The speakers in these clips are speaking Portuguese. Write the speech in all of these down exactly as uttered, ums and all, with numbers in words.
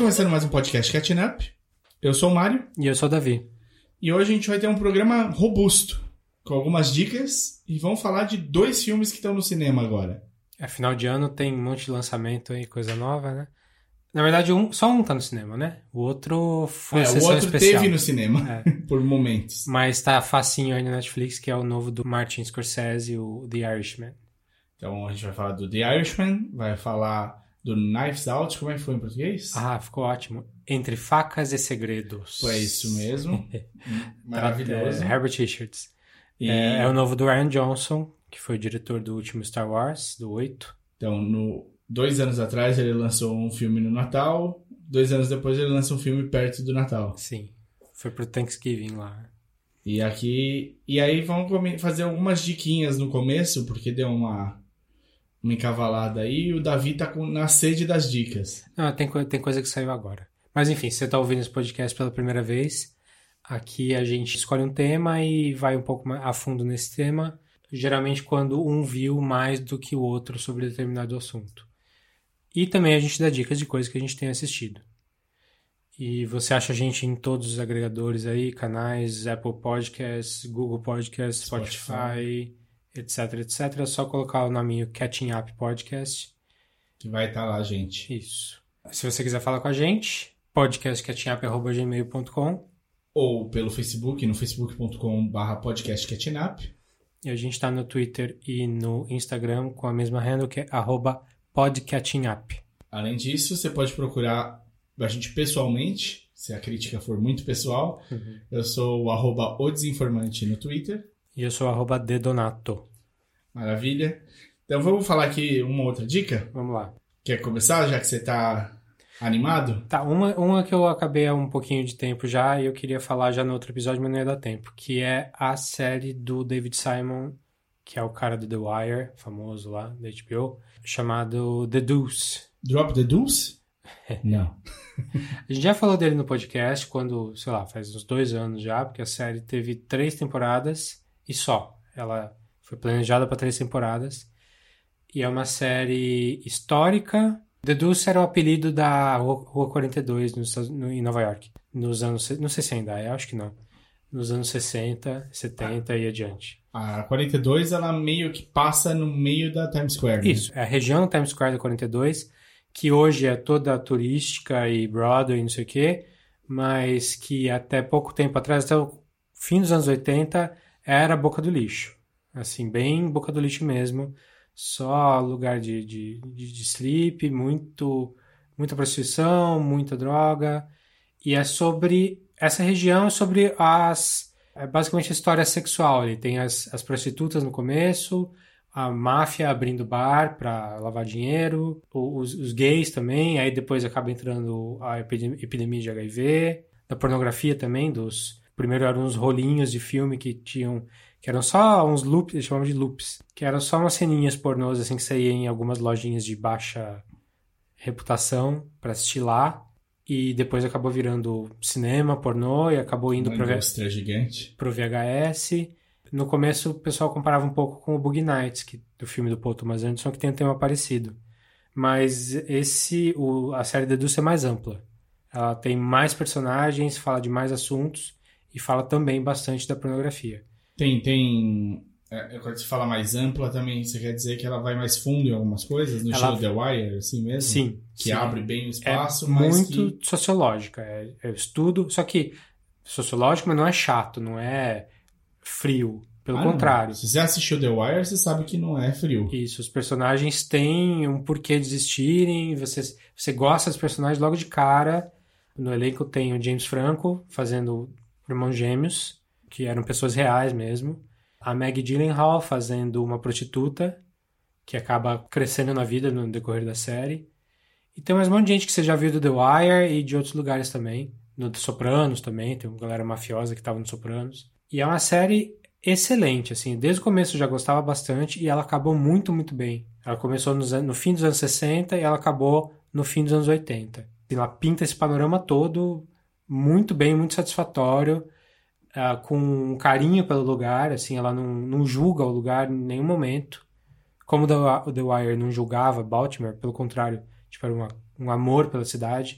começando mais um podcast Catching Up. Eu sou o Mário. E eu sou o Davi. E hoje a gente vai ter um programa robusto, com algumas dicas, e vamos falar de dois filmes que estão no cinema agora. É final de ano, tem um monte de lançamento aí, coisa nova, né? Na verdade, um, só um tá no cinema, né? O outro foi é, sessão o outro especial. teve no cinema, é. por momentos. Mas tá facinho aí na Netflix, que é o novo do Martin Scorsese, o The Irishman. Então a gente vai falar do The Irishman, vai falar do Knives Out, como é que foi em português? Ah, ficou ótimo. Entre Facas e Segredos. Foi isso mesmo. Maravilhoso. É, Herbert Richards. E... É, é o novo do Rian Johnson, que foi o diretor do último Star Wars, do oito. Então, no, dois anos atrás ele lançou um filme no Natal, dois anos depois ele lança um filme perto do Natal. Sim, foi pro Thanksgiving lá. E aqui... E aí vamos fazer algumas diquinhas no começo, porque deu uma... uma encavalada aí, e o Davi tá com, na sede das dicas. Não, tem, tem coisa que saiu agora. Mas enfim, se você tá ouvindo esse podcast pela primeira vez, aqui a gente escolhe um tema e vai um pouco mais a fundo nesse tema, geralmente quando um viu mais do que o outro sobre determinado assunto. E também a gente dá dicas de coisas que a gente tem assistido. E você acha a gente em todos os agregadores aí, canais, Apple Podcasts, Google Podcasts, Spotify... Spotify. etc, etc, é só colocar o nominho Catching Up Podcast. Que vai estar lá, gente. Isso. Se você quiser falar com a gente, podcast catching up arroba gmail ponto com. Ou pelo Facebook, no facebook ponto com barra podcast catching up. E a gente está no Twitter e no Instagram com a mesma handle, que é arroba podcatchingup. Além disso, você pode procurar a gente pessoalmente, se a crítica for muito pessoal. Uhum. Eu sou o arroba o desinformante no Twitter. E eu sou arroba dedonato. Maravilha. Então vamos falar aqui uma outra dica? Vamos lá. Quer começar, já que você tá animado? Tá, uma, uma que eu acabei há um pouquinho de tempo já e eu queria falar já no outro episódio, mas não ia dar tempo, que é a série do David Simon, que é o cara do The Wire, famoso lá, da H B O, chamado The Deuce. Drop the Deuce? Não. A gente já falou dele no podcast quando, sei lá, faz uns dois anos já, porque a série teve três temporadas e só. Ela foi planejada para três temporadas. E é uma série histórica. The Deuce era o apelido da Rua quarenta e dois nos, no, em Nova York. Nos anos... Não sei se ainda é, acho que não. Nos anos sessenta, setenta ah. e adiante. A quarenta e dois, ela meio que passa no meio da Times Square. Né? Isso. É a região da Times Square da quarenta e dois, que hoje é toda turística e Broadway e não sei o quê, mas que até pouco tempo atrás, até o fim dos anos oitenta... era boca do lixo, assim, bem boca do lixo mesmo, só lugar de, de, de, de sleep, muito, muita prostituição, muita droga, e é sobre, essa região é sobre as, é basicamente a história sexual, ele tem as, as prostitutas no começo, a máfia abrindo bar para lavar dinheiro, os, os gays também, aí depois acaba entrando a epidemia de H I V, da pornografia também, dos... Primeiro eram uns rolinhos de filme que tinham... Que eram só uns loops, eles chamavam de loops. Que eram só umas ceninhas pornôs, assim, que saíam em algumas lojinhas de baixa reputação pra assistir lá. E depois acabou virando cinema, pornô, e acabou indo Uma pro, indústria gigante. pro V H S. No começo o pessoal comparava um pouco com o Boogie Nights, que, do filme do Paul Thomas Anderson, que tem um tema parecido. Mas esse, o, a série The Deuce é mais ampla. Ela tem mais personagens, fala de mais assuntos... E fala também bastante da pornografia. Tem, tem... É, quando você fala mais ampla também, você quer dizer que ela vai mais fundo em algumas coisas? No ela... estilo The Wire, assim mesmo? Sim. Que sim. abre bem o espaço, é mas muito que... sociológica. É, é estudo, só que sociológico, mas não é chato, não é frio. Pelo ah, contrário. Não. Se você assistiu The Wire, você sabe que não é frio. Isso, os personagens têm um porquê de existirem, você, você gosta dos personagens logo de cara. No elenco tem o James Franco fazendo... irmãos gêmeos, que eram pessoas reais mesmo. A Maggie Gyllenhaal fazendo uma prostituta, que acaba crescendo na vida no decorrer da série. E tem mais um monte de gente que você já viu do The Wire e de outros lugares também. No Sopranos também, tem uma galera mafiosa que estava no Sopranos. E é uma série excelente, assim. Desde o começo eu já gostava bastante e ela acabou muito, muito bem. Ela começou nos, no fim dos anos sessenta e ela acabou no fim dos anos oitenta. E ela pinta esse panorama todo... muito bem, muito satisfatório, uh, com um carinho pelo lugar, assim, ela não, não julga o lugar em nenhum momento, como o The Wire não julgava Baltimore, pelo contrário, tipo, era uma, um amor pela cidade.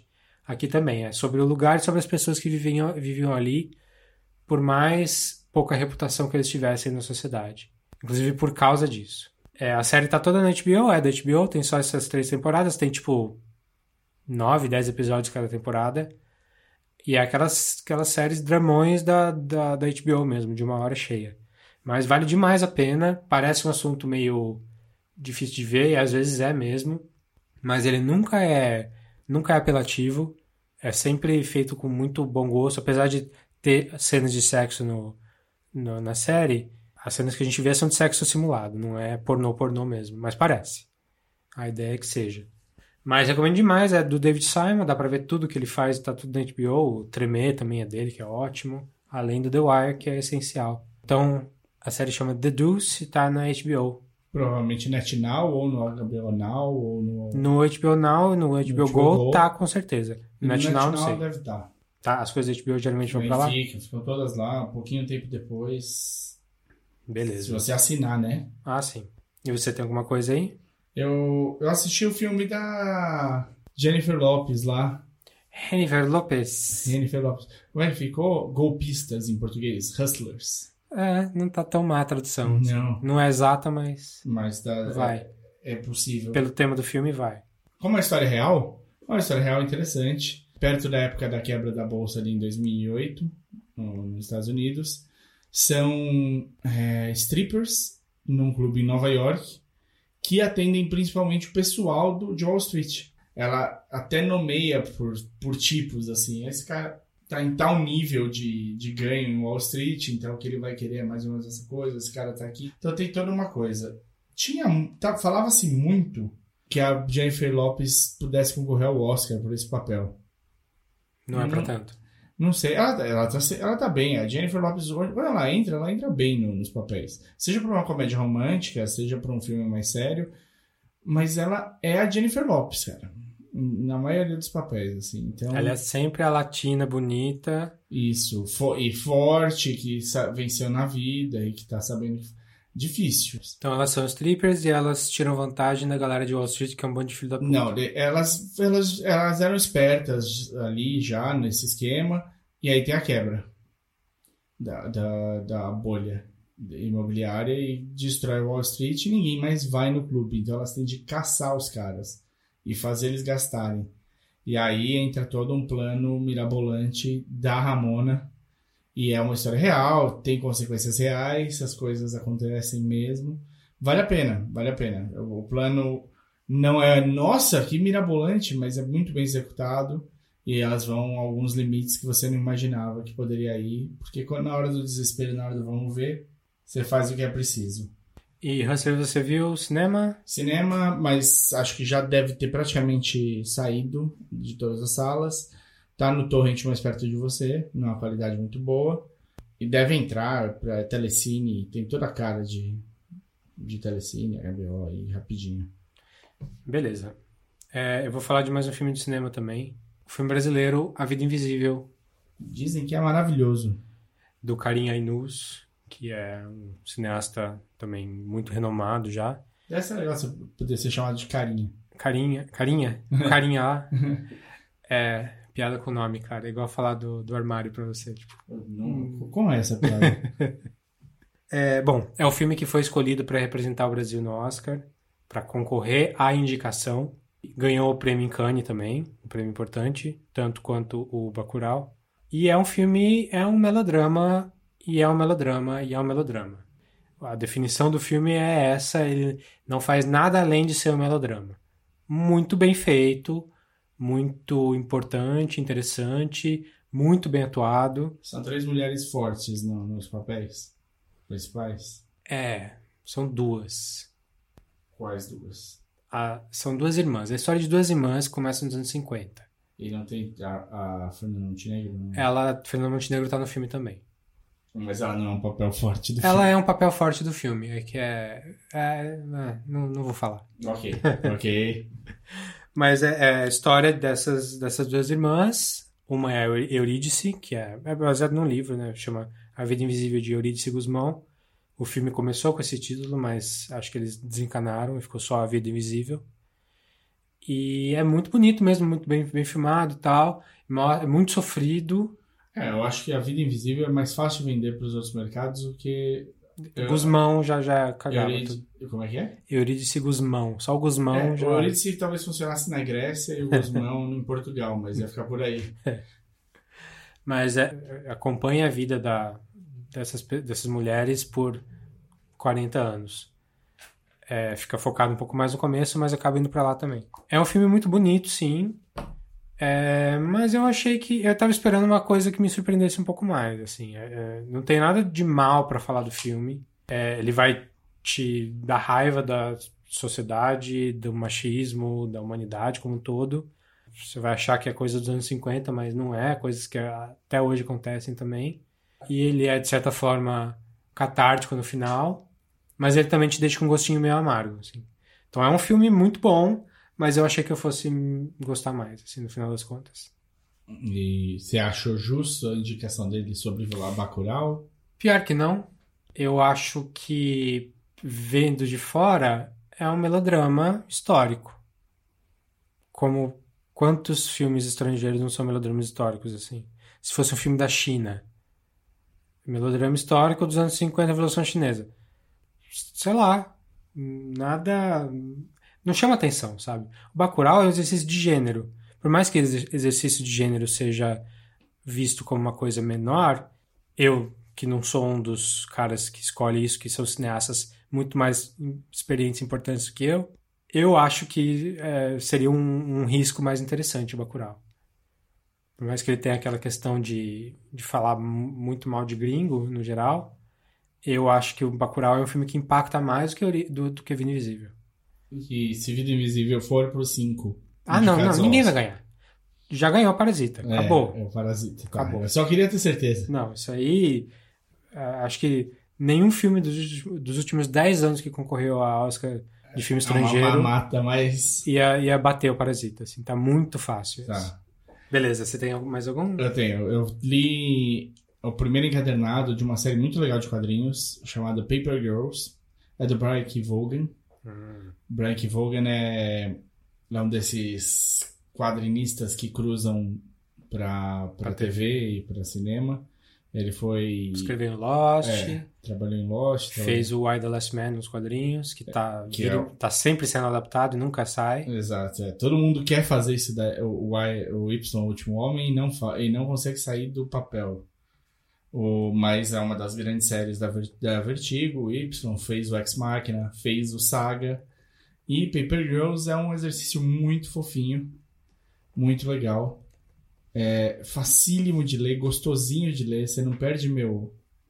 aqui também. É sobre o lugar e sobre as pessoas que viviam, viviam ali, por mais pouca reputação que eles tivessem na sociedade. Inclusive por causa disso. É, a série tá toda na H B O, é da H B O, tem só essas três temporadas, tem tipo nove, dez episódios cada temporada. E é aquelas, aquelas séries dramões da, da, da H B O mesmo, de uma hora cheia. Mas vale demais a pena, parece um assunto meio difícil de ver, e às vezes é mesmo, mas ele nunca é, nunca é apelativo, é sempre feito com muito bom gosto, apesar de ter cenas de sexo no, no, na série, as cenas que a gente vê são de sexo simulado, não é pornô pornô mesmo, mas parece. A ideia é que seja. Mas recomendo demais, é do David Simon, dá pra ver tudo que ele faz, tá tudo na H B O, o Tremer também é dele, que é ótimo, além do The Wire, que é essencial. Então, a série chama The Deuce e tá na H B O. Provavelmente NetNow, ou no H B O Now, ou no... No H B O Now e no H B O, no H B O Go, Go tá com certeza. No NetNow, não sei. Deve estar. Tá, as coisas da H B O geralmente vão pra lá? Ficam, ficam todas lá, um pouquinho tempo depois. Beleza. Se você assinar, né? Ah, sim. E você tem alguma coisa aí? Eu, eu assisti o filme da Jennifer Lopez lá. Jennifer Lopez. Jennifer Lopez. Como é que ficou? Golpistas em português. Hustlers. É, não tá tão má a tradução. Não. Não é exata, mas... Mas tá, vai. É, é possível. Pelo tema do filme, vai. Como é uma história real? É uma história real interessante. Perto da época da quebra da Bolsa ali em dois mil e oito, nos Estados Unidos. São é, strippers num clube em Nova York que atendem principalmente o pessoal do, de Wall Street. Ela até nomeia por, por tipos, assim. Esse cara tá em tal nível de, de ganho em Wall Street, então o que ele vai querer é mais ou menos essa coisa, esse cara tá aqui. Então tem toda uma coisa. Tinha, tá, falava-se muito que a Jennifer Lopez pudesse concorrer ao Oscar por esse papel. Não é pra tanto. Não sei, ela, ela, tá, ela tá bem. A Jennifer Lopez, quando ela entra, ela entra bem no, nos papéis. Seja pra uma comédia romântica, seja pra um filme mais sério. Mas ela é a Jennifer Lopez, cara. Na maioria dos papéis, assim. Então, ela é sempre a latina bonita. Isso. For, e forte, que venceu na vida e que tá sabendo... Difícil. Então elas são strippers e elas tiram vantagem da galera de Wall Street, que é um bando de filho da puta. Não, elas, elas, elas eram espertas ali já nesse esquema, e aí tem a quebra da, da, da bolha imobiliária e destrói Wall Street e ninguém mais vai no clube. Então elas têm de caçar os caras e fazer eles gastarem. E aí entra todo um plano mirabolante da Ramona. E é uma história real, tem consequências reais, as coisas acontecem mesmo. Vale a pena, vale a pena. O plano não é, nossa, que mirabolante, mas é muito bem executado. E elas vão a alguns limites que você não imaginava que poderia ir. Porque quando, na hora do desespero, na hora do vamos ver, você faz o que é preciso. E, Hustler, você viu cinema? Cinema, mas acho que já deve ter praticamente saído de todas as salas. Tá no torrent mais perto de você, numa qualidade muito boa. E deve entrar pra Telecine, tem toda a cara de, de Telecine, H B O aí, rapidinho. Beleza. É, eu vou falar de mais um filme de cinema também. O filme brasileiro, A Vida Invisível. Dizem que é maravilhoso. Do Karim Ainuz, que é um cineasta também muito renomado já. Deve ser legal você poder ser chamado de Carinha. Carinha? Carinha? Carinha lá. É... Piada com o nome, cara. É igual falar do, do armário pra você. Tipo. Não, como é essa piada? é, bom, é o filme que foi escolhido para representar o Brasil no Oscar, para concorrer à indicação. Ganhou o prêmio em Cannes também, um prêmio importante, tanto quanto o Bacurau. E é um filme, é um melodrama, e é um melodrama, e é um melodrama. A definição do filme é essa, ele não faz nada além de ser um melodrama. Muito bem feito, muito importante, interessante, muito bem atuado. São três mulheres fortes no, nos papéis principais? É, são duas. Quais duas? A, são duas irmãs. A história de duas irmãs começa nos anos cinquenta. E não tem a, a Fernanda Montenegro? Não... Ela, Fernanda Montenegro tá no filme também. Mas ela não é um papel forte do ela filme. Ela é um papel forte do filme. É que é... é, é não, não vou falar. Ok, ok. Mas é, é a história dessas, dessas duas irmãs. Uma é a Eurídice, que é, é baseado num livro, né? Chama A Vida Invisível de Eurídice Guzmão. O filme começou com esse título, mas acho que eles desencanaram e ficou só A Vida Invisível. E é muito bonito mesmo, muito bem, bem filmado e tal. É muito sofrido. É, eu acho que A Vida Invisível é mais fácil de vender para os outros mercados do que... Eu, Guzmão já, já cagava Eurídice, tudo. como é que é? Eurídice Guzmão. Só o Guzmão É, já... o Eurídice talvez funcionasse na Grécia e o Guzmão em Portugal, mas ia ficar por aí. Mas é, acompanha a vida da, dessas, dessas mulheres por quarenta anos. É, fica focado um pouco mais no começo, mas acaba indo pra lá também. É um filme muito bonito, sim. É, mas eu achei que... Eu tava esperando uma coisa que me surpreendesse um pouco mais, assim. É, é, não tem nada de mal pra falar do filme. É, ele vai te dar raiva da sociedade, do machismo, da humanidade como um todo. Você vai achar que é coisa dos anos cinquenta, mas não é. Coisas que até hoje acontecem também. E ele é, de certa forma, catártico no final. Mas ele também te deixa com um gostinho meio amargo, assim. Então é um filme muito bom, mas eu achei que eu fosse gostar mais, assim, no final das contas. E você achou justo a indicação dele sobre o Bacurau? Pior que não. Eu acho que, vendo de fora, é um melodrama histórico. Como quantos filmes estrangeiros não são melodramas históricos, assim? Se fosse um filme da China. Melodrama histórico dos anos cinquenta, Revolução Chinesa. Sei lá. Nada... Não chama atenção, sabe? O Bacurau é um exercício de gênero. Por mais que esse exercício de gênero seja visto como uma coisa menor, eu, que não sou um dos caras que escolhe isso, que são cineastas muito mais experientes e importantes do que eu, eu acho que é, seria um, um risco mais interessante o Bacurau. Por mais que ele tenha aquela questão de, de falar muito mal de gringo, no geral, eu acho que o Bacurau é um filme que impacta mais do que, do, do que Vida Invisível. E se Vida Invisível for pro cinco? Ah, não, não, ninguém vai ganhar. Já ganhou o Parasita, é, acabou. É o Parasita, tá. Acabou. Eu só queria ter certeza. Não, isso aí... Acho que nenhum filme dos, dos últimos dez anos que concorreu a Oscar de filme estrangeiro... É uma mata, mas... Ia, ia bater o Parasita, assim, tá muito fácil. Tá. Beleza, você tem mais algum? Eu tenho. Eu li o primeiro encadernado de uma série muito legal de quadrinhos chamada Paper Girls. É do Brian K. Vaughan. Hum. Brian K. Vaughan é, é um desses quadrinistas que cruzam pra, pra, pra T V e pra cinema. Ele foi... Escreveu em Lost. É, trabalhou em Lost. Fez trabalhou... o Why the Last Man nos quadrinhos, que tá, que vira, é o... tá sempre sendo adaptado e nunca sai. Exato. É. Todo mundo quer fazer isso, da, o, y, o Y, o Último Homem, e não, fa... e não consegue sair do papel. O, mas é uma das grandes séries da, da Vertigo. O Y fez o Ex Machina, fez o Saga. E Paper Girls é um exercício muito fofinho, muito legal. É facílimo de ler, gostosinho de ler. Você não perde meu...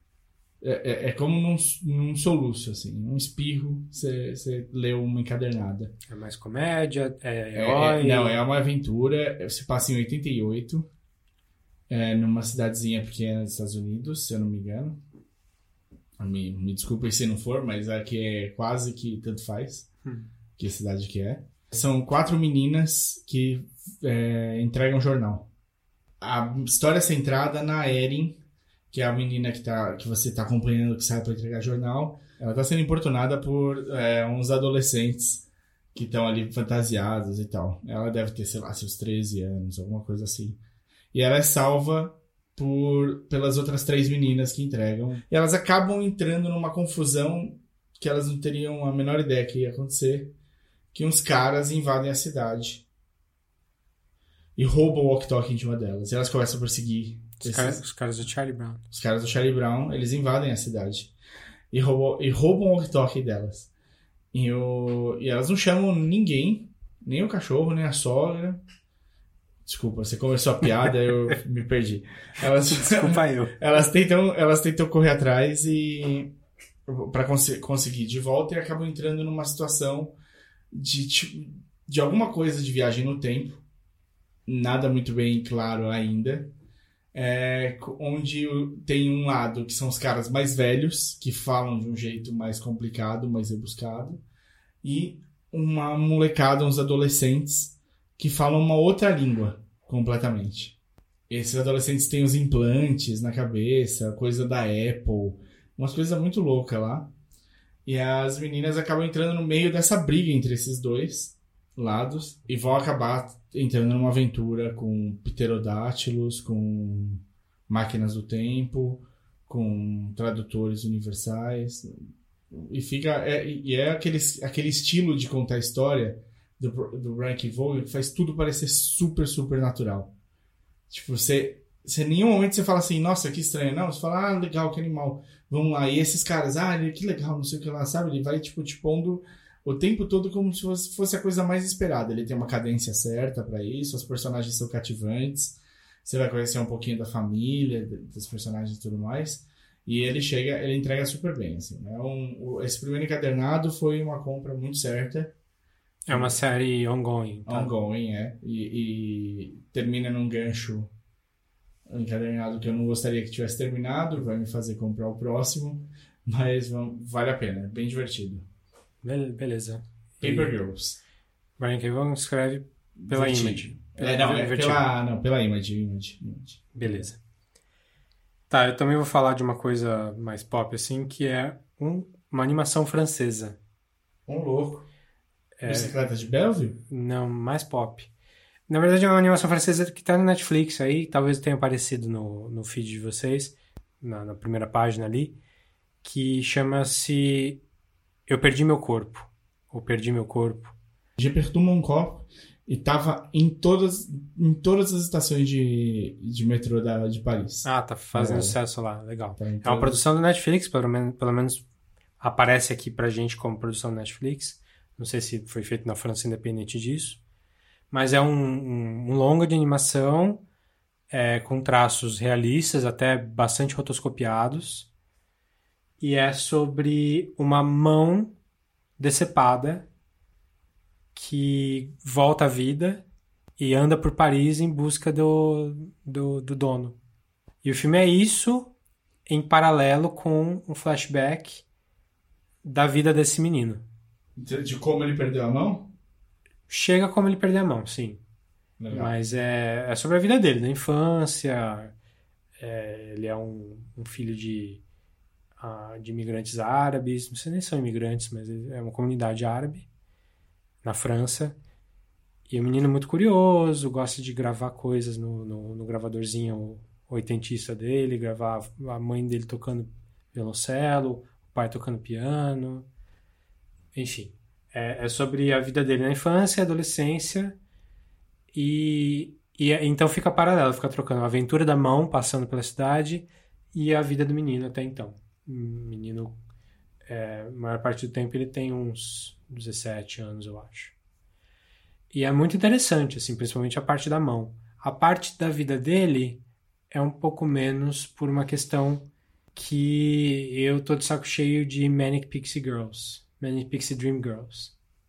É, é, é como num, num soluço, assim. Um espirro, você, você lê uma encadernada. É mais comédia, é herói... É, é, não, é uma aventura. Se passa em oitenta e oito. É, numa cidadezinha pequena dos Estados Unidos, se eu não me engano. Me, me desculpem se não for, mas aqui é quase que tanto faz. Hum. Que cidade que é. São quatro meninas que é, entregam jornal. A história é centrada na Erin, que é a menina que, tá, que você está acompanhando, que sai para entregar jornal. Ela está sendo importunada por é, uns adolescentes que estão ali fantasiados e tal. Ela deve ter, sei lá, seus treze anos, alguma coisa assim. E ela é salva por, pelas outras três meninas que entregam. E elas acabam entrando numa confusão que elas não teriam a menor ideia que ia acontecer. Que uns caras invadem a cidade e roubam o walkie-talkie de uma delas. E elas começam a perseguir. Os, esses... caras, os caras do Charlie Brown. Os caras do Charlie Brown, eles invadem a cidade. E roubam, e roubam o walkie-talkie delas. E, o, e elas não chamam ninguém. Nem o cachorro, nem a sogra. Desculpa, você começou a piada, eu me perdi. Elas, Desculpa eu. Elas tentam, elas tentam correr atrás e para cons- conseguir de volta e acabam entrando numa situação de, de, de alguma coisa de viagem no tempo. Nada muito bem claro ainda. É, onde tem um lado que são os caras mais velhos, que falam de um jeito mais complicado, mais rebuscado. E uma molecada, uns adolescentes que falam uma outra língua completamente. Esses adolescentes têm os implantes na cabeça, coisa da Apple, umas coisas muito loucas lá. E as meninas acabam entrando no meio dessa briga entre esses dois. lados e vão acabar entrando numa aventura com pterodátilos, com máquinas do tempo, com tradutores universais. E fica é, e é aquele, aquele estilo de contar história do, do Brian K. Vaughan que faz tudo parecer super, super natural. Tipo, você, você em nenhum momento você fala assim, nossa, que estranho. Não, você fala, ah, legal, que animal. Vamos lá. E esses caras, ah, que legal, não sei o que lá, sabe? Ele vai, tipo, te pondo o tempo todo como se fosse, fosse a coisa mais esperada. Ele tem uma cadência certa pra isso, os personagens são cativantes, você vai conhecer um pouquinho da família, dos personagens e tudo mais. E ele chega, ele entrega super bem, assim, né? Um, o, esse primeiro encadernado foi uma compra muito certa. É uma série ongoing. Tá? Ongoing, é. E, e termina num gancho encadernado que eu não gostaria que tivesse terminado, vai me fazer comprar o próximo, mas vamos, vale a pena, é bem divertido. Beleza. Paper Girls. Brian K. Vaughan escreve pela Vertigo. Image. É, não, é pela, não, pela Image, Image, Image. Beleza. Tá, eu também vou falar de uma coisa mais pop, assim, que é um, uma animação francesa. Um louco. É, Bicicleta de Belleville? não, mais pop. Na verdade, é uma animação francesa que tá no Netflix aí, talvez tenha aparecido no, no feed de vocês, na, na primeira página ali, que chama-se Eu Perdi Meu Corpo, ou Perdi Meu Corpo. J'ai perdu mon corps e tava em todas, em todas as estações de, de metrô da, de Paris. Ah, tá fazendo É. sucesso lá, legal. Tá em É uma todas- produção do Netflix, pelo menos, pelo menos aparece aqui pra gente como produção do Netflix. Não sei se foi feito na França independente disso. Mas é um, um, um longa de animação é, com traços realistas, até bastante rotoscopiados. E é sobre uma mão decepada que volta à vida e anda por Paris em busca do, do, do dono. E o filme é isso em paralelo com um flashback da vida desse menino. De, de como ele perdeu a mão? Chega como ele perder a mão, sim. Legal. Mas é, é sobre a vida dele, da infância. É, ele é um, um filho de, ah, de imigrantes árabes. Não sei nem se são imigrantes, mas é uma comunidade árabe na França. E é um menino muito curioso, gosta de gravar coisas no, no, no gravadorzinho oitentista dele, gravar a mãe dele tocando violoncelo, o pai tocando piano. Enfim, é, é sobre a vida dele na infância, adolescência, e, e então fica paralelo, fica trocando a aventura da mão, passando pela cidade, e a vida do menino até então. O menino, é, a maior parte do tempo, ele tem uns dezessete anos, eu acho. E é muito interessante, assim, principalmente a parte da mão. A parte da vida dele é um pouco menos por uma questão que eu tô de saco cheio de Manic Pixie Girls. Manic Pixie Dream Girls,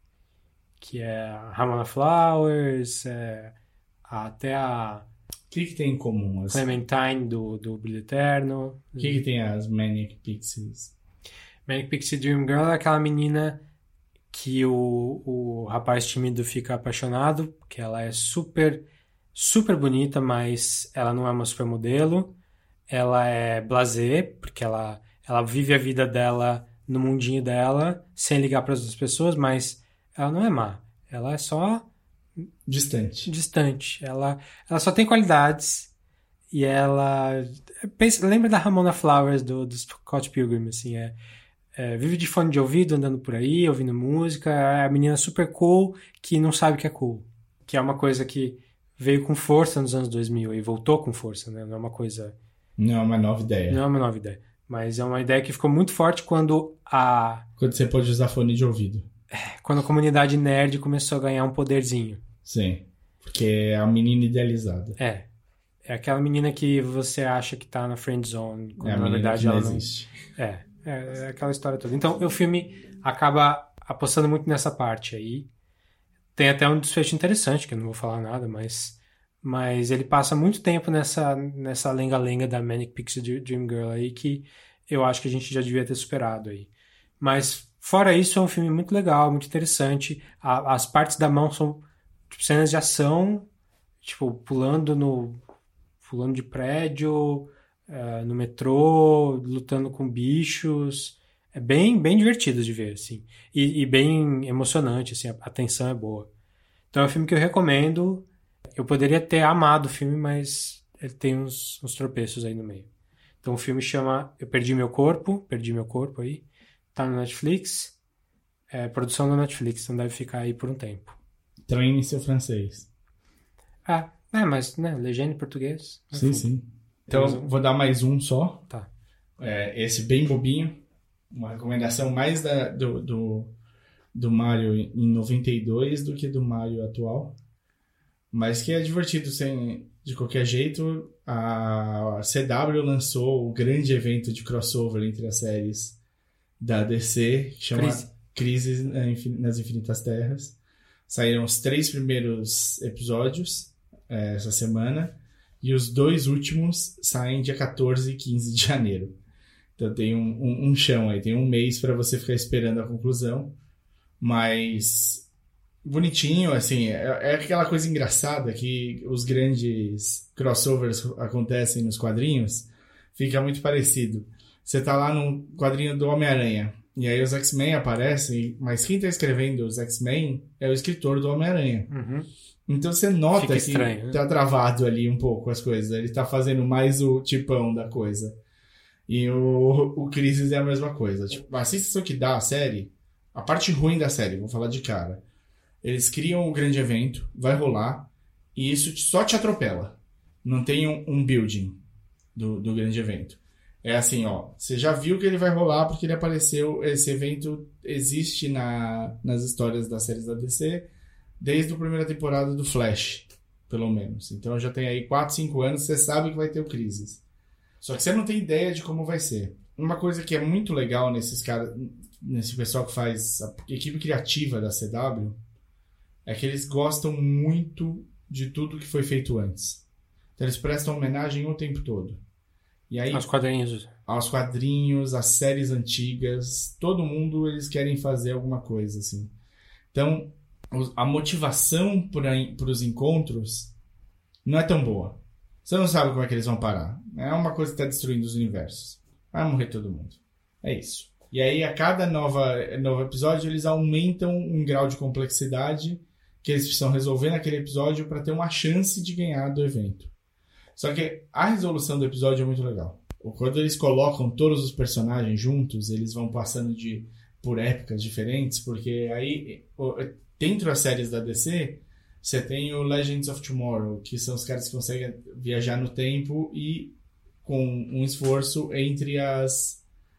que é a Ramona Flowers, é, até a O que, que tem em comum? As, Clementine do, do Brilho Eterno. o que, que tem as Manic Pixies? Manic Pixie Dream Girl é aquela menina que o, o rapaz tímido fica apaixonado, porque ela é super, super bonita, mas ela não é uma supermodelo. Ela é blasé, porque ela, ela vive a vida dela no mundinho dela, sem ligar para as outras pessoas, mas ela não é má. Ela é só Distante. distante. Ela, ela só tem qualidades e ela... Pensa, lembra da Ramona Flowers do, do Scott Pilgrim, assim, é, é, vive de fone de ouvido, andando por aí, ouvindo música, é a menina super cool que não sabe que é cool. Que é uma coisa que veio com força nos anos dois mil e voltou com força, né? Não é uma coisa... Não é uma nova ideia. Não é uma nova ideia. Mas é uma ideia que ficou muito forte quando a, Quando você pode usar fone de ouvido. quando a comunidade nerd começou a ganhar um poderzinho. Sim. Porque é a menina idealizada. É. É aquela menina que você acha que tá na friend zone, quando É a na menina verdade que não ela não... existe. É, é, é aquela história toda. Então, o filme acaba apostando muito nessa parte aí. Tem até um desfecho interessante, que eu não vou falar nada, mas... Mas ele passa muito tempo nessa, nessa lenga-lenga da Manic Pixie Dream Girl aí, que eu acho que a gente já devia ter superado aí. Mas, fora isso, é um filme muito legal, muito interessante. A, as partes da mão são tipo, cenas de ação, tipo, pulando no... pulando de prédio, uh, no metrô, lutando com bichos. É bem, bem divertido de ver, assim. E, e bem emocionante, assim, a, a tensão é boa. Então é um filme que eu recomendo. Eu poderia ter amado o filme, mas ele tem uns, uns tropeços aí no meio. Então o filme chama Eu Perdi Meu Corpo, Perdi Meu Corpo aí, tá no Netflix, é produção da Netflix, então deve ficar aí por um tempo. Treine seu francês. Ah, é, mas, né, legenda em português. Sim, sim. Então, um... vou dar mais um só. Tá. É, esse bem bobinho, uma recomendação mais da, do, do, do Mario em noventa e dois do que do Mario atual, mas que é divertido sem, de qualquer jeito. A C W lançou o grande evento de crossover entre as séries da D C, que chama Crise, Crise nas Infinitas Terras. Saíram os três primeiros episódios é, essa semana, e os dois últimos saem dia quatorze e quinze de janeiro. Então tem um, um, um chão aí, tem um mês para você ficar esperando a conclusão, mas bonitinho, assim, é, é aquela coisa engraçada que os grandes crossovers acontecem nos quadrinhos, fica muito parecido. Você tá lá no quadrinho do Homem-Aranha, e aí os X-Men aparecem, mas quem tá escrevendo os X-Men é o escritor do Homem-Aranha. Uhum. Então você nota Fica que estranho, né? tá travado ali um pouco as coisas, ele tá fazendo mais o tipão da coisa. E o, o Crisis é a mesma coisa. Tipo, a sensação que dá a série, a parte ruim da série, vou falar de cara. Eles criam um grande evento, vai rolar, e isso só te atropela. Não tem um, um building do, do grande evento. É assim, ó, você já viu que ele vai rolar porque ele apareceu, esse evento existe na, nas histórias das séries da D C desde a primeira temporada do Flash, pelo menos. Então já tem aí quatro, cinco anos, você sabe que vai ter o Crisis. Só que você não tem ideia de como vai ser. Uma coisa que é muito legal nesses caras, nesse pessoal que faz a equipe criativa da C W, é que eles gostam muito de tudo que foi feito antes. Então eles prestam homenagem o tempo todo. E aí, aos quadrinhos. Aos quadrinhos, às séries antigas, todo mundo eles querem fazer alguma coisa, assim. Então, a motivação para os encontros não é tão boa. Você não sabe como é que eles vão parar. É uma coisa que está destruindo os universos. Vai morrer todo mundo. É isso. E aí, a cada nova, novo episódio, eles aumentam um grau de complexidade que eles precisam resolver naquele episódio para ter uma chance de ganhar do evento. Só que a resolução do episódio é muito legal. Quando eles colocam todos os personagens juntos, eles vão passando de, por épocas diferentes, porque aí, dentro das séries da D C, você tem o Legends of Tomorrow, que são os caras que conseguem viajar no tempo e com um esforço entre as,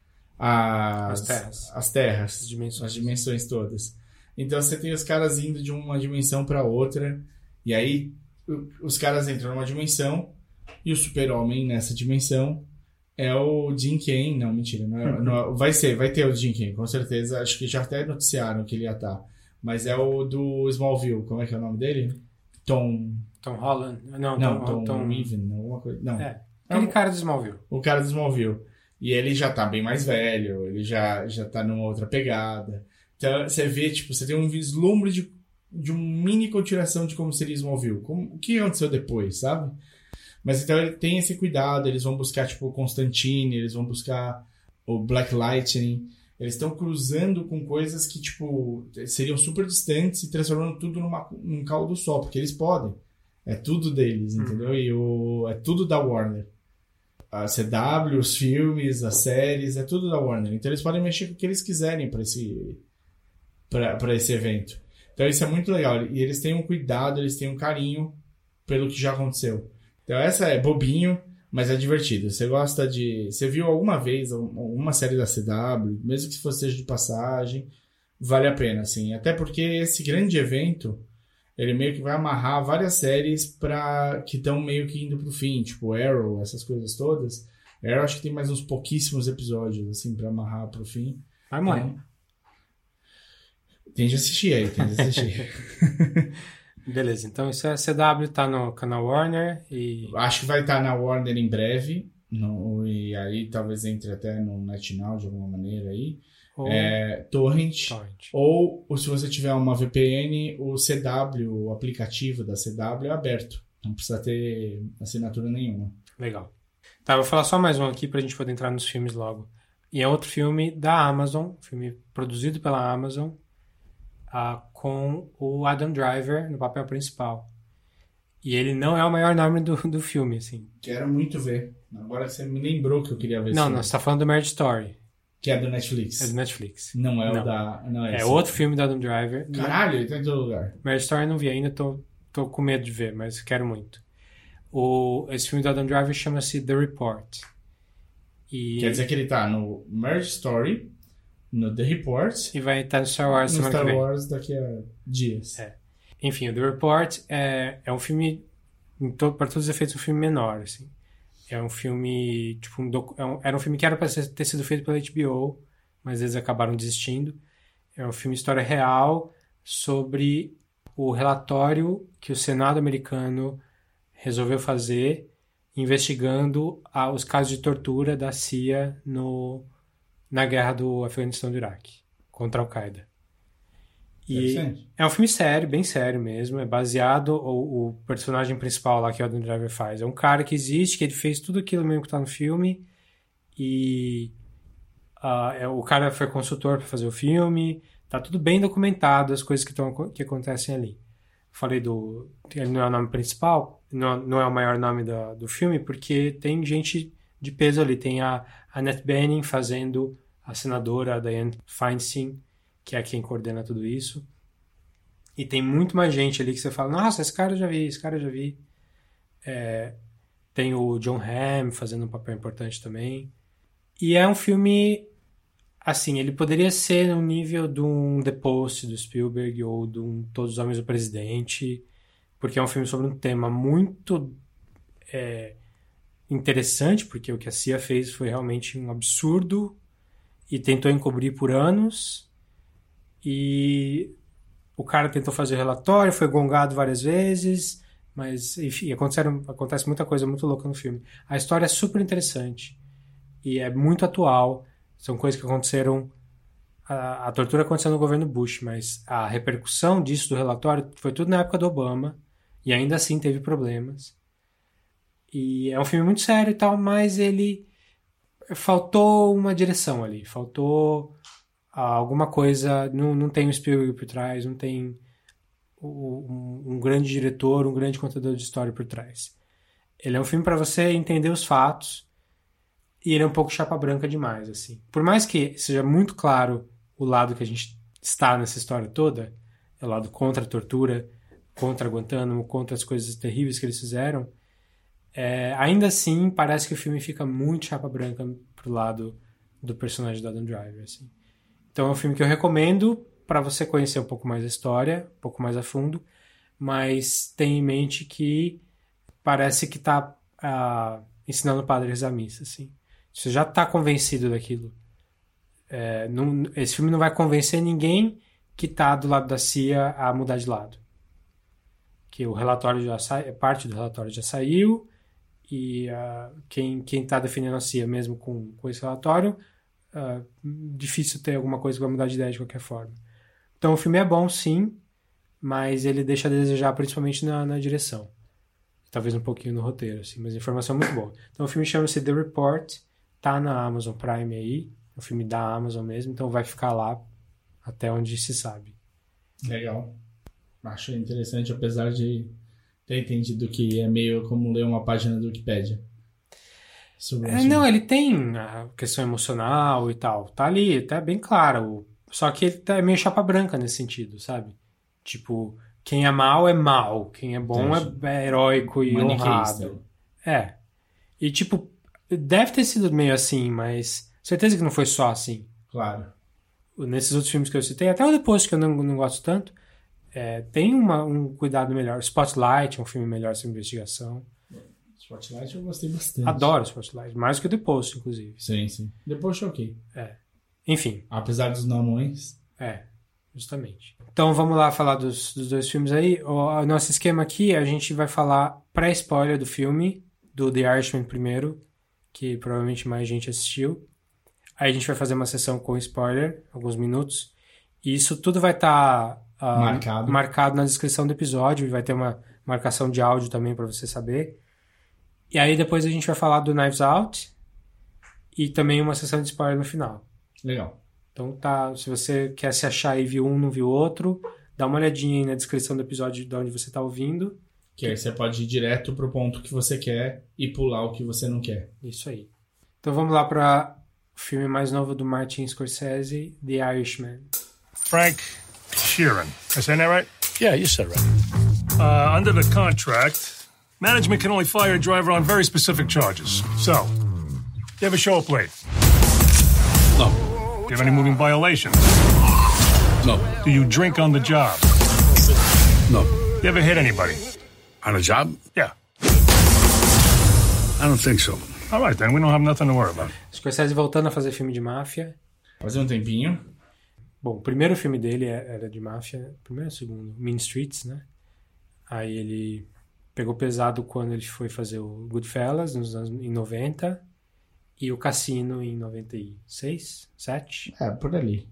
as, as terras, as, terras as, dimensões. as dimensões todas. Então você tem os caras indo de uma dimensão para outra, e aí os caras entram numa dimensão, e o super-homem nessa dimensão é o Jim Kane. Não, mentira. Não é, não é, vai ser, vai ter o Jim Kane, com certeza. Acho que já até noticiaram que ele ia estar. Mas é o do Smallville. Como é que é o nome dele? Tom... Tom Holland? Não, não Tom... Tom, Tom Even, alguma coisa. Não. É, aquele cara do Smallville. O cara do Smallville. E ele já tá bem mais velho. Ele já, já tá numa outra pegada. Então, você vê, tipo, você tem um vislumbre de, de uma mini continuação de como seria Smallville. Como, o que aconteceu depois, sabe? Mas então ele tem esse cuidado, eles vão buscar tipo o Constantine, eles vão buscar o Black Lightning, eles estão cruzando com coisas que tipo seriam super distantes e transformando tudo numa, num caldo só, porque eles podem. É tudo deles, uhum. Entendeu? E o, é tudo da Warner. A C W, os filmes, as séries, é tudo da Warner. Então eles podem mexer com o que eles quiserem para esse, para esse evento. Então isso é muito legal. E eles têm um cuidado, eles têm um carinho pelo que já aconteceu. Então essa é bobinho, mas é divertido. Você gosta de... Você viu alguma vez alguma série da C W, mesmo que fosse seja de passagem, vale a pena, assim. Até porque esse grande evento, ele meio que vai amarrar várias séries pra... que estão meio que indo pro fim, tipo Arrow, essas coisas todas. Arrow acho que tem mais uns pouquíssimos episódios, assim, pra amarrar pro fim. Vai morrer. Então, tem de assistir aí, tem de assistir. Beleza, então isso é C W, tá no canal Warner e... Acho que vai estar na Warner em breve, no, e aí talvez entre até no NetNow de alguma maneira aí. Ou... É, Torrent, Torrent. Ou, ou se você tiver uma V P N, o C W, o aplicativo da C W é aberto. Não precisa ter assinatura nenhuma. Legal. Tá, vou falar só mais um aqui pra gente poder entrar nos filmes logo. E é outro filme da Amazon, filme produzido pela Amazon. uh, com o Adam Driver no papel principal. E ele não é o maior nome do, do filme, assim. Quero muito ver. Agora você me lembrou que eu queria ver. Não, não, você tá falando do Marriage Story. Que é do Netflix. É do Netflix. Não é não. o da... Não é é outro filme do Adam Driver. Caralho, ele tá em todo lugar. Marriage Story eu não vi ainda, tô, tô com medo de ver, mas quero muito. O, esse filme do Adam Driver chama-se The Report. E... Quer dizer que ele tá no Marriage Story, no The Report... E vai estar no Star Wars no semana Star que vem. Wars daqui a dias. É. Enfim, o The Report é, é um filme, to, para todos os efeitos, um filme menor, assim. É um filme, tipo, um docu, é um, era um filme que era para ter sido feito pela H B O, mas eles acabaram desistindo. É um filme história real sobre o relatório que o Senado americano resolveu fazer investigando a, os casos de tortura da C I A no, na guerra do Afeganistão e do Iraque contra a Al-Qaeda. E é um filme sério, bem sério mesmo. É baseado, o, o personagem principal lá que o Adam Driver faz é um cara que existe, que ele fez tudo aquilo mesmo que tá no filme. E uh, é, o cara foi consultor para fazer o filme. Tá tudo bem documentado, as coisas que, tão, que acontecem ali. Falei do... Ele não é o nome principal, não, não é o maior nome da, do filme, porque tem gente de peso ali. Tem a Annette Bening fazendo a senadora Dianne Feinstein, que é quem coordena tudo isso. E tem muito mais gente ali que você fala, nossa, esse cara eu já vi, esse cara eu já vi. É, tem o John Hamm fazendo um papel importante também. E é um filme, assim, ele poderia ser no nível de um The Post do Spielberg ou de um Todos os Homens do Presidente, porque é um filme sobre um tema muito é, interessante, porque o que a C I A fez foi realmente um absurdo e tentou encobrir por anos. E o cara tentou fazer o relatório, foi gongado várias vezes, mas, enfim, acontece muita coisa muito louca no filme. A história é super interessante e é muito atual. São coisas que aconteceram... A, a tortura aconteceu no governo Bush, mas a repercussão disso do relatório foi tudo na época do Obama e ainda assim teve problemas. E é um filme muito sério e tal, mas ele... Faltou uma direção ali, faltou... alguma coisa, não, não tem o Spielberg por trás, não tem um, um grande diretor, um grande contador de história por trás. Ele é um filme para você entender os fatos e ele é um pouco chapa branca demais, assim. Por mais que seja muito claro o lado que a gente está nessa história toda, é o lado contra a tortura, contra Guantánamo, contra as coisas terríveis que eles fizeram, é, ainda assim parece que o filme fica muito chapa branca pro lado do personagem do Adam Driver, assim. Então é um filme que eu recomendo para você conhecer um pouco mais a história, um pouco mais a fundo, mas tenha em mente que parece que está uh, ensinando padres à missa, assim. Você já está convencido daquilo. É, não, esse filme não vai convencer ninguém que está do lado da C I A a mudar de lado. Que o relatório já sai, parte do relatório já saiu e uh, quem quem está defendendo a C I A mesmo com, com esse relatório... Uh, difícil ter alguma coisa que vai mudar de ideia de qualquer forma. Então o filme é bom, sim, mas ele deixa a desejar principalmente na, na direção. Talvez um pouquinho no roteiro, assim, mas a informação é muito boa. Então o filme chama-se The Report, tá na Amazon Prime aí, é um filme da Amazon mesmo, então vai ficar lá até onde se sabe. Legal. Acho interessante, apesar de ter entendido que é meio como ler uma página do Wikipedia. É, não, ele tem a questão emocional e tal. Tá ali, tá bem claro. Só que ele tá meio chapa branca nesse sentido, sabe? Tipo, quem é mal é mal. Quem é bom é, é heróico e honrado. É. E tipo, deve ter sido meio assim, mas certeza que não foi só assim. Claro. Nesses outros filmes que eu citei, até o The Post, que eu não, não gosto tanto, é, tem uma, um cuidado melhor. Spotlight é um filme melhor sobre investigação. Spotlight eu gostei bastante. Adoro Spotlight, mais que o The Post, inclusive. Sim, sim. The Post é ok. É. Enfim. Apesar dos nonões. É, justamente. Então vamos lá falar dos, dos dois filmes aí. O nosso esquema aqui, a gente vai falar pré-spoiler do filme, do The Irishman primeiro, que provavelmente mais gente assistiu. Aí a gente vai fazer uma sessão com spoiler, alguns minutos. E isso tudo vai estar tá, uh, marcado. marcado na descrição do episódio. E vai ter uma marcação de áudio também para você saber. E aí depois a gente vai falar do Knives Out e também uma sessão de spoiler no final. Legal. Então tá, se você quer se achar e viu um, não viu outro, dá uma olhadinha aí na descrição do episódio de onde você tá ouvindo. Que aí você pode ir direto pro ponto que você quer e pular o que você não quer. Isso aí. Então vamos lá para o filme mais novo do Martin Scorsese, The Irishman. Frank Sheeran. Am I saying that right? Yeah, you said right. Uh, under the contract, management can only fire a driver on very specific charges. So, you ever show up late? No. Do you have any moving violations? No. Do you drink on the job? No. You ever hit anybody? On a job? Yeah. I don't think so. All right, then. We don't have nothing to worry about. Scorsese voltando a fazer filme de máfia. Fazia um tempinho. Bom, o primeiro filme dele era de máfia. Primeiro ou segundo? Mean Streets, né? Aí ele pegou pesado quando ele foi fazer o Goodfellas nos anos, em noventa. E o Cassino em noventa e seis, sete. É, por ali.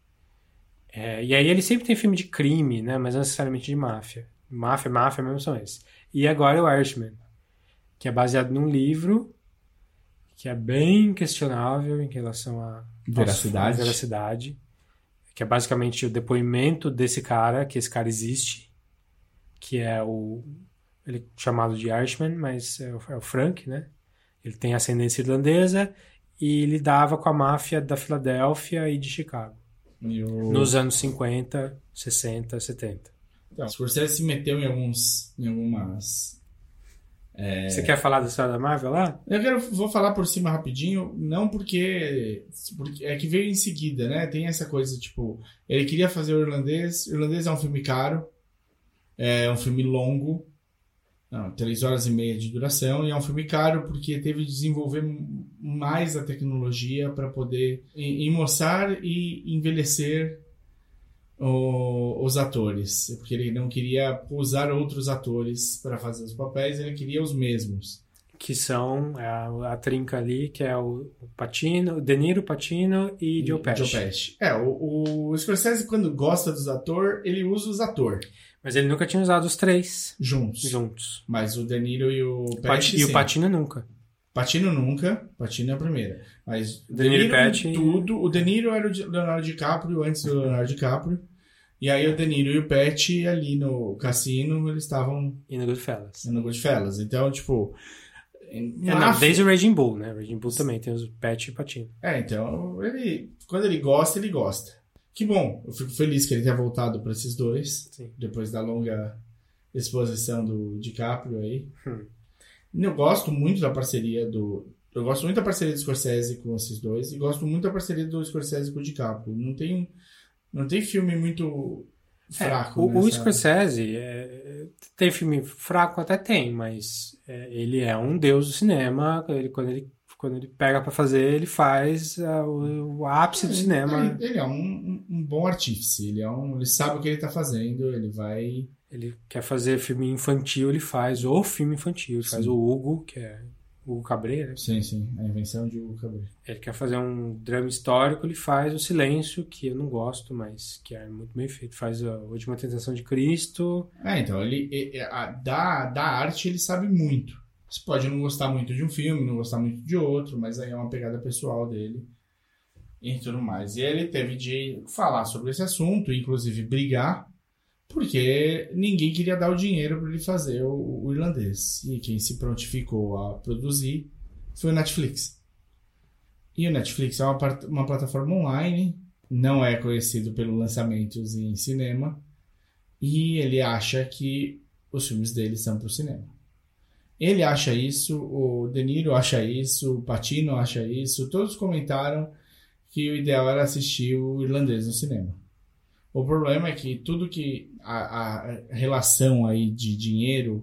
É, e aí ele sempre tem filme de crime, né? Mas não necessariamente de máfia. Máfia, máfia mesmo são esses. E agora é o Irishman, que é baseado num livro que é bem questionável em relação à Veracidade. veracidade, que é basicamente o depoimento desse cara, que esse cara existe, que é o ele é chamado de Irishman, mas é o, é o Frank, né? Ele tem ascendência irlandesa e lidava com a máfia da Filadélfia e de Chicago. E o... Nos anos cinquenta, sessenta, setenta. Então, o Scorsese se meteu em alguns... Em algumas... É... Você quer falar da história da Marvel lá? Eu quero, vou falar por cima rapidinho, não porque, porque... É que veio em seguida, né? Tem essa coisa, tipo... Ele queria fazer o Irlandês. O Irlandês é um filme caro. É um filme longo. Não, três horas e meia de duração, e é um filme caro porque teve que desenvolver mais a tecnologia para poder emmoçar e envelhecer o, os atores, porque ele não queria usar outros atores para fazer os papéis, ele queria os mesmos. Que são a, a trinca ali, que é o Pacino, o De Niro, Pacino e, e Joe Pesci. Joe Pesci. É, o, o Scorsese, quando gosta dos atores, ele usa os atores. Mas ele nunca tinha usado os três juntos. Juntos. Mas o De Niro e o Pesci, E o Pacino nunca. Pacino nunca. Pacino é a primeira. Mas De Niro e Pesci... tudo. O De Niro era o Leonardo DiCaprio antes do Leonardo DiCaprio. E aí o De Niro e o Pesci ali no Cassino, eles estavam... E no Goodfellas. No Goodfellas. Então, tipo... É, não, desde o Raging Bull, né? O Raging Bull também tem os Pesci e Pacino. É, então, ele... Quando ele gosta, ele gosta. Que bom, eu fico feliz que ele tenha voltado para esses dois. Sim. Depois da longa exposição do DiCaprio aí. Hum. Eu gosto muito da parceria do... Eu gosto muito da parceria do Scorsese com esses dois. E gosto muito da parceria do Scorsese com o DiCaprio. Não tem, não tem filme muito fraco. É, o, nessa... o Scorsese é, tem filme fraco, até tem, mas é, ele é um deus do cinema. Ele, quando ele Quando ele pega pra fazer, ele faz uh, o, o ápice do ele, cinema. Ele, ele é um, um bom artífice. Ele, é um, ele sabe o que ele tá fazendo. Ele vai... Ele quer fazer filme infantil, ele faz. Ou filme infantil. Ele sim. faz o Hugo, que é Hugo Cabret. Né? Sim, sim. A invenção de Hugo Cabret. Ele quer fazer um drama histórico, ele faz o Silêncio, que eu não gosto, mas que é muito bem feito. Faz a Última Tentação de Cristo. É, então, ele, ele a, da, da arte ele sabe muito. Você pode não gostar muito de um filme, não gostar muito de outro, mas aí é uma pegada pessoal dele e tudo mais. E ele teve de falar sobre esse assunto, inclusive brigar, porque ninguém queria dar o dinheiro para ele fazer o, o Irlandês. E quem se prontificou a produzir foi o Netflix. E o Netflix é uma, uma plataforma online, não é conhecido pelos lançamentos em cinema, e ele acha que os filmes dele são para o cinema. Ele acha isso, o De Niro acha isso, o Pacino acha isso, todos comentaram que o ideal era assistir o Irlandês no cinema. O problema é que tudo que a, a relação aí de dinheiro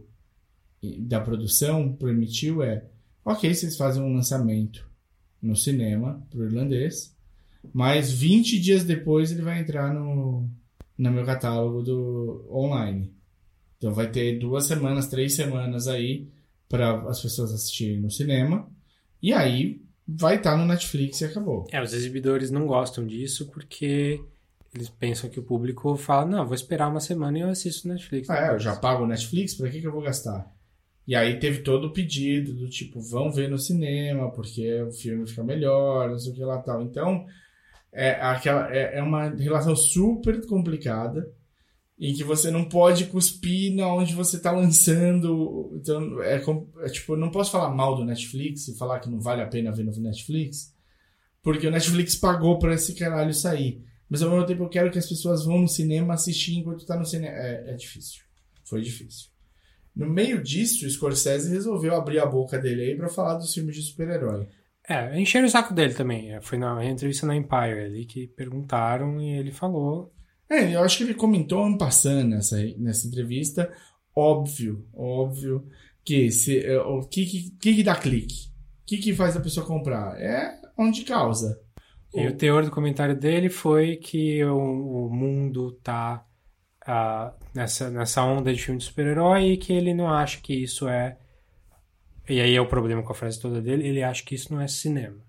da produção permitiu é, ok, vocês fazem um lançamento no cinema pro Irlandês, mas vinte dias depois ele vai entrar no, no meu catálogo do online. Então vai ter duas semanas, três semanas aí para as pessoas assistirem no cinema, e aí vai estar no Netflix e acabou. É, os exibidores não gostam disso porque eles pensam que o público fala, não, vou esperar uma semana e eu assisto no Netflix. Ah, é, eu já pago o Netflix, para que, que eu vou gastar? E aí teve todo o pedido do tipo, vão ver no cinema, porque o filme fica melhor, não sei o que lá tal. Então, é, aquela, é, é uma relação super complicada em que você não pode cuspir na onde você tá lançando. Então, é, é tipo, eu não posso falar mal do Netflix e falar que não vale a pena ver no Netflix, porque o Netflix pagou pra esse caralho sair. Mas ao mesmo tempo eu quero que as pessoas vão no cinema assistir enquanto tá no cinema. É, é difícil. Foi difícil. No meio disso, o Scorsese resolveu abrir a boca dele aí pra falar dos filmes de super-herói. É, encheram o saco dele também. Foi na entrevista na Empire ali que perguntaram e ele falou. É, eu acho que ele comentou en passant nessa, nessa entrevista. Óbvio, óbvio que se, o que, que, que dá clique? O que, que faz a pessoa comprar? É onde causa. E o, o teor do comentário dele foi que o, o mundo tá uh, nessa, nessa onda de filme de super-herói e que ele não acha que isso é... E aí é o problema com a frase toda dele, ele acha que isso não é cinema.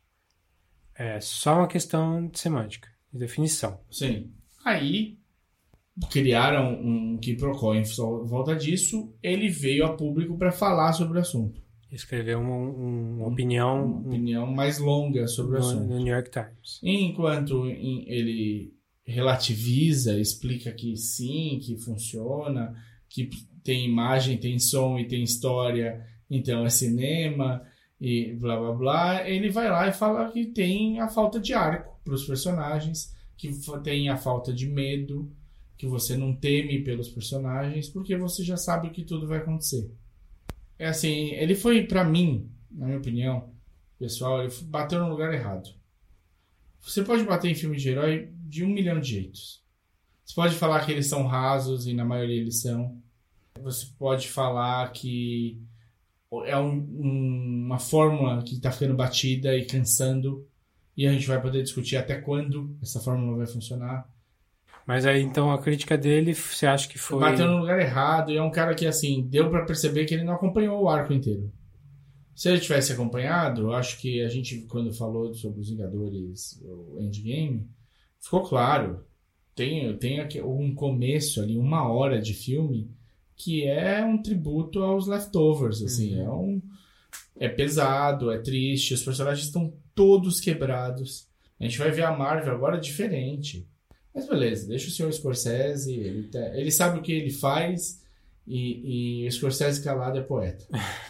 É só uma questão de semântica, de definição. Sim. Aí, criaram um quiprocó em volta disso, ele veio a público para falar sobre o assunto. Escreveu uma, uma opinião... Uma opinião mais longa sobre no, o assunto. No New York Times. Enquanto ele relativiza, explica que sim, que funciona, que tem imagem, tem som e tem história, então é cinema e blá blá blá, ele vai lá e fala que tem a falta de arco para os personagens, que tem a falta de medo, que você não teme pelos personagens, porque você já sabe que tudo vai acontecer. É assim, ele foi, pra mim, na minha opinião, pessoal, ele bateu no lugar errado. Você pode bater em filme de herói de um milhão de jeitos. Você pode falar que eles são rasos, e na maioria eles são. Você pode falar que é um, um, uma fórmula que tá ficando batida e cansando, e a gente vai poder discutir até quando essa fórmula vai funcionar. Mas aí, então, a crítica dele, você acha que foi... Bateu no lugar errado, e é um cara que, assim, deu pra perceber que ele não acompanhou o arco inteiro. Se ele tivesse acompanhado, eu acho que a gente, quando falou sobre os Vingadores, o Endgame, ficou claro. Tem, tem aqui um começo ali, uma hora de filme, que é um tributo aos leftovers, assim, uhum. é um... É pesado, é triste, os personagens estão todos quebrados. A gente vai ver a Marvel agora diferente. Mas beleza, deixa o senhor Scorsese, ele, tá, ele sabe o que ele faz e, e o Scorsese calado é poeta.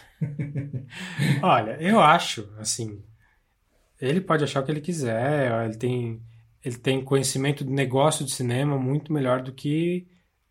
Olha, eu acho, assim, ele pode achar o que ele quiser, ele tem, ele tem conhecimento do negócio de cinema muito melhor do que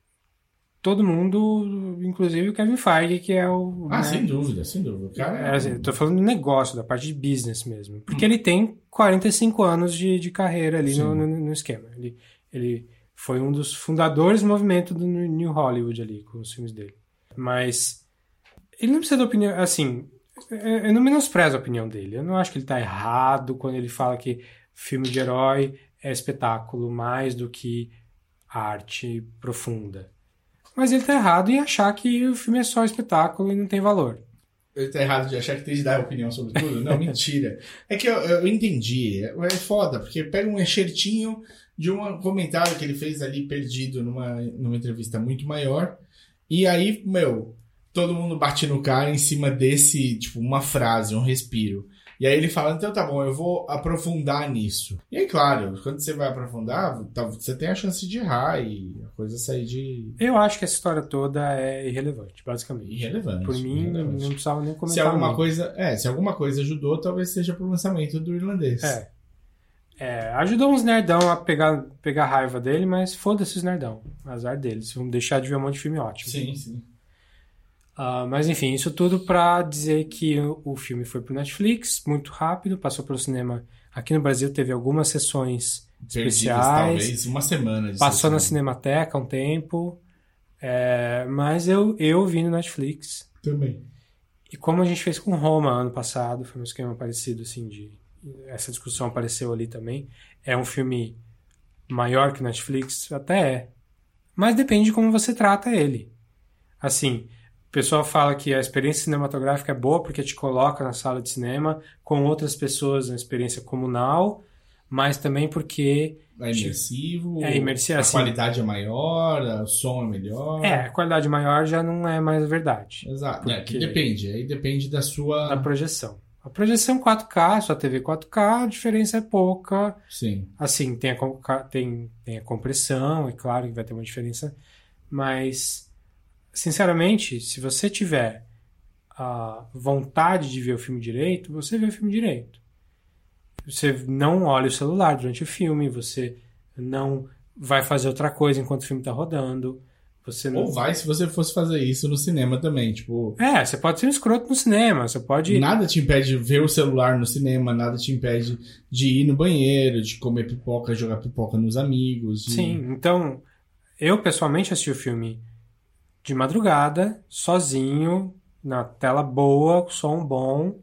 todo mundo, inclusive o Kevin Feige, que é o... Ah, né? sem dúvida, sem dúvida. O cara é... É, assim, eu tô falando do negócio, da parte de business mesmo. Porque hum. ele tem quarenta e cinco anos de, de carreira ali no, no, no esquema. Ele, ele foi um dos fundadores do movimento do New Hollywood ali, com os filmes dele. Mas ele não precisa da opinião... Assim, eu não menosprezo a opinião dele. Eu não acho que ele tá errado quando ele fala que filme de herói é espetáculo mais do que arte profunda. Mas ele tá errado em achar que o filme é só espetáculo e não tem valor. Ele tá errado de achar que tem de dar opinião sobre tudo? Não, mentira. É que eu, eu entendi. É foda, porque pega um enxertinho de um comentário que ele fez ali perdido numa, numa entrevista muito maior. E aí, meu, todo mundo bate no cara em cima desse, tipo, uma frase, um respiro. E aí ele fala, então tá bom, eu vou aprofundar nisso. E aí, claro, quando você vai aprofundar, você tem a chance de errar e a coisa sair de... Eu acho que essa história toda é irrelevante, basicamente. Irrelevante. Por mim, irrelevante. não precisava nem comentar. Se alguma, muito. coisa, é, se alguma coisa ajudou, talvez seja pro lançamento do irlandês. É. é ajudou uns nerdão a pegar, pegar a raiva dele, mas foda-se os nerdão. Azar deles. Vamos deixar de ver um monte de filme ótimo. Sim, sim. Uh, mas enfim, isso tudo pra dizer que o, o filme foi pro Netflix, muito rápido, passou pelo cinema. Aqui no Brasil teve algumas sessões Perdidas, especiais. Talvez uma semana de Passou sessão. Na Cinemateca um tempo. É, mas eu, eu vi no Netflix. Também. E como a gente fez com Roma ano passado, foi um esquema parecido, assim, de... Essa discussão apareceu ali também. É um filme maior que o Netflix? Até é. Mas depende de como você trata ele. Assim... O pessoal fala que a experiência cinematográfica é boa porque te coloca na sala de cinema com outras pessoas, uma experiência comunal, mas também porque... É imersivo, é imersivo a assim, qualidade é maior, o som é melhor. É, a qualidade maior já não é mais verdade. Exato, é, que depende, aí depende da sua... Da projeção. A projeção quatro K, sua T V quatro K, a diferença é pouca. Sim. Assim, tem a, tem, tem a compressão, é claro que vai ter uma diferença, mas, sinceramente, se você tiver a vontade de ver o filme direito, você vê o filme direito. Você não olha o celular durante o filme, você não vai fazer outra coisa enquanto o filme está rodando. Você não... Ou vai se você fosse fazer isso no cinema também, tipo... É, você pode ser um escroto no cinema, você pode... Nada te impede de ver o celular no cinema, nada te impede de ir no banheiro, de comer pipoca, jogar pipoca nos amigos. De... Sim, então, eu pessoalmente assisti o filme de madrugada, sozinho, na tela boa, com som bom.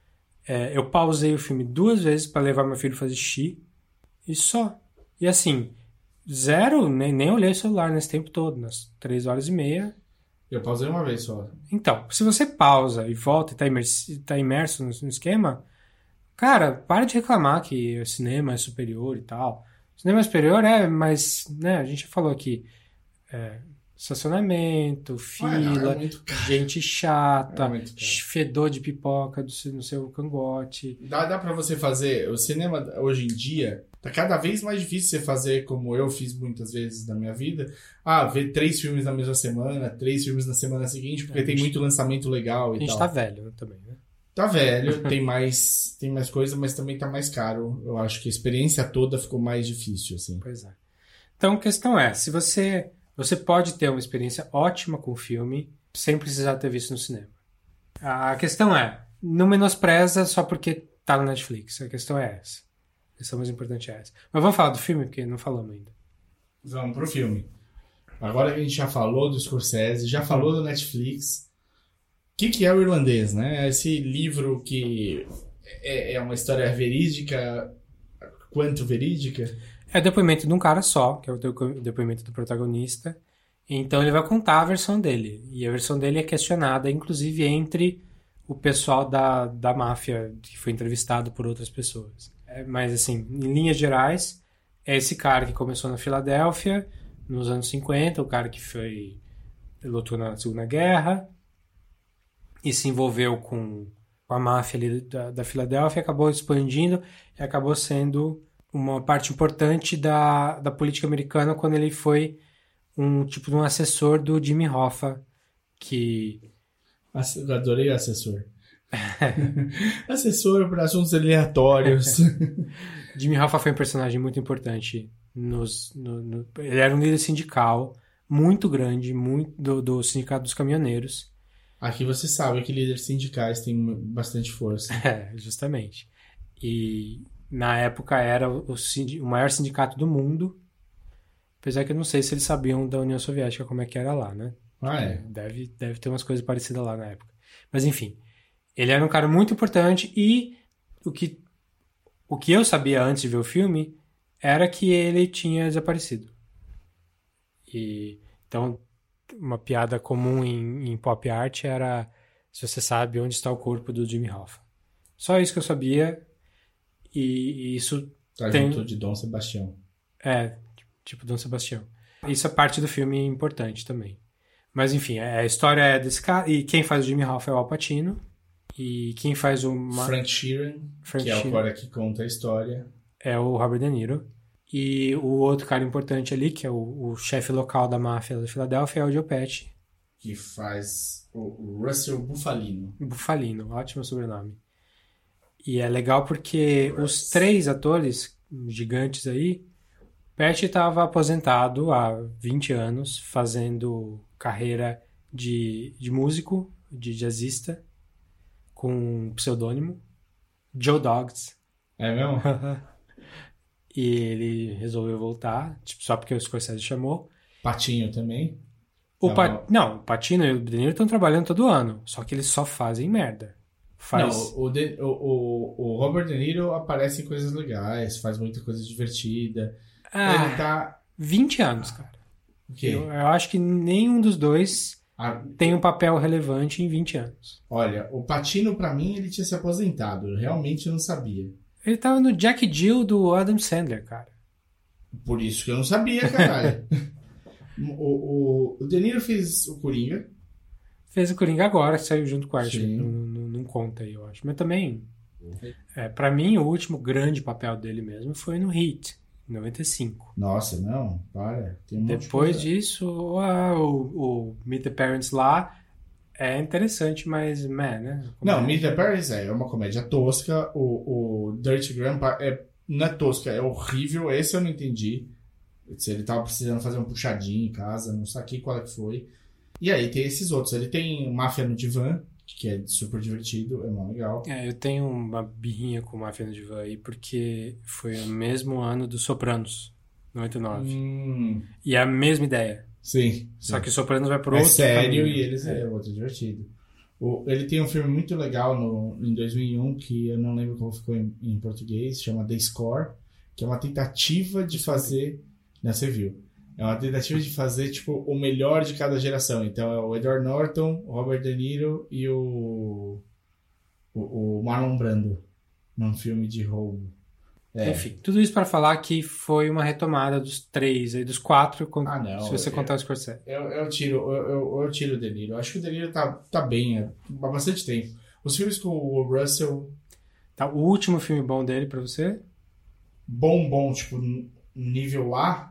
É, eu pausei o filme duas vezes para levar meu filho fazer xixi, e só. E assim... Zero, nem, nem olhei o celular nesse tempo todo, nas três horas e meia. Eu pausei uma vez só. Então, se você pausa e volta e tá imerso, tá imerso no, no esquema, cara, para de reclamar que o cinema é superior e tal. O cinema é superior é, mas, né, a gente já falou aqui, é, estacionamento, fila, é muito... gente chata, é fedor de pipoca do seu, no seu cangote. Dá, dá pra você fazer... O cinema, hoje em dia... Tá cada vez mais difícil você fazer, como eu fiz muitas vezes na minha vida, ah, ver três filmes na mesma semana, três filmes na semana seguinte, porque é, tem muito lançamento legal e tal. A gente tal. tá velho também, né? Tá velho, tem mais, tem mais coisa, mas também tá mais caro. Eu acho que a experiência toda ficou mais difícil, assim. Pois é. Então, a questão é, se você... Você pode ter uma experiência ótima com o filme, sem precisar ter visto no cinema. A questão é, não menospreza só porque tá no Netflix. A questão é essa. A questão mais importante é essa. Mas vamos falar do filme, porque não falamos ainda. Vamos pro filme. Agora que a gente já falou do Scorsese, já falou do Netflix, o que, que é o Irlandês, né? Esse livro que é, é uma história verídica, quanto verídica? É o depoimento de um cara só, que é o depoimento do protagonista. Então ele vai contar a versão dele. E a versão dele é questionada, inclusive, entre o pessoal da, da máfia que foi entrevistado por outras pessoas. Mas, assim, em linhas gerais, é esse cara que começou na Filadélfia, nos anos cinquenta, o cara que foi lutou na Segunda Guerra e se envolveu com a máfia ali da, da Filadélfia, acabou expandindo e acabou sendo uma parte importante da, da política americana quando ele foi um tipo de um assessor do Jimmy Hoffa, que... Eu adorei o assessor. Assessor para assuntos aleatórios. Jimmy Hoffa foi um personagem muito importante. Nos, no, no, ele era um líder sindical muito grande, muito, do, do Sindicato dos Caminhoneiros. Aqui você sabe que líderes sindicais têm bastante força. É, justamente. E na época era o, o maior sindicato do mundo. Apesar que eu não sei se eles sabiam da União Soviética como é que era lá, né? Ah, é? Deve, deve ter umas coisas parecidas lá na época. Mas enfim, ele era um cara muito importante e o que, o que eu sabia antes de ver o filme era que ele tinha desaparecido. E, então, uma piada comum em, em pop art era se você sabe onde está o corpo do Jimmy Hoffa. Só isso que eu sabia e, e isso tá tem... junto de Dom Sebastião. É, tipo Dom Sebastião. Isso é parte do filme importante também. Mas enfim, a história é desse cara. E quem faz o Jimmy Hoffa é o Al Pacino. E quem faz o... Ma... Frank Sheeran, Frank que Sheeran, é o cara que conta a história. É o Robert De Niro. E o outro cara importante ali, que é o, o chefe local da máfia da Filadélfia, é o Joe Pesci. Que faz o Russell Bufalino. Bufalino, ótimo sobrenome. E é legal porque Russ. Os três atores gigantes aí, Pesci estava aposentado há vinte anos, fazendo carreira de, de músico, de jazzista, com um pseudônimo, Joe Dogs. É mesmo? E ele resolveu voltar, tipo, só porque o Scorsese chamou. Patinho também? O pa... Não, o Pacino e o De Niro estão trabalhando todo ano, só que eles só fazem merda. Faz... Não, o, de... o, o, o Robert De Niro aparece em coisas legais, faz muita coisa divertida. Ah, ele tá... vinte anos, cara. O quê? Eu, eu acho que nenhum dos dois ah, tem um papel relevante em vinte anos. Olha, o Pacino, pra mim, ele tinha se aposentado. Eu realmente não sabia. Ele tava no Jack Jill do Adam Sandler, cara. Por isso que eu não sabia, caralho. o, o, o De Niro fez o Coringa. Fez o Coringa agora, que saiu junto com a Archie. Não, não, não conta aí, eu acho. Mas também... É, pra mim, o último grande papel dele mesmo foi no Heat, em noventa e cinco. Nossa, não, para. Tem um monte de Depois coisa. disso, ah, o, o Meet the Parents lá é interessante, mas, man, né? Não, Meet the Parents é uma comédia tosca. O, o Dirty Grandpa é, não é tosca, é horrível. Esse eu não entendi. Se ele tava precisando fazer um puxadinho em casa, não saquei qual é que foi. E aí tem esses outros. Ele tem Máfia no Divã, que é super divertido, é muito legal. É, eu tenho uma birrinha com Máfia no Divã aí, porque foi o mesmo ano do Sopranos, noventa e nove. Hum, E é a mesma ideia. sim. Só sim. que o Sopranos vai pro É outro sério caminho. e eles é, outro divertido. O, ele tem um filme muito legal no, em dois mil e um, que eu não lembro como ficou em, em português, chama The Score, que é uma tentativa de fazer... Não, você viu. É uma tentativa de fazer, tipo, o melhor de cada geração. Então é o Edward Norton, o Robert De Niro e o, o, o Marlon Brando num filme de roubo. É. Enfim, tudo isso pra falar que foi uma retomada dos três, aí, dos quatro, con- Ah, não, se você eu- contar os Scorsese. Eu, eu, tiro, eu, eu, eu tiro o De Niro. Eu acho que o De Niro tá, tá bem há há bastante tempo. Os filmes com o Russell, Tá, o último filme bom dele pra você? bom, bom, tipo, n- nível A,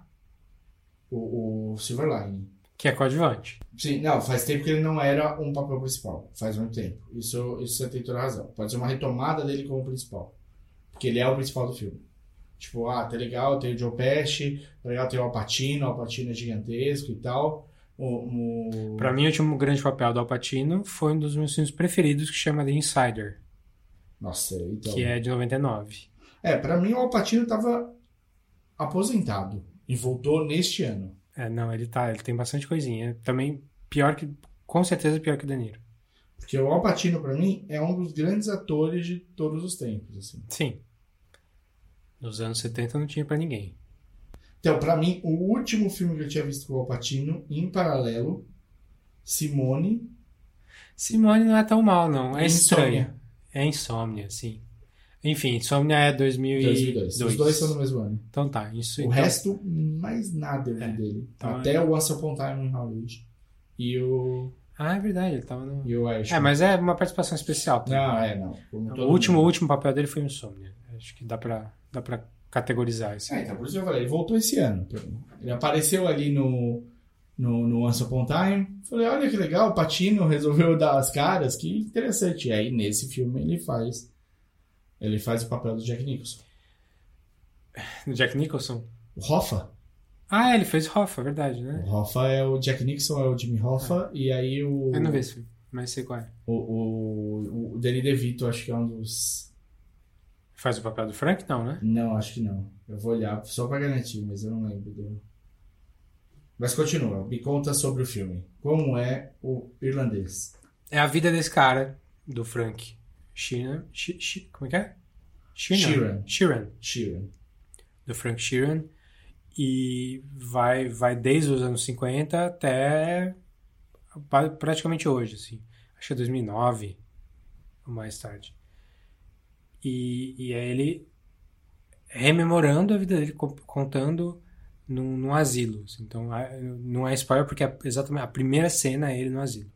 o, o Silver Lining. Que é coadjuvante. Sim, não, faz tempo que ele não era um papel principal. Faz muito tempo. Isso, isso você tem toda a razão. Pode ser uma retomada dele como principal. Porque ele é o principal do filme. Tipo, ah, tá legal, tem o Joe Pesci, tá legal, tem o Al Pacino, o Al Pacino é gigantesco e tal. O, o... Pra mim, o último grande papel do Al Pacino foi um dos meus filmes preferidos, que chama The Insider, Nossa, então... que é de noventa e nove. É, pra mim o Al Pacino tava aposentado e voltou neste ano. É, não, ele tá, ele tem bastante coisinha. Também pior que, com certeza pior que o De Niro. Porque o Al Pacino, pra mim, é um dos grandes atores de todos os tempos, assim. Sim. Nos anos setenta não tinha pra ninguém. Então, pra mim, o último filme que eu tinha visto com o Al Pacino, em paralelo, Simone, Simone não é tão mal, não. É Insônia. estranho. É Insônia, sim. Enfim, Insônia é dois mil e dois mil e dois. Os dois são no mesmo ano. Então tá, isso O então, resto, mais nada eu vi É. dele. Então, Até o Once Upon a Time in Hollywood. E o, Ah, é verdade, ele tava no... e o Irishman. É, mas é uma participação especial. Também. Não, é, não. Como O todo último, o mundo. último papel dele foi Insônia. Acho que dá pra, dá pra categorizar isso. É, então por isso que eu falei, ele voltou esse ano. Ele apareceu ali no, no, no Once Upon a Time. Falei, olha que legal, o Pacino resolveu dar as caras, que interessante. E aí, nesse filme, ele faz ele faz o papel do Jack Nicholson. No Jack Nicholson? O Hoffa. Ah, ele fez Hoffa, é verdade, O né? Hoffa é o Jack Nixon, é o Jimmy Hoffa. E aí o... Eu não vi esse filme, mas sei qual é. O, o, o Danny DeVito, acho que é um dos... Faz o papel do Frank? Não, né? Não, acho que não. Eu vou olhar só pra garantir, mas eu não lembro do... Mas continua, me conta sobre o filme. Como é o irlandês? É a vida desse cara, do Frank Sheeran. She, She- como é que é? Sheeran. Sheeran. Sheeran. Do Frank Sheeran. E vai, vai desde os anos cinquenta até pa- praticamente hoje, assim. Acho que é dois mil e nove ou mais tarde. E, e é ele rememorando a vida dele, co- contando num, num asilo. Assim. Então, a- não é spoiler porque é exatamente a primeira cena é ele no asilo.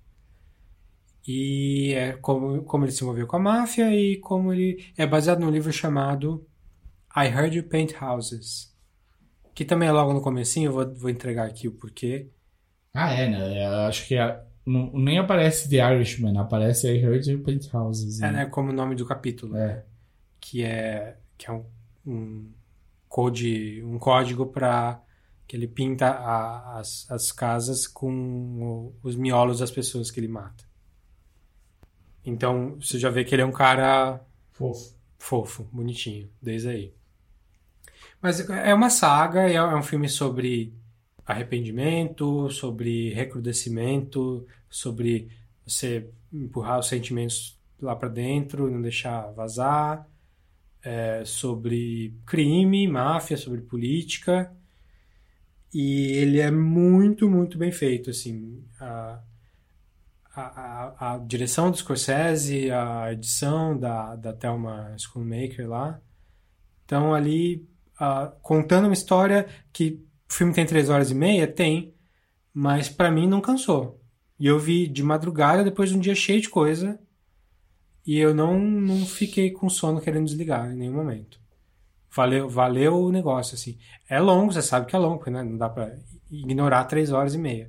E é como, como ele se envolveu com a máfia e como ele... É baseado num livro chamado I Heard You Paint Houses. Que também é logo no comecinho, eu vou, vou entregar aqui o porquê. Ah, é, né? Eu acho que a- não, nem aparece The Irishman, aparece I Heard You Paint Houses. É, né, como o nome do capítulo. É. Que é, que é um, um, code, um código para que ele pinta a, as, as casas com o- os miolos das pessoas que ele mata. Então, você já vê que ele é um cara Fofo. fofo, bonitinho, desde aí. Mas é uma saga, é é um filme sobre arrependimento, sobre recrudescimento, sobre você empurrar os sentimentos lá pra dentro e não deixar vazar, é, sobre crime, máfia, sobre política. E ele é muito, muito bem feito, assim. A, a, a, a direção do Scorsese, a edição da, da Thelma Schoonmaker lá. Então, ali, ah, contando uma história que o filme tem três horas e meia, tem, mas pra mim não cansou. E eu vi de madrugada, depois de um dia cheio de coisa, e eu não, não fiquei com sono querendo desligar em nenhum momento. Valeu, valeu o negócio, assim. É longo, você sabe que é longo, porque, né, não dá pra ignorar três horas e meia.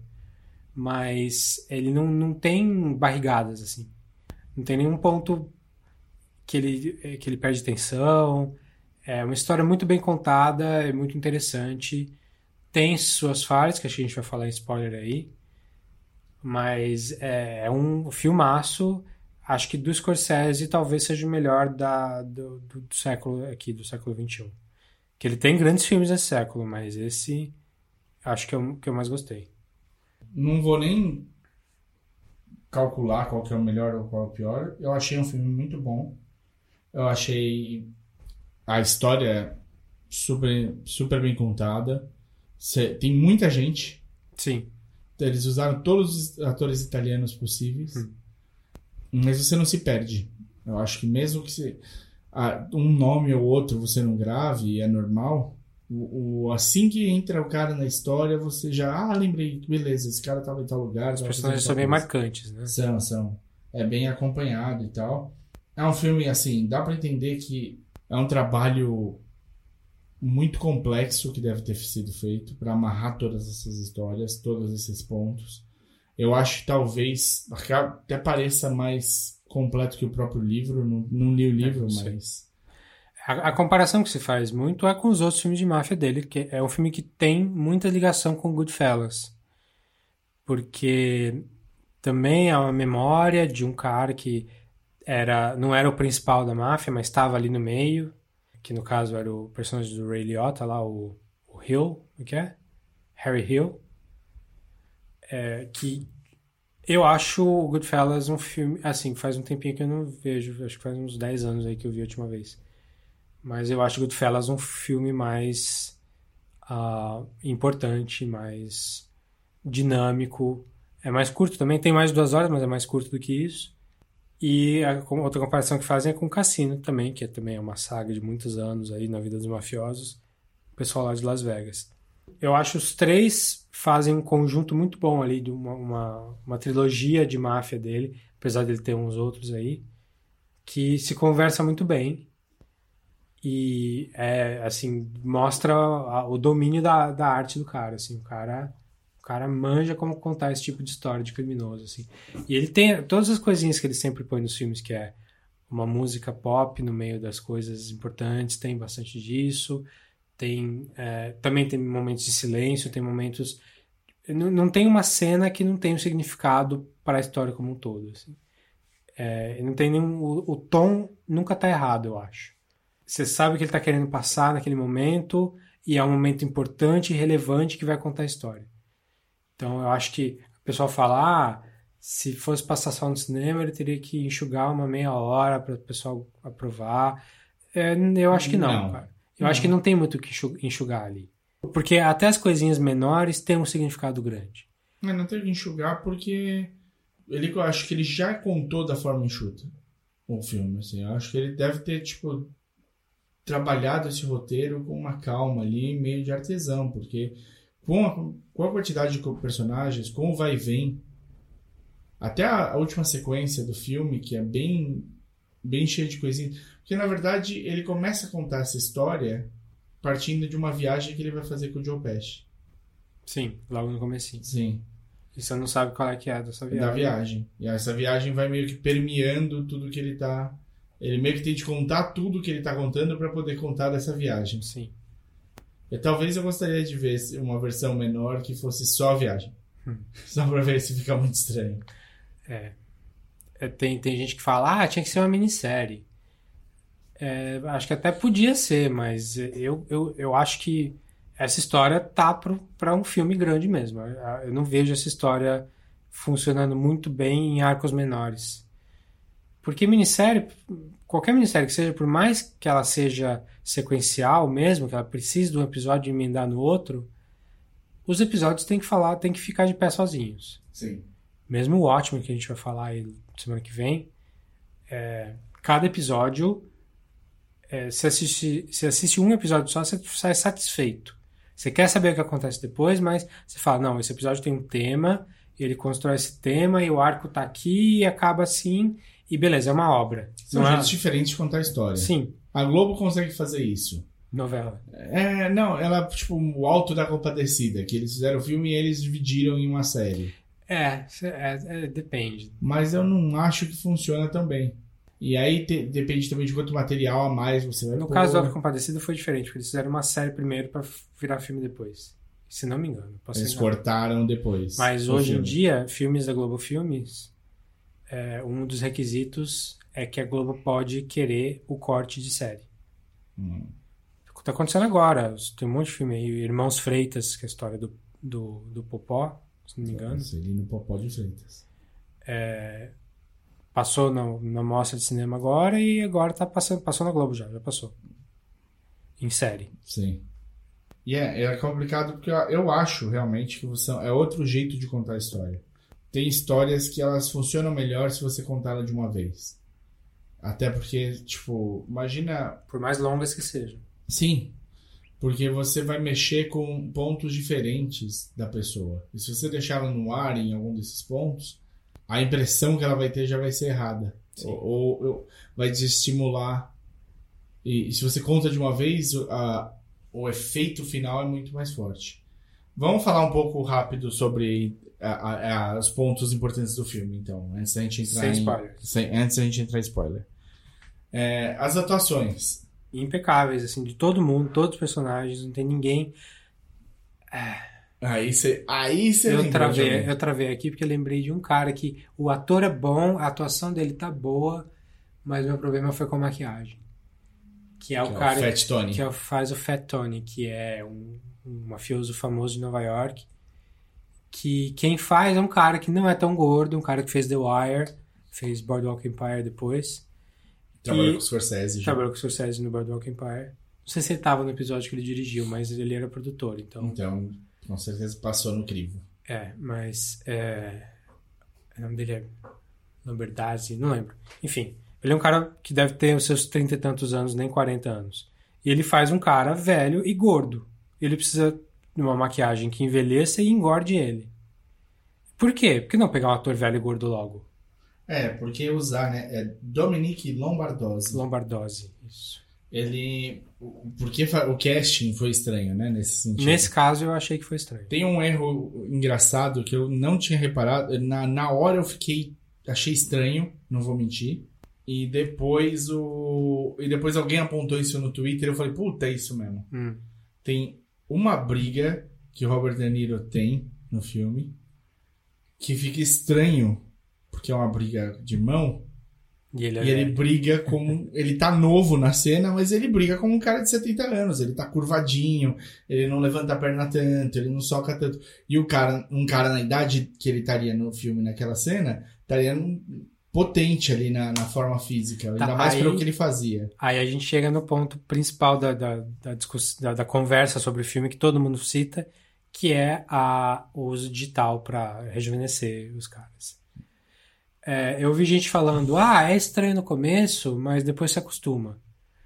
Mas ele não, não tem barrigadas, assim. Não tem nenhum ponto que ele, que ele perde tensão. É uma história muito bem contada, é muito interessante. Tem suas falhas, que acho que a gente vai falar em spoiler aí. Mas é, é um filmaço. Acho que do Scorsese talvez seja o melhor da, do, do, do século aqui, do século vinte e um. Que ele tem grandes filmes desse século, mas esse acho que é o que eu mais gostei. Não vou nem calcular qual que é o melhor ou qual é o pior. Eu achei um filme muito bom. Eu achei a história super, super bem contada. Tem muita gente. Sim. Eles usaram todos os atores italianos possíveis. Hum. Mas você não se perde. Eu acho que mesmo que você, ah, um nome ou outro você não grave, é normal. O, o, assim que entra o cara na história, você já... Ah, lembrei. Beleza, esse cara estava em tal lugar. Os personagens são bem marcantes, né? São, são. É bem acompanhado e tal. É um filme, assim, dá pra entender que é um trabalho muito complexo que deve ter sido feito para amarrar todas essas histórias, todos esses pontos. Eu acho que talvez até pareça mais completo que o próprio livro. Não, não li o livro, é, mas... A, a comparação que se faz muito é com os outros filmes de máfia dele, que é um filme que tem muita ligação com Goodfellas. Porque também é uma memória de um cara que era, não era o principal da máfia, mas estava ali no meio, que no caso era o personagem do Ray Liotta lá, o, o Hill, o que é? Harry Hill. É, que eu acho o Goodfellas um filme, assim, faz um tempinho que eu não vejo, acho que faz uns dez anos aí que eu vi a última vez, mas eu acho Goodfellas um filme mais uh, importante, mais dinâmico, é mais curto também, tem mais de duas horas, mas é mais curto do que isso. E a outra comparação que fazem é com o Cassino também, que é, também é uma saga de muitos anos aí na vida dos mafiosos, o pessoal lá de Las Vegas. Eu acho os três fazem um conjunto muito bom ali, de uma, uma, uma trilogia de máfia dele, apesar dele ter uns outros aí, que se conversa muito bem e, é, assim, mostra a, o domínio da, da arte do cara, assim, o cara, o cara manja como contar esse tipo de história de criminoso, assim. E ele tem todas as coisinhas que ele sempre põe nos filmes, que é uma música pop no meio das coisas importantes, tem bastante disso. Tem, é, também tem momentos de silêncio, tem momentos... Não, não tem uma cena que não tem um significado para a história como um todo. Assim. É, não tem nenhum, o, o tom nunca está errado, eu acho. Você sabe o que ele está querendo passar naquele momento e é um momento importante e relevante que vai contar a história. Então eu acho que o pessoal fala, ah, se fosse passar só no cinema ele teria que enxugar uma meia hora para o pessoal aprovar. É, eu acho que não, não. cara. Eu não. acho que não tem muito o que enxugar ali. Porque até as coisinhas menores têm um significado grande. Mas não tem que enxugar porque ele, eu acho que ele já contou da forma enxuta o filme. Assim. Eu acho que ele deve ter tipo, trabalhado esse roteiro com uma calma ali, meio de artesão. Porque com a, com a quantidade de personagens, com o vai e vem, até a, a última sequência do filme, que é bem... bem cheio de coisinhas. Porque, na verdade, ele começa a contar essa história partindo de uma viagem que ele vai fazer com o Joe Pesci. Sim, logo no comecinho. Sim. E você não sabe qual é que é dessa viagem. Da viagem. E essa viagem vai meio que permeando tudo que ele tá... Ele meio que tem de contar tudo que ele tá contando para poder contar dessa viagem. Sim. E talvez eu gostaria de ver uma versão menor que fosse só a viagem. Hum. Só pra ver se fica muito estranho. É... Tem, tem gente que fala, ah, tinha que ser uma minissérie. É, acho que até podia ser, mas eu, eu, eu acho que essa história tá para um filme grande mesmo. Eu não vejo essa história funcionando muito bem em arcos menores. Porque minissérie, qualquer minissérie que seja, por mais que ela seja sequencial mesmo, que ela precise de um episódio emendar no outro, os episódios têm que falar, têm que ficar de pé sozinhos. Sim. Mesmo o Watchmen, que a gente vai falar aí semana que vem, é, cada episódio, é, se, assiste, se assiste um episódio só, você sai satisfeito. Você quer saber o que acontece depois, mas você fala, não, esse episódio tem um tema, ele constrói esse tema e o arco tá aqui e acaba assim, E beleza, é uma obra. São Não é... jeitos diferentes de contar a história. Sim, A Globo consegue fazer isso. novela. É, não, ela, tipo, o Alto da Compadecida, que eles fizeram o filme e eles dividiram em uma série. É, é, é, depende. Mas eu não acho que funciona tão bem. E aí te, depende também de quanto material a mais você vai No pôr. caso do Alta Compadecida foi diferente, porque eles fizeram uma série primeiro pra virar filme depois. Se não me engano. Posso Eles enganar. cortaram depois. Mas o hoje filme. em dia, filmes da Globo Filmes, é, um dos requisitos é que a Globo pode querer o corte de série. Hum. Tá acontecendo agora. Tem um monte de filme aí. Irmãos Freitas, que é a história do, do, do Popó, se não me engano. Celino Popó de Freitas. É, passou na, na mostra de cinema agora e agora tá passando, passou na Globo já, já passou. Em série. Sim. E é, é complicado porque eu, eu acho realmente que você, é outro jeito de contar a história. Tem histórias que elas funcionam melhor se você contar ela de uma vez. Até porque, tipo, imagina... Por mais longas que sejam. Sim, porque você vai mexer com pontos diferentes da pessoa. E se você deixar ela no ar em algum desses pontos, a impressão que ela vai ter já vai ser errada. Ou, ou, ou vai desestimular. E, e se você conta de uma vez, a, o efeito final é muito mais forte. Vamos falar um pouco rápido sobre a, a, a, os pontos importantes do filme, então, antes da gente entrar Sem em... spoiler. Sem, antes da gente entrar em spoiler. É, as atuações... Impecáveis, assim, de todo mundo, todos os personagens, não tem ninguém. Aí você aí você Eu lembrou de travei, alguém. eu travei aqui porque eu lembrei de um cara que o ator é bom, a atuação dele tá boa, mas meu problema foi com a maquiagem. Que é o Que é o cara Fat Tony. que é o- faz o Fat Tony, que é um, um mafioso famoso de Nova York. Que quem faz é um cara que não é tão gordo, um cara que fez The Wire, fez Boardwalk Empire depois. Trabalhou E- com o Scorsese já. Trabalhou com o Scorsese no Boardwalk Empire. Não sei se ele tava no episódio que ele dirigiu, mas ele era produtor, então... Então, com certeza passou no crivo. É, mas... É... O nome dele é Lamberdazzi, não lembro. Enfim, ele é um cara que deve ter os seus trinta e tantos anos, nem quarenta anos. E ele faz um cara velho e gordo. Ele precisa de uma maquiagem que envelheça e engorde ele. Por quê? Por que não pegar um ator velho e gordo logo? É, porque usar, né? É Dominique Lombardozzi. Lombardozzi, isso. Ele... Porque fa- o casting foi estranho, né? Nesse sentido. Nesse caso, eu achei que foi estranho. Tem um erro engraçado que eu não tinha reparado. Na, na hora eu fiquei... Achei estranho, não vou mentir. E depois o... E depois alguém apontou isso no Twitter e eu falei, puta, é isso mesmo. Hum. Tem uma briga que o Robert De Niro tem no filme que fica estranho, porque é uma briga de mão, E ele é e ele velho. briga como... Ele tá novo na cena, mas ele briga como um cara de setenta anos. Ele tá curvadinho, ele não levanta a perna tanto, ele não soca tanto. E o cara, um cara na idade que ele estaria no filme, naquela cena, estaria num- potente ali na, na forma física, ainda Tá, mais aí- pelo que ele fazia. Aí a gente chega no ponto principal da, da, da, discuss... da, da conversa sobre o filme que todo mundo cita, que é a, o uso digital para rejuvenescer os caras. É, eu vi gente falando, ah, é estranho no começo, mas depois se acostuma.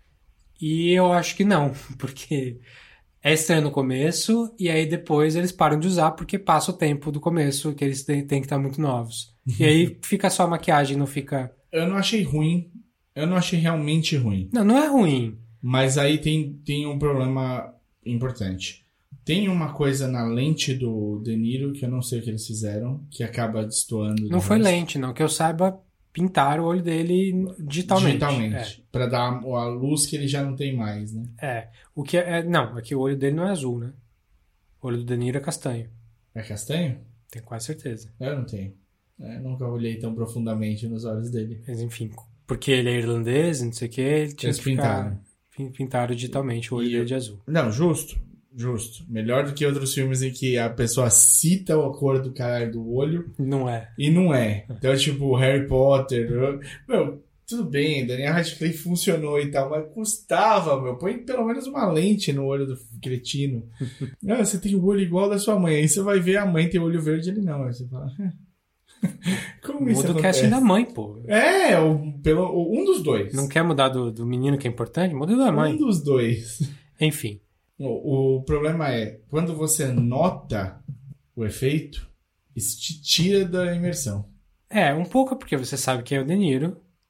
E eu acho que não, porque é estranho no começo e aí depois eles param de usar porque passa o tempo do começo, que eles têm, têm que estar muito novos. E aí fica só a maquiagem, não fica... Eu não achei ruim, eu não achei realmente ruim. Não, não é ruim. Mas aí tem, tem um problema importante. Tem uma coisa na lente do De Niro que eu não sei o que eles fizeram, que acaba destoando. do Não foi resto. lente, não. Que eu saiba, pintar o olho dele digitalmente. Digitalmente. Pra dar a luz que ele já não tem mais, né? É. é. O que é, é- não, é que o olho dele não é azul, né? O olho do De Niro é castanho. É castanho? Tenho quase certeza. Eu não tenho. Eu nunca olhei tão profundamente nos olhos dele. Mas enfim, porque ele é irlandês, não sei o que, ele tinha Eles que ficar- pintaram. pin- Pintaram digitalmente o olho E dele eu- de azul. Não, justo. Justo. Melhor do que outros filmes em que a pessoa cita a cor do caralho do olho Não é. e não é. Então, tipo, Harry Potter. eu- Meu, tudo bem, Daniel Radcliffe funcionou e tal, mas custava, meu. Põe pelo menos uma lente no olho do cretino. Não, você tem o olho igual da sua mãe. Aí você vai ver a mãe tem olho verde e ele não. Aí você fala. "Hã? Como isso Muda o acontece?" casting da mãe, pô. É, o, pelo, o- um dos dois. Não quer mudar do, do menino que é importante? Muda da Um mãe. dos dois. Enfim. O, o problema é, quando você nota o efeito, isso te tira da imersão. É, um pouco porque você sabe que é o De Niro.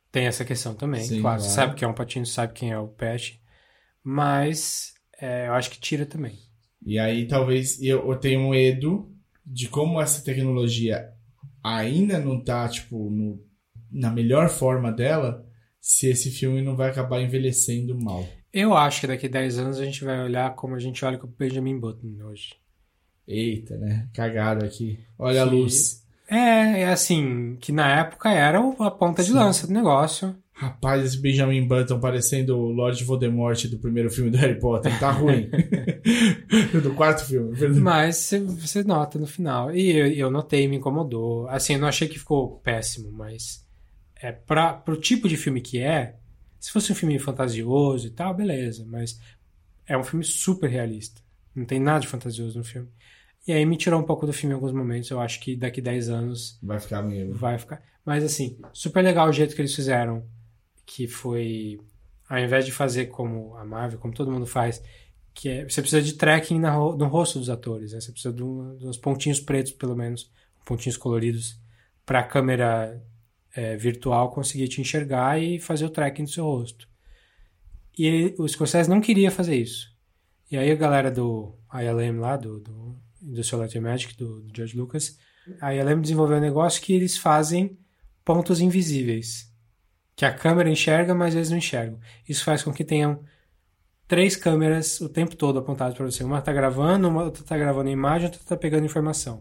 Tem essa questão também, Sim, claro. claro. Você sabe quem é o Pattinson, sabe quem é o Patch, mas é, eu acho que tira também. E aí talvez eu, eu tenha um medo de como essa tecnologia ainda não tá, tipo, no, na melhor forma dela, se esse filme não vai acabar envelhecendo mal. Eu acho que daqui a dez anos a gente vai olhar como a gente olha com o Benjamin Button hoje. Eita, né? Cagado aqui. Olha Que- a luz. É, é assim, que na época era o- a ponta de Sim. lança do negócio. Rapaz, esse Benjamin Button parecendo o Lord Voldemort do primeiro filme do Harry Potter. Tá ruim. Do quarto filme. perdão. Mas você- você nota no final. E eu, eu notei, me incomodou. Assim, eu não achei que ficou péssimo, mas é para pro tipo de filme que é, se fosse um filme fantasioso e tal, beleza. Mas é um filme super realista. Não tem nada de fantasioso no filme. E aí me tirou um pouco do filme em alguns momentos. Eu acho que daqui dez anos Vai ficar meio... vai ficar. Mas assim, super legal o jeito que eles fizeram. Que foi, ao invés de fazer como a Marvel, como todo mundo faz, que é, você precisa de tracking na, ro- no rosto dos atores, né? Você precisa de, um, de uns pontinhos pretos, pelo menos, pontinhos coloridos, para a câmera é, virtual conseguir te enxergar e fazer o tracking do seu rosto. E ele, o Scorsese não queria fazer isso. E aí a galera do I L M lá, do, do Industrial Light and Magic, do, do George Lucas, a I L M desenvolveu um negócio que eles fazem pontos invisíveis, que a câmera enxerga, mas eles não enxergam. Isso faz com que tenham três câmeras o tempo todo apontadas para você. Uma está gravando, uma outra está gravando a imagem, outra está pegando informação.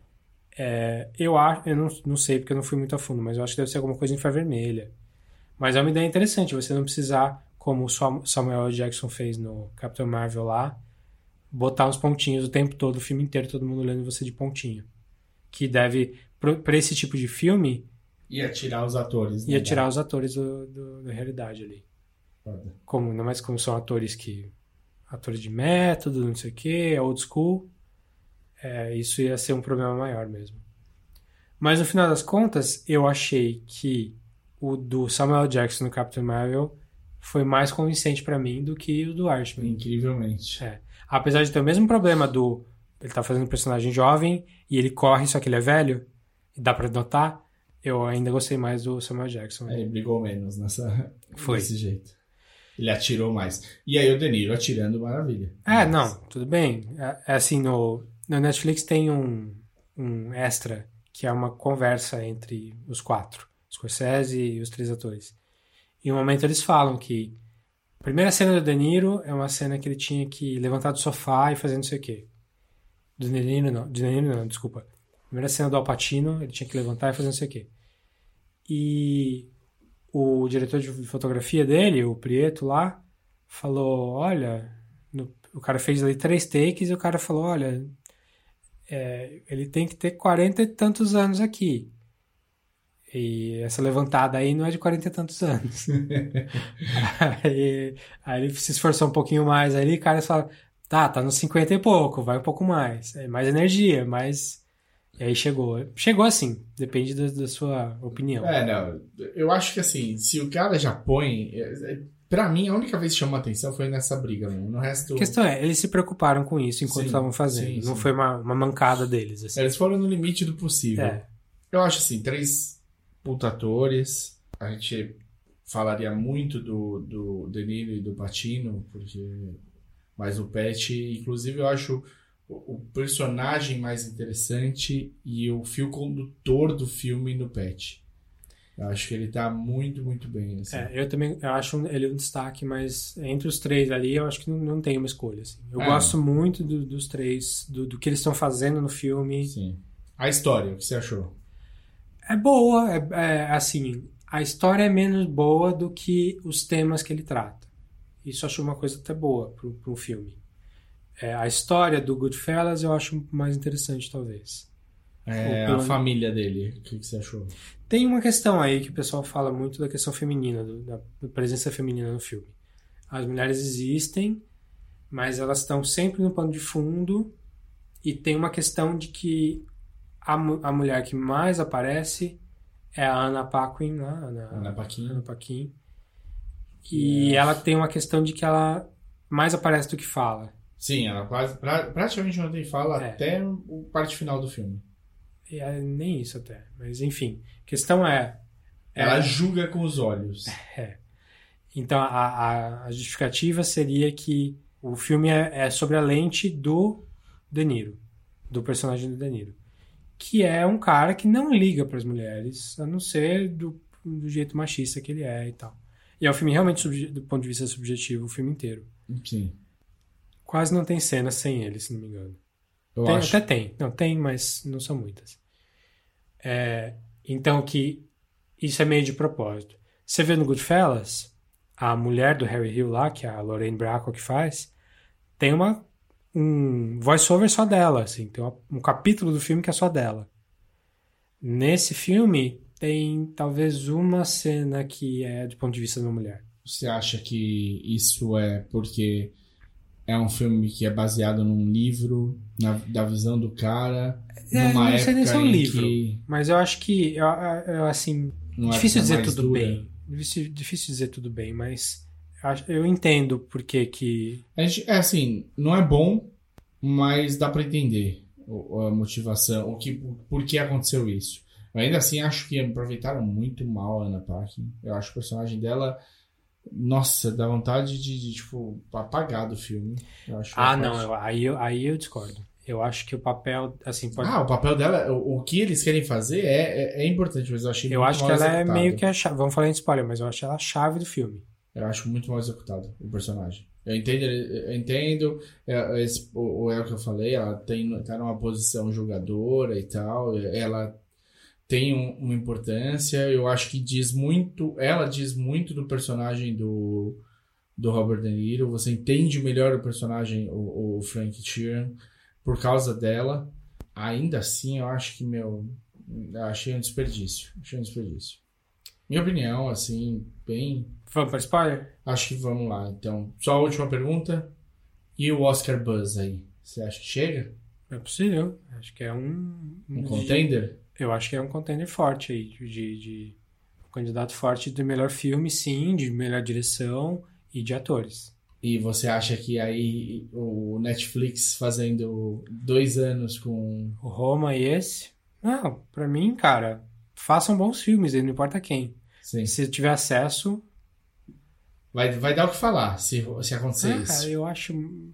É, eu acho, eu não, não sei porque eu não fui muito a fundo, mas eu acho que deve ser alguma coisa infravermelha. Mas é uma ideia interessante, você não precisar, como o Sam- Samuel L. Jackson fez no Capitão Marvel lá, botar uns pontinhos o tempo todo, o filme inteiro, todo mundo olhando você de pontinho. Que deve, para esse tipo de filme, Ia tirar os atores. né? ia tirar os atores do, do- da realidade ali. Foda. Como, ainda mais como são atores que... Atores de método, não sei o que, old school. É, isso ia ser um problema maior mesmo. Mas no final das contas, eu achei que o do Samuel Jackson no Captain Marvel foi mais convincente pra mim do que o do Archman. Incrivelmente. É. Apesar de ter o mesmo problema do... Ele tá fazendo um personagem jovem e ele corre, só que ele é velho. E dá pra notar. Eu ainda gostei mais do Samuel Jackson. Aí brigou menos nessa, Foi. desse jeito. Ele atirou mais. E aí o De Niro atirando, maravilha. É, não, tudo bem. É, é assim, no, no Netflix tem um, um extra que é uma conversa entre os quatro, Scorsese e os três atores. E em um momento eles falam que a primeira cena do De Niro é uma cena que ele tinha que levantar do sofá e fazer não sei o quê. Do De Niro não, do De Niro não, desculpa. A primeira cena do Al Pacino, ele tinha que levantar e fazer não sei o quê. E o diretor de fotografia dele, o Prieto lá, falou, olha, no- o cara fez ali três takes e o cara falou, olha, é, ele tem que ter quarenta e tantos anos aqui. E essa levantada aí não é de quarenta e tantos anos. aí, aí ele se esforçou um pouquinho mais, aí o cara fala, tá, tá nos cinquenta e pouco, vai um pouco mais. É mais energia, mais... E aí chegou. Chegou assim, depende da, da sua opinião. É, não. Eu acho que assim, se o cara já põe. é, é, Pra mim, a única vez que chamou atenção foi nessa briga, mano. No resto. A questão é, eles se preocuparam com isso enquanto Sim, estavam fazendo. sim, Não sim. foi uma, uma mancada deles. Assim. Eles foram no limite do possível. É. Eu acho assim, três puta atores. A gente falaria muito do, do De Niro e do Pacino, porque. Mas o Patch, inclusive, eu acho o, o personagem mais interessante e o fio condutor do filme no Patch. Eu acho que ele tá muito, muito bem. Assim. É, eu também eu acho ele um destaque, mas entre os três ali eu acho que não, não tem uma escolha. Assim. Eu É. gosto muito do- dos três, do, do que eles estão fazendo no filme. Sim. A história, o que você achou? É boa, é, é, assim, a história é menos boa do que os temas que ele trata. Isso eu acho uma coisa até boa para um filme. É, a história do Goodfellas eu acho mais interessante, talvez. É, Ou pelo- a família dele, o que que você achou? Tem uma questão aí que o pessoal fala muito da questão feminina, do- da presença feminina no filme. As mulheres existem, mas elas estão sempre no pano de fundo e tem uma questão de que a, mu- a mulher que mais aparece é a Anna Paquin, né? Ana, Anna Paquin. Anna Paquin. E ela tem uma questão de que ela mais aparece do que fala. Sim, ela quase, pra- praticamente não tem fala É. até o parte final do filme. E é nem isso até. Mas enfim, a questão é, Ela julga com os olhos. É. Então, a, a, a justificativa seria que o filme é, é sobre a lente do De Niro, do personagem do De Niro, que é um cara que não liga para as mulheres, a não ser do, do jeito machista que ele é e tal. E é um filme realmente, subje- do ponto de vista subjetivo, o filme inteiro. Sim. Quase não tem cenas sem ele, se não me engano. Eu Tem, acho. Até tem. Não, tem, mas não são muitas. É, então, que isso é meio de propósito. Você vê no Goodfellas, a mulher do Harry Hill lá, que é a Lorraine Bracco que faz, tem uma, um voice-over só dela, assim. Tem uma, um capítulo do filme que é só dela. Nesse filme, tem talvez uma cena que é do ponto de vista de uma mulher. Você acha que isso é porque é um filme que é baseado num livro, na, da visão do cara, É, numa não sei nem época se é um em livro, que... mas eu acho que, eu, eu, assim, Numa difícil época dizer mais tudo dura. bem. Difícil, difícil dizer tudo bem, mas eu acho- eu entendo porque que... A gente, é assim, não é bom, mas dá pra entender o- a motivação, o que, por que aconteceu isso. Eu ainda assim acho que aproveitaram muito mal a Anna Paquin. Eu acho que o personagem dela, nossa, dá vontade de, de, tipo, apagar do filme. Eu acho Ah, uma não, parte- eu- aí, eu, aí eu discordo. Eu acho que o papel, assim, pode... Ah, o papel dela, o, o que eles querem fazer é, é, é importante, mas eu achei eu muito acho que mal ela é executado. meio que a chave, vamos falar em spoiler, mas eu acho ela a chave do filme. Eu acho muito mal executado o personagem. Eu entendo, eu entendo é, esse, o, é o que eu falei, ela tem, tá numa posição jogadora e tal, ela tem um- uma importância, eu acho que diz muito, ela diz muito do personagem do, do Robert De Niro, você entende melhor o personagem, o, o Frank Sheeran, por causa dela. Ainda assim, eu acho que, meu, eu achei um desperdício, achei um desperdício. Minha opinião, assim, bem... Vamos para spoiler? Acho que vamos lá, então. Só a última pergunta. E o Oscar Buzz aí? Você acha que chega? É possível. Acho que é um... Um contender? Eu acho que é um contender forte aí, de, de um candidato forte de melhor filme, sim, de melhor direção e de atores. E você acha que aí o Netflix fazendo dois anos com... O Roma e esse? Não, pra mim, cara, façam bons filmes, aí não importa quem. Sim. Se tiver acesso... Vai, vai dar o que falar se, se acontecer Ah, isso. cara, eu acho...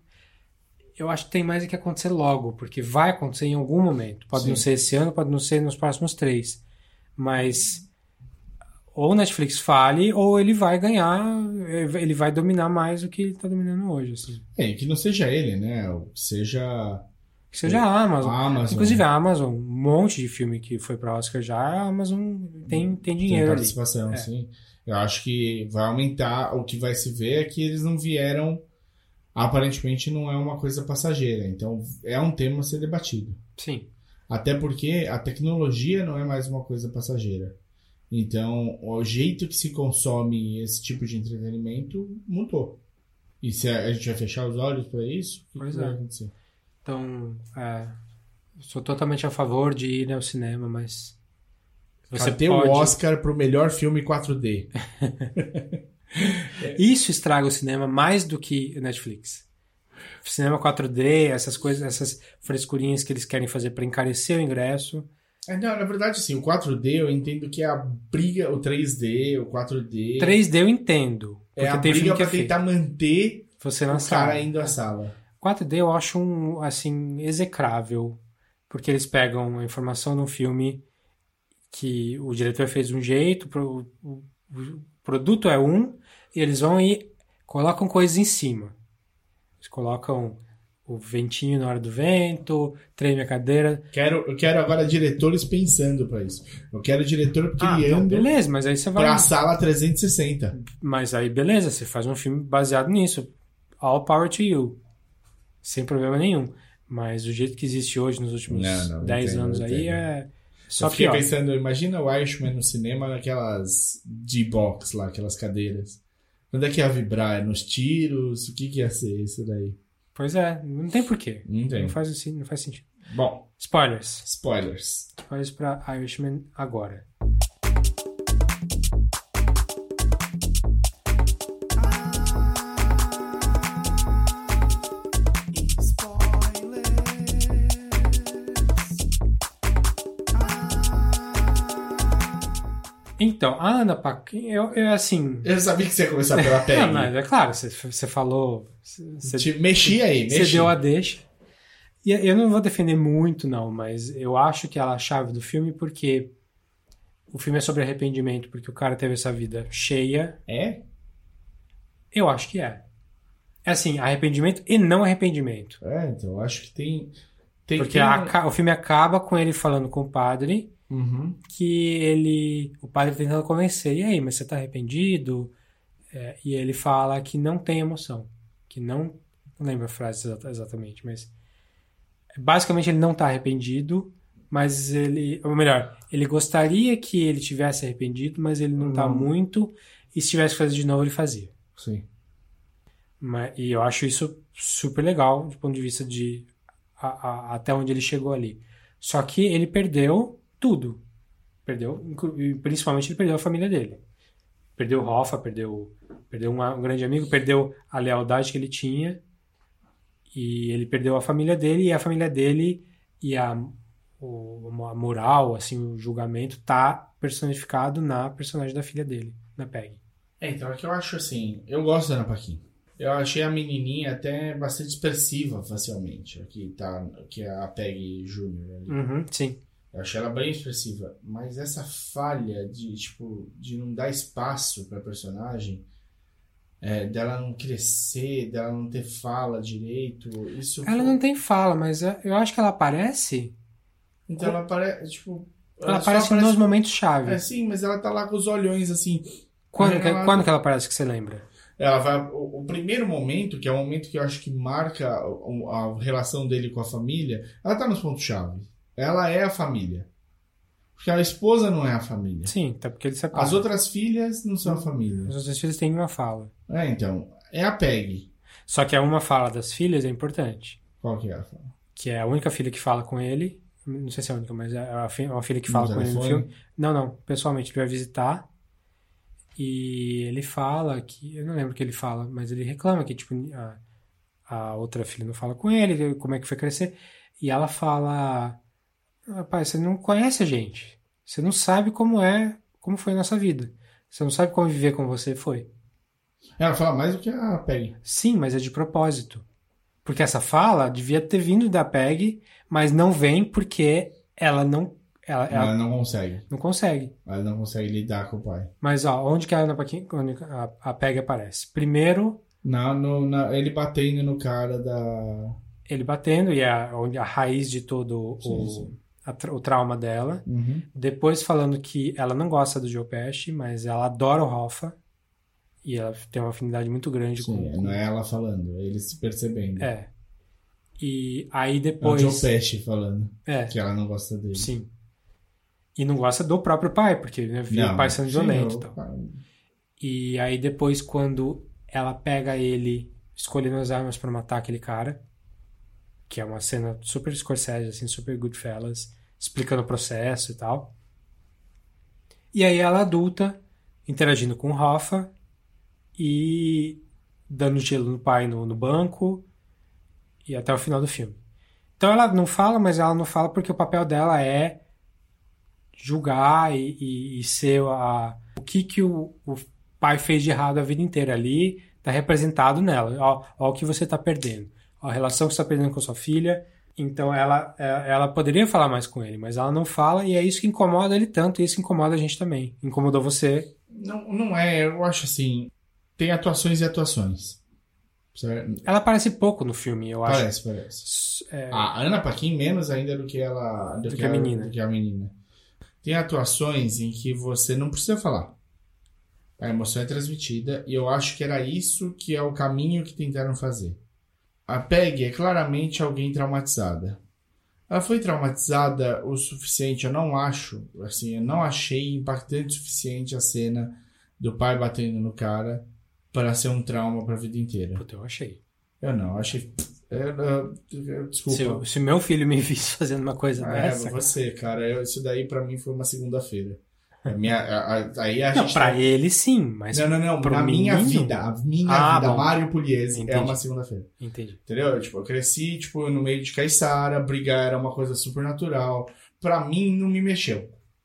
Eu acho que tem mais é que acontecer logo, porque vai acontecer em algum momento. Pode Sim. não ser esse ano, pode não ser nos próximos três. Mas ou o Netflix fale, ou ele vai ganhar, ele vai dominar mais o que ele tá dominando hoje. Assim. É, que não seja ele, né? Ou que seja... Que seja a Amazon. A Amazon. Inclusive a Amazon, um monte de filme que foi pra Oscar já, a Amazon tem, tem Tem dinheiro ali. participação, É. sim. Eu acho que vai aumentar. O que vai se ver é que eles não vieram... Aparentemente não é uma coisa passageira. Então é um tema a ser debatido. Sim. Até porque a tecnologia não é mais uma coisa passageira. Então, o jeito que se consome esse tipo de entretenimento mudou. E se a gente vai fechar os olhos para isso, o que, Pois que vai é. acontecer? Então, é, sou totalmente a favor de ir ao cinema, mas você Cadê pode... o Oscar pro melhor filme quatro D? Isso estraga o cinema mais do que o Netflix. Cinema quatro D, essas coisas, essas frescurinhas que eles querem fazer para encarecer o ingresso. É, não, na verdade, sim, o quatro D eu entendo que é a briga, o três D, o quatro D... três D eu entendo. Porque é a tem briga filme que pra é feito. tentar manter Você na o sala. cara indo à sala. quatro D eu acho um, assim, execrável. Porque eles pegam a informação de um filme que o diretor fez de um jeito, pro- o, o produto é um, e eles vão e colocam coisas em cima. Eles colocam o ventinho na hora do vento, treme a cadeira. Quero, eu quero agora diretores pensando pra isso. Eu quero diretor Ah, não, criando beleza, mas aí você vai... pra sala trezentos e sessenta. Mas aí, beleza, você faz um filme baseado nisso. All power to you. Sem problema nenhum. Mas o jeito que existe hoje, nos últimos Não, não, dez entendo, anos aí, entendo. é só Eu fiquei pior. pensando, imagina o Irishman no cinema naquelas D-Box lá, aquelas cadeiras. Quando é que ia vibrar? É nos tiros? O que, que ia ser isso daí? Pois é, não tem porquê. Não tem. Não faz, assim, não faz sentido. Bom, Spoilers. spoilers. Spoilers pra Irishman agora. Então, a Ana Paquin, eu, eu assim... Eu sabia que você ia começar pela Peggy. Não, mas é claro, você, você falou... Você, Te mexi aí, você mexi. deu a deixa. E eu não vou defender muito, não, mas eu acho que ela é a chave do filme porque o filme é sobre arrependimento, porque o cara teve essa vida cheia. É? Eu acho que é. É assim, arrependimento e não arrependimento. É, então eu acho que tem... tem Porque tem... a, o filme acaba com ele falando com o padre Uhum. que ele... O padre tentando convencer. E aí, mas você tá arrependido? É, e ele fala que não tem emoção. Que não... Não lembro a frase exatamente, mas... Basicamente ele não tá arrependido, mas ele... Ou melhor, ele gostaria que ele tivesse arrependido, mas ele não, não. tá muito. E se tivesse que fazer de novo, ele fazia. Sim. Mas, e eu acho isso super legal, do ponto de vista de... A, a, até onde ele chegou ali. Só que ele perdeu tudo. Perdeu, principalmente ele perdeu a família dele. Perdeu o Hoffa, perdeu, perdeu uma, um grande amigo, perdeu a lealdade que ele tinha. E ele perdeu a família dele, e a família dele e a, o, a moral, assim, o julgamento tá personificado na personagem da filha dele, na Peggy. É, então é que eu acho assim, eu gosto da Ana Paquin. Eu achei a menininha até bastante expressiva facialmente, aqui tá, que é a Peggy Júnior ali. Uhum, sim. Eu achei ela bem expressiva, mas essa falha de, tipo, de não dar espaço pra personagem... É, dela não crescer, dela não ter fala direito, isso... Ela foi... não tem fala, mas eu acho que ela aparece... Então ela aparece, tipo... Ela, ela aparece, aparece nos momentos-chave. É, sim, mas ela tá lá com os olhões, assim... Quando, que, ela... quando que ela aparece, que você lembra? Ela vai... O, o primeiro momento, que é o momento que eu acho que marca a, a relação dele com a família, ela tá nos pontos-chave. Ela é a família. Porque a esposa não é a família. Sim, até porque ele separa. As outras filhas não são a família. As outras filhas têm uma fala. É, então. É a Peggy. Só que a uma fala das filhas é importante. Qual que é a fala? Que é a única filha que fala com ele. Não sei se é a única, mas é uma filha que fala no com telefone? ele no filme. Não, não. Pessoalmente, ele vai visitar. E ele fala que... Eu não lembro o que ele fala, mas ele reclama que, tipo, a, a outra filha não fala com ele, como é que foi crescer. E ela fala... Rapaz, você não conhece a gente. Você não sabe como é, como foi a nossa vida. Você não sabe como viver como você foi. Ela fala mais do que a Peggy. Sim, mas é de propósito. Porque essa fala devia ter vindo da Peggy, mas não vem porque ela não... Ela, ela, ela não consegue. Não consegue. Ela não consegue lidar com o pai. Mas, ó, onde que a, Ana Paquin, onde a, a Peggy aparece? Primeiro... Na, no, na, ele batendo no cara da... Ele batendo, e é a, onde a raiz de todo sim, o... Sim. A, o trauma dela. Uhum. Depois falando que ela não gosta do Joe Pesci, mas ela adora o Hoffa. E ela tem uma afinidade muito grande Sim, com... não é ela falando, é ele se percebendo. É. E aí depois... É o Joe Pesci falando é. que ela não gosta dele. Sim. E não gosta do próprio pai, porque né, viu o pai sendo sim, violento eu... e tal. E aí depois quando ela pega ele escolhendo as armas pra matar aquele cara... que é uma cena super Scorsese, assim, super Goodfellas, explicando o processo e tal. E aí ela adulta, interagindo com o Hoffa e dando gelo no pai no, no banco e até o final do filme. Então ela não fala, mas ela não fala porque o papel dela é julgar e, e, e ser a, o que, que o, o pai fez de errado a vida inteira ali, tá representado nela. Ó, ó o que você tá perdendo. A relação que você está perdendo com a sua filha. Então ela, ela poderia falar mais com ele, mas ela não fala e é isso que incomoda ele tanto e isso incomoda a gente também. Incomodou você? Não, não é, eu acho assim, tem atuações e atuações. Certo? Ela aparece pouco no filme, eu acho. Parece, parece. É... A Ana Paquin menos ainda do que ela do, do que, que a, a menina. Do que a menina. Tem atuações em que você não precisa falar. A emoção é transmitida e eu acho que era isso que é o caminho que tentaram fazer. A Peggy é claramente alguém traumatizada. Ela foi traumatizada o suficiente, eu não acho, assim, eu não achei impactante o suficiente a cena do pai batendo no cara para ser um trauma para a vida inteira. Puta, eu achei. Eu não, eu achei... Eu, eu, eu, desculpa. Se, eu, se meu filho me visse fazendo uma coisa é, dessa... você, cara, eu, isso daí para mim foi uma segunda-feira. A minha, a, a, aí a não, gente pra tá... ele sim, mas Não, não, não, pro na minha menino? vida, a minha ah, vida, bom. Mário Pugliese, Entendi. é uma segunda-feira. Entendi. Entendeu? Tipo, eu cresci, tipo, no meio de Caiçara, brigar era uma coisa super natural. Pra mim, não me mexeu.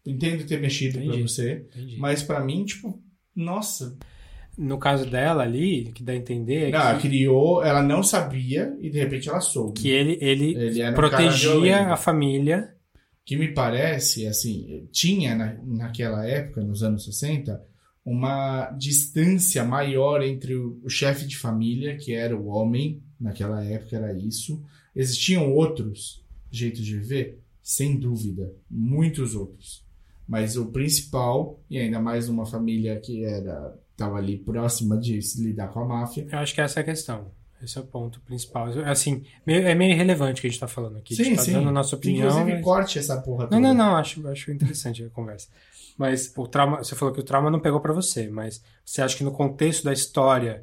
entendo ter mexido Entendi. pra você, Entendi. mas pra mim, tipo, nossa. No caso dela ali, que dá a entender é Não, ela que, criou, ela não sabia e de repente ela soube. que ele, ele, Ele era um cara protegia violento. a família. Que me parece, assim, tinha na, naquela época, nos anos sessenta, uma distância maior entre o, o chefe de família, que era o homem, naquela época era isso. Existiam outros jeitos de viver? Sem dúvida, muitos outros. Mas o principal, e ainda mais uma família que era estava ali próxima de se lidar com a máfia. Eu acho que essa é a questão. Esse é o ponto principal. Assim, meio- é meio irrelevante o que a gente tá falando aqui. a Sim, gente tá sim. dando a nossa opinião. Inclusive, mas- corte essa porra Não, toda. não, não. Acho, acho interessante a conversa. Mas o trauma... Você falou que o trauma não pegou pra você, mas você acha que no contexto da história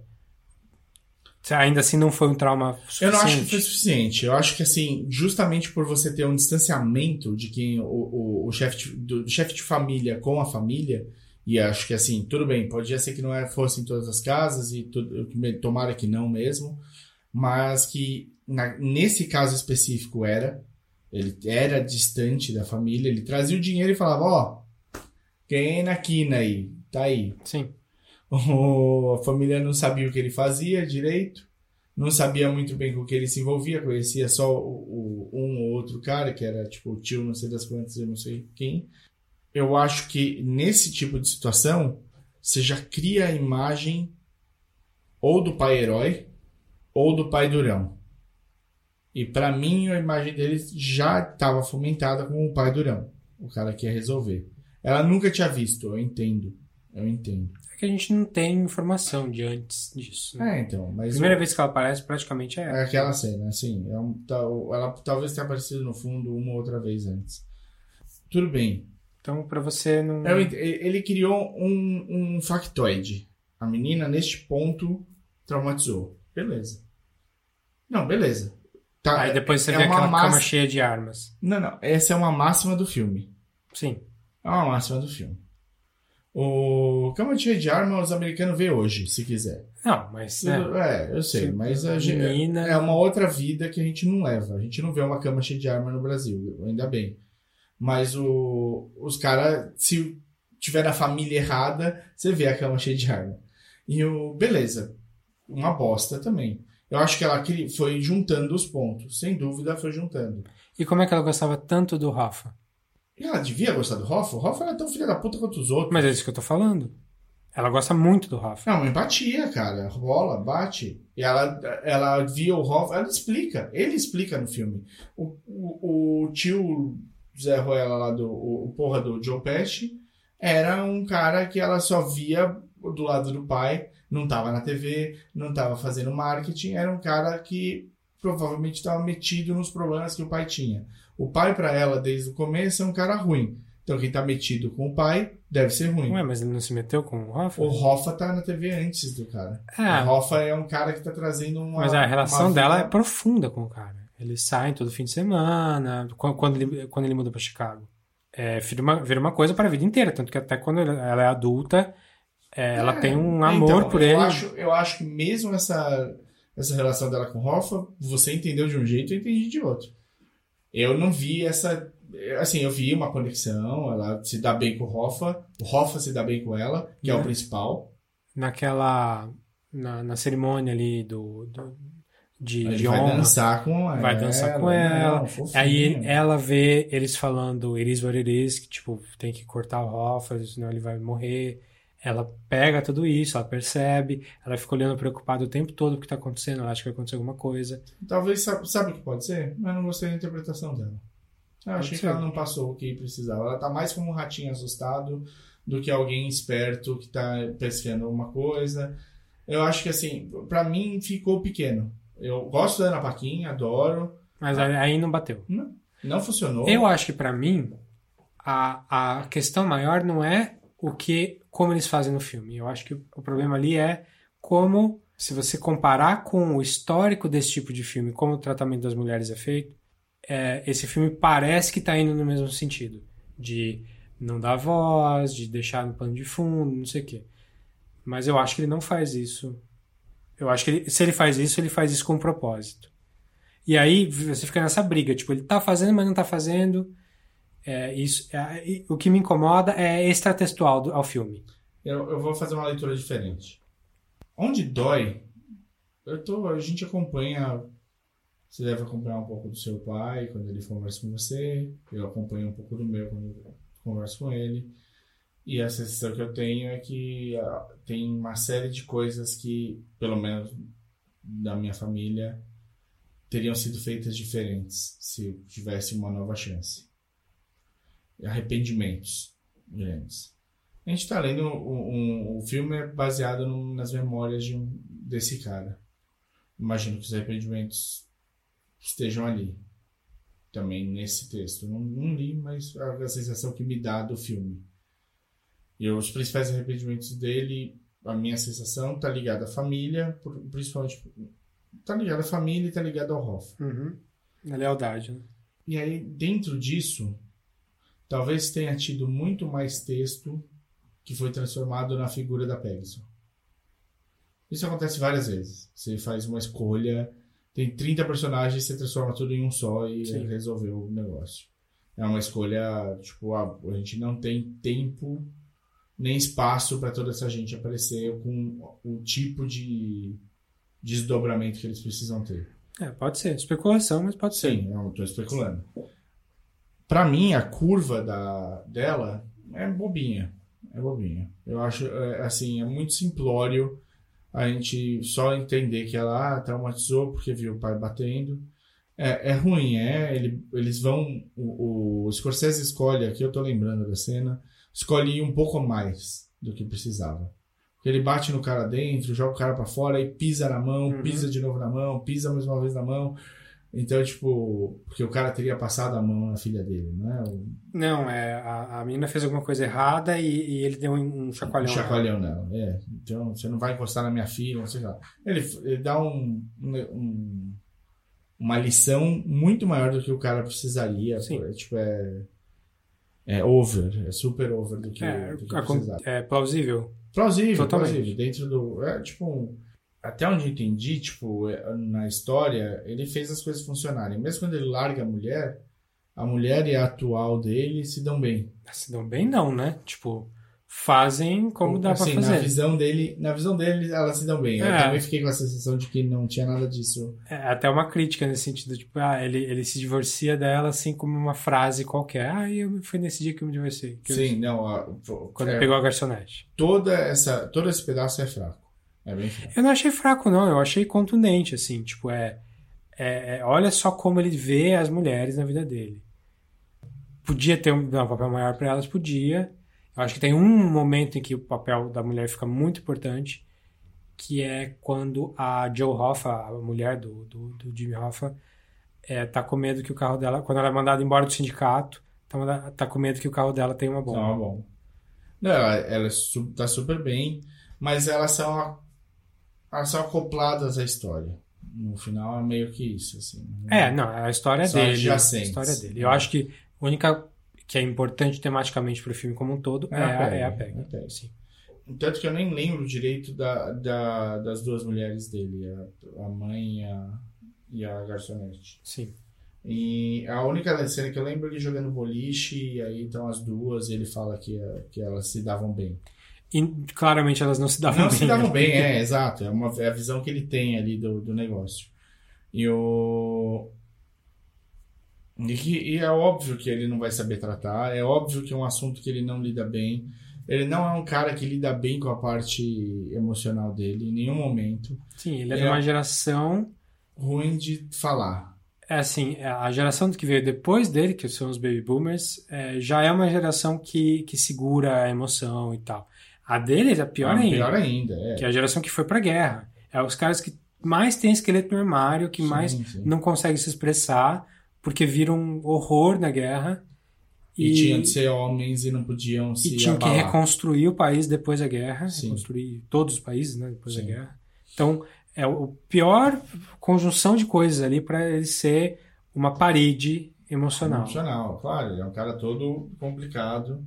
ainda assim não foi um trauma suficiente? Eu não acho que foi suficiente. Eu acho que, assim, justamente por você ter um distanciamento de quem o, o, o chefe de, do, do chefe de família com a família, e acho que, assim, tudo bem, podia ser que não é, fosse em todas as casas, e tudo, tomara que não mesmo, mas que na, nesse caso específico era, ele era distante da família, ele trazia o dinheiro e falava, ó, ganhei na quina aí, tá aí. Sim. O- a família não sabia o que ele fazia direito, não sabia muito bem com o que ele se envolvia, conhecia só o, o- um ou outro cara, que era tipo o tio não sei das quantas, eu não sei quem. Eu acho que nesse tipo de situação, você já cria a imagem ou do pai herói ou do pai durão. E pra mim a imagem dele já estava fomentada com o pai durão, o cara que ia resolver. Ela nunca tinha visto, eu entendo, eu entendo. É que a gente não tem informação de antes disso. Né? É, então, A mas primeira o- vez que ela aparece praticamente é é ela. aquela cena, assim, é um, tal- ela talvez tenha aparecido no fundo uma outra vez antes. Tudo bem. Então, pra você não... Eu ent- ele criou um, um factoide. A menina, neste ponto, traumatizou. Beleza. Não, beleza. Tá, Aí depois você é vê uma aquela massa- cama cheia de armas. Não, não, essa é uma máxima do filme. Sim. É uma máxima do filme. O Cama Cheia de Arma os americanos vê hoje, se quiser. Não, mas... Tudo- É. É, eu sei, Tipo, mas a gente, menina- é uma outra vida que a gente não leva. A gente não vê uma cama cheia de arma no Brasil, ainda bem. Mas o, os caras, se tiver a família errada, você vê a cama cheia de arma. E o. Beleza. Uma bosta também. Eu acho que ela cri- foi juntando os pontos. Sem dúvida, foi juntando. E como é que ela gostava tanto do Rafa? E ela devia gostar do Hoffa? O Hoffa era tão filha da puta quanto os outros. Mas é isso que eu tô falando. Ela gosta muito do Rafa. É uma empatia, cara. Rola, bate. E ela, ela via o Hoffa. Ela explica. Ele explica no filme. O, o, o tio Zé Ruela lá, do, o, o porra do Joe Pesci, era um cara que ela só via do lado do pai. Não tava na T V, não tava fazendo marketing. Era um cara que provavelmente estava metido nos problemas que o pai tinha. O pai, pra ela, desde o começo, é um cara ruim. Então, quem tá metido com o pai deve ser ruim. Ué, mas ele não se meteu com o Rafa? O Hoffa tá na T V antes do cara. É. O Hoffa é um cara que tá trazendo uma... Mas a relação uma dela é vida- profunda com o cara. Eles saem todo fim de semana, qu- quando ele, quando ele muda pra Chicago. É, vira, uma, vira uma coisa para a vida inteira. Tanto que até quando ela é adulta, é, ela É, tem um amor então, por eu ele. Acho, eu acho que mesmo essa, essa relação dela com o Hoffa, você entendeu de um jeito e eu entendi de outro. Eu não vi essa... Assim, eu vi uma conexão, ela se dá bem com o Hoffa, o Hoffa se dá bem com ela, que é, É. o principal. Naquela... Na, na cerimônia ali do... do de, Ele de vai honra. dançar com ela. Vai dançar com não, ela. fofinho. Aí ela vê eles falando it is what it is, que tipo, tem que cortar o Hoffa, senão ele vai morrer. Ela pega tudo isso, ela percebe, ela fica olhando preocupada o tempo todo o que tá acontecendo, ela acha que vai acontecer alguma coisa. Talvez, sabe, sabe o que pode ser? Mas eu não gostei da interpretação dela. Eu Pode achei ser. que ela não passou o que precisava. Ela tá mais como um ratinho assustado do que alguém esperto que tá pescando alguma coisa. Eu acho que, assim, pra mim ficou pequeno. Eu gosto da Ana Paquin, adoro. Mas aí não bateu. Não, não funcionou. Eu acho que pra mim a, a questão maior não é o que como eles fazem no filme. Eu acho que o problema ali é como, se você comparar com o histórico desse tipo de filme, como o tratamento das mulheres é feito, é, esse filme parece que tá indo no mesmo sentido, de não dar voz, de deixar no pano de fundo, não sei o quê. Mas eu acho que ele não faz isso. Eu acho que ele, se ele faz isso, ele faz isso com um propósito. E aí você fica nessa briga, tipo, ele tá fazendo, mas não tá fazendo. É, isso, é, e o que me incomoda é extratextual do, ao filme. Eu, eu vou fazer uma leitura diferente. Onde dói, eu tô, a gente acompanha... Você deve acompanhar um pouco do seu pai quando ele conversa com você. Eu acompanho um pouco do meu quando eu converso com ele. E a sensação que eu tenho é que uh, tem uma série de coisas que, pelo menos da minha família, teriam sido feitas diferentes se tivesse uma nova chance. Arrependimentos grandes. A gente está lendo um, um, o filme é baseado no, nas memórias de um, desse cara. Imagino que os arrependimentos estejam ali. Também nesse texto. Não, não li, mas a, a sensação que me dá do filme. E os principais arrependimentos dele, a minha sensação, tá ligada à família, principalmente. Tá ligada à família e tá ligada ao Hoff. Uhum. A lealdade, né? E aí, dentro disso, talvez tenha tido muito mais texto que foi transformado na figura da Pegasus. Isso acontece várias vezes. Você faz uma escolha, tem trinta personagens, você transforma tudo em um só e Sim. resolveu o negócio. É uma escolha, tipo, a, a gente não tem tempo nem espaço para toda essa gente aparecer com o tipo de desdobramento que eles precisam ter. É, pode ser. Especulação, mas pode ser. Sim, eu estou especulando. Para mim, a curva da, dela é bobinha. É bobinha. Eu acho, é, assim, é muito simplório a gente só entender que ela ah, traumatizou porque viu o pai batendo. É, é ruim, é. Ele, eles vão... O, o Scorsese escolhe, aqui eu tô lembrando da cena, escolhe um pouco mais do que precisava. Porque ele bate no cara dentro, joga o cara pra fora e pisa na mão, uhum. pisa de novo na mão, pisa mais uma vez na mão. Então, tipo... Porque o cara teria passado a mão na filha dele, não é? O... Não, é, a, a menina fez alguma coisa errada e, e ele deu um, um chacoalhão. Um chacoalhão nela, é. Então, você não vai encostar na minha filha, não sei lá. Ele, ele dá um, um, uma lição muito maior do que o cara precisaria. Sim. É, tipo, é... É over, é super over do que, é, do que precisava. É plausível. Plausível, Totalmente. plausível. Dentro do... É, tipo... Até onde eu entendi, tipo, na história, ele fez as coisas funcionarem. Mesmo quando ele larga a mulher, a mulher e a atual dele se dão bem. Se dão bem não, né? Tipo, fazem como dá assim, pra fazer. Na visão dele, na visão dele, elas se dão bem. Eu é. também fiquei com a sensação de que não tinha nada disso. É até uma crítica nesse sentido, tipo, ah, ele, ele se divorcia dela assim como uma frase qualquer. Ah, eu, foi nesse dia que eu me divorciei. Sim, eu... não. A, quando é, pegou a garçonete. Toda essa, todo esse pedaço é fraco. É bem fraco. Eu não achei fraco, não. Eu achei contundente, assim. Tipo, é, é, é... Olha só como ele vê as mulheres na vida dele. Podia ter um, um papel maior para elas? Podia. Eu acho que tem um momento em que o papel da mulher fica muito importante, que é quando a Joe Hoffa, a mulher do, do, do Jimmy Hoffa, é, tá com medo que o carro dela... Quando ela é mandada embora do sindicato, tá, tá com medo que o carro dela tenha uma bomba. Não, bom. Não, ela, ela tá super bem, mas elas são... Elas são acopladas à história. No final é meio que isso, assim. É, não, a história é dele. Adjacentes. A história dele. Eu acho que a única que é importante tematicamente pro filme como um todo é, é a Peggy. É a Peggy. É a Peggy. Sim. Tanto que eu nem lembro direito da, da, das duas mulheres dele, a, a mãe e a, e a garçonete. Sim. E a única cena que eu lembro é ele jogando boliche, e aí estão as duas, e ele fala que, que elas se davam bem. E claramente elas não se davam não bem. Não se davam bem, é, exato. É, uma, é a visão que ele tem ali do, do negócio. E o... E, que, e é óbvio que ele não vai saber tratar, é óbvio que é um assunto que ele não lida bem. Ele não é um cara que lida bem com a parte emocional dele em nenhum momento. Sim, ele é, é de uma geração... ruim de falar. É assim, a geração que veio depois dele, que são os baby boomers, é, já é uma geração que, que segura a emoção e tal. A dele é pior ah, ainda. Pior ainda, é. Que é a geração que foi pra guerra. É os caras que mais têm esqueleto no armário, que sim, mais sim. não conseguem se expressar, porque viram um horror na guerra. E, e tinham de ser homens e não podiam e se E tinham abalar. que reconstruir o país depois da guerra. Sim. Reconstruir todos os países, né, depois sim. da guerra. Então, é o pior conjunção de coisas ali para ele ser uma parede emocional. Emocional, claro. Ele é um cara todo complicado.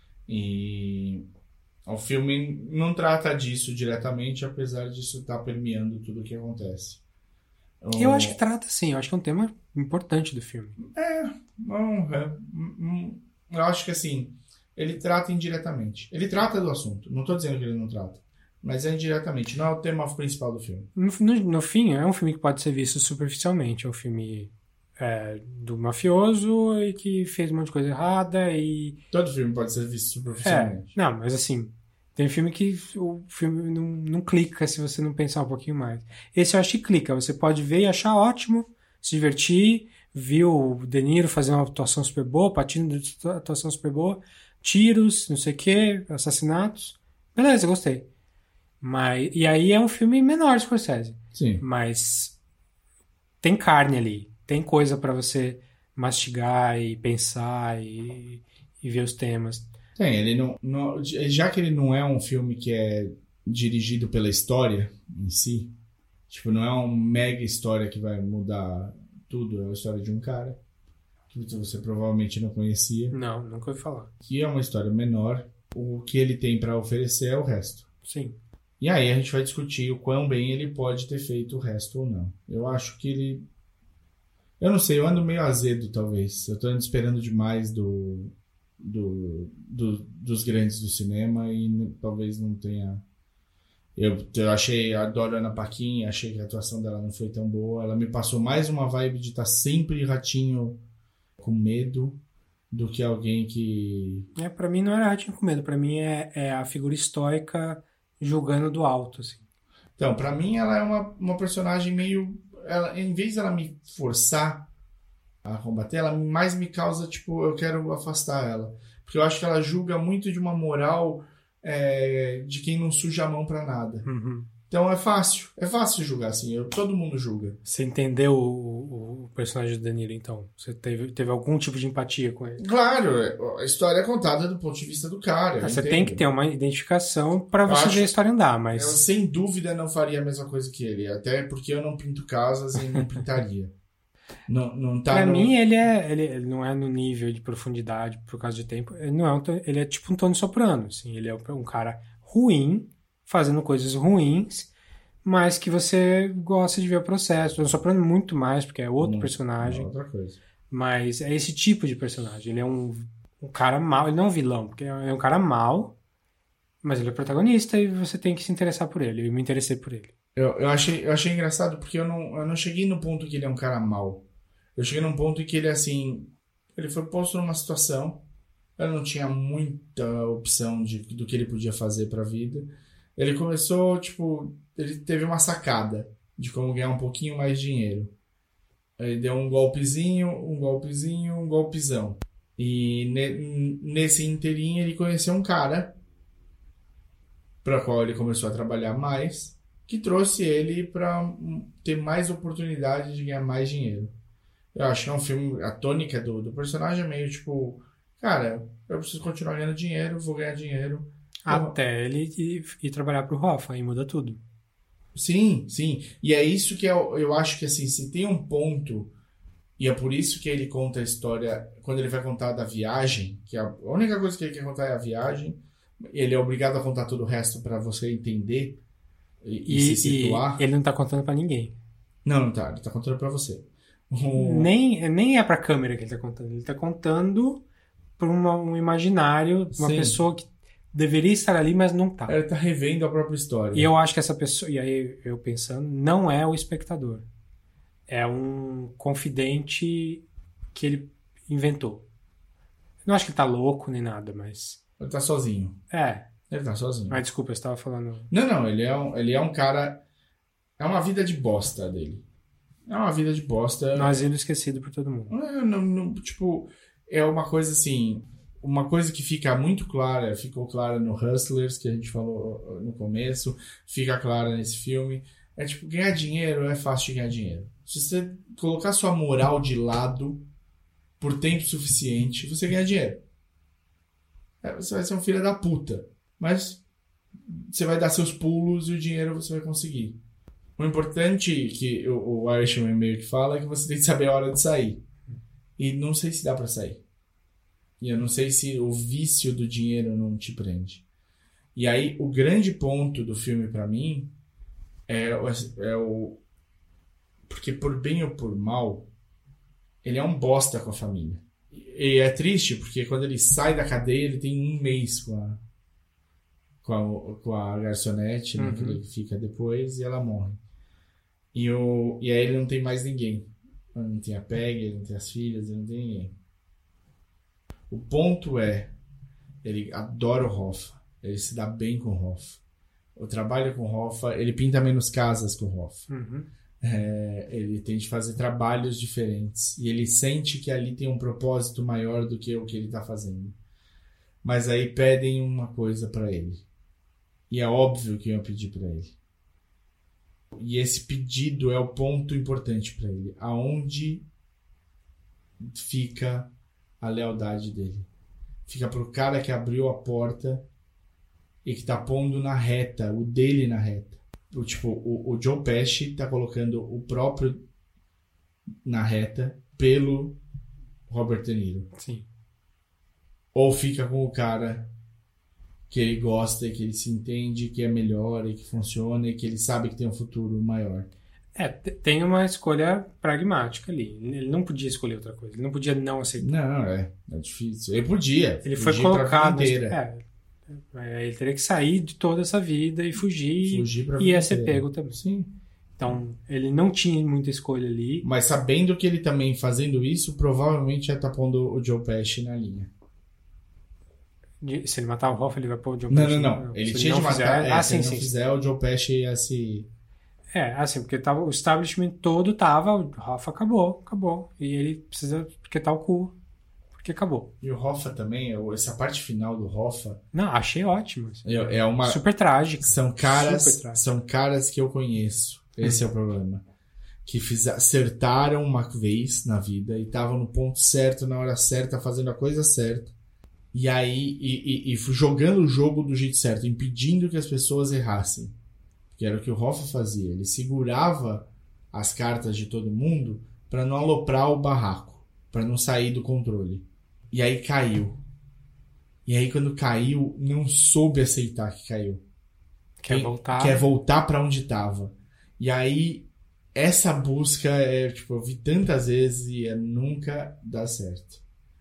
E... o filme não trata disso diretamente, apesar disso estar permeando tudo o que acontece. O... Eu acho que trata, sim. Eu acho que é um tema importante do filme. É, não, é eu acho que assim, ele trata indiretamente. Ele trata do assunto. Não tô dizendo que ele não trata. Mas é indiretamente. Não é o tema principal do filme. No, no, no fim, é um filme que pode ser visto superficialmente. É um filme é, do mafioso e que fez um monte de coisa errada e... Todo filme pode ser visto superficialmente. É, não, mas assim... Tem filme que o filme não, não clica se você não pensar um pouquinho mais. Esse eu acho que clica. Você pode ver e achar ótimo, se divertir, viu o De Niro fazer uma atuação super boa, Pacino de atuação super boa, tiros, não sei o que, assassinatos. Beleza, gostei. Mas, e aí é um filme menor, Scorsese. Sim. Mas tem carne ali. Tem coisa pra você mastigar e pensar e, e ver os temas. Tem, ele não, não... Já que ele não é um filme que é dirigido pela história em si, tipo, não é uma mega história que vai mudar tudo, é a história de um cara que você provavelmente não conhecia. Não, nunca ouvi falar. Que é uma história menor. O que ele tem pra oferecer é o resto. Sim. E aí a gente vai discutir o quão bem ele pode ter feito o resto ou não. Eu acho que ele... Eu não sei, eu ando meio azedo, talvez. Eu tô ando esperando demais do... Do, do, dos grandes do cinema e n- talvez não tenha... Eu, eu achei, eu adoro a Ana Paquin, achei que a atuação dela não foi tão boa. Ela me passou mais uma vibe de estar sempre ratinho com medo do que alguém que... É, pra mim não era ratinho com medo. Pra mim é, é a figura estoica julgando do alto, assim. Então, pra mim ela é uma, uma personagem meio... Ela, em vez dela me forçar a combater, ela mais me causa, tipo, eu quero afastar ela. Porque eu acho que ela julga muito de uma moral é, de quem não suja a mão pra nada. Uhum. Então é fácil, é fácil julgar assim, eu, todo mundo julga. Você entendeu o, o personagem do De Niro, então? Você teve, teve algum tipo de empatia com ele? Claro, a história é contada do ponto de vista do cara. eu Ah, você entendo. tem que ter uma identificação pra você acho- ver a história andar, mas... Eu sem dúvida não faria a mesma coisa que ele, até porque eu não pinto casas e não pintaria. não, não tá Pra no... mim, ele, é, ele, ele não é no nível de profundidade por causa de tempo. Ele não é um, to- ele é tipo um Tony Soprano, assim. Ele é um cara ruim, fazendo coisas ruins, mas que você gosta de ver o processo. Tony Soprano muito mais, porque é outro Não, personagem. é outra coisa. Mas é esse tipo de personagem. Ele é um, um cara mau. Ele não é um vilão, porque ele é um cara mau, mas ele é protagonista e você tem que se interessar por ele. Eu me interessei por ele. Eu, eu, achei, eu achei engraçado porque eu não, eu não cheguei no ponto que ele é um cara mau. Eu cheguei num ponto em que ele, assim, ele foi posto numa situação, ele não tinha muita opção de, do que ele podia fazer pra vida. Ele começou, tipo, ele teve uma sacada de como ganhar um pouquinho mais de dinheiro. Ele deu um golpezinho, um golpezinho, um golpezão. E ne, nesse inteirinho ele conheceu um cara para qual ele começou a trabalhar mais, que trouxe ele para ter mais oportunidade de ganhar mais dinheiro. Eu acho que é um filme, a tônica do, do personagem é meio tipo, cara, eu preciso continuar ganhando dinheiro, vou ganhar dinheiro. Até ele ir, ir trabalhar pro Hoffa, aí muda tudo. Sim, sim. E é isso que eu, eu acho que, assim, se tem um ponto, e é por isso que ele conta a história, quando ele vai contar da viagem, que a única coisa que ele quer contar é a viagem, ele é obrigado a contar todo o resto para você entender e, e, e se situar. E ele não tá contando pra ninguém. Não, não tá. Ele tá contando pra você. O... Nem, nem é pra câmera que ele tá contando. Ele tá contando pra uma, um imaginário, uma Sim. pessoa que deveria estar ali, mas não tá. Ele tá revendo a própria história. E eu acho que essa pessoa, e aí eu pensando, não é o espectador. É um confidente que ele inventou. Eu não acho que ele tá louco nem nada, mas... Ele tá sozinho. É. Ele tá sozinho. Mas desculpa, eu estava falando... Não, não. Ele é um, ele é um cara... É uma vida de bosta dele. É uma vida de bosta. No asilo esquecido por todo mundo. É, não, não, tipo, é uma coisa assim... Uma coisa que fica muito clara, ficou clara no Hustlers, que a gente falou no começo, fica clara nesse filme. É tipo, ganhar dinheiro é fácil de ganhar dinheiro. Se você colocar sua moral de lado por tempo suficiente, você ganha dinheiro. É, você vai ser um filho da puta. Mas você vai dar seus pulos e o dinheiro você vai conseguir. O importante que o, o Irishman meio que fala é que você tem que saber a hora de sair. E não sei se dá pra sair. E eu não sei se o vício do dinheiro não te prende. E aí, o grande ponto do filme pra mim é, é o... Porque por bem ou por mal, ele é um bosta com a família. E é triste, porque quando ele sai da cadeia, ele tem um mês com a, com a, com a garçonete, né, Uhum. que ele fica depois, e ela morre. E, o, e aí ele não tem mais ninguém. Ele não tem a Peg, ele não tem as filhas, ele não tem ninguém. O ponto é, ele adora o Hoffa, ele se dá bem com o Hoffa. O trabalho com o Hoffa, ele pinta menos casas com o Hoffa. Uhum. É, ele tem de fazer trabalhos diferentes. E ele sente que ali tem um propósito maior do que o que ele está fazendo. Mas aí pedem uma coisa para ele. E é óbvio que iam pedir para ele. E esse pedido é o ponto importante para ele. Aonde fica a lealdade dele? Fica pro cara que abriu a porta e que tá pondo na reta, o dele na reta. O, tipo, o, o Joe Pesci tá colocando o próprio na reta pelo Robert De Niro. Sim. Ou fica com o cara que ele gosta e que ele se entende que é melhor e que funciona e que ele sabe que tem um futuro maior. É, t- tem uma escolha pragmática ali. Ele não podia escolher outra coisa. Ele não podia não aceitar. Não, é, é difícil. Ele podia. Ele foi fugir pra colocado... vida inteira. É, é, ele teria que sair de toda essa vida e fugir. Fugir pra e vida ia ser inteira. pego também. Sim. Então, ele não tinha muita escolha ali. Mas sabendo que ele também fazendo isso, provavelmente já tá pondo o Joe Pesci na linha. De- se ele matar o Hoffa, ele vai pôr o Joe Não, Pesci. não, não. Ele Se tinha de não matar. fizer- É, ah, se sim, ele não sim. fizer, o Joe Pesci ia se... É, assim, porque tava, o establishment todo tava, o Hoffa acabou, acabou. E ele precisa quitar o cu, porque acabou. E o Hoffa também, essa parte final do Hoffa Não, achei ótimo. assim. é, é uma... Super trágico. São caras, Super trágico. são caras que eu conheço. Esse é o problema. Que fiz, acertaram uma vez na vida e estavam no ponto certo, na hora certa, fazendo a coisa certa. E aí, e, e, e jogando o jogo do jeito certo, impedindo que as pessoas errassem. Que era o que o Hoffa fazia. Ele segurava as cartas de todo mundo para não aloprar o barraco, para não sair do controle. E aí caiu. E aí quando caiu, não soube aceitar que caiu. Quer voltar? Quer voltar para onde estava. E aí essa busca é, tipo, eu vi tantas vezes e é, nunca dá certo.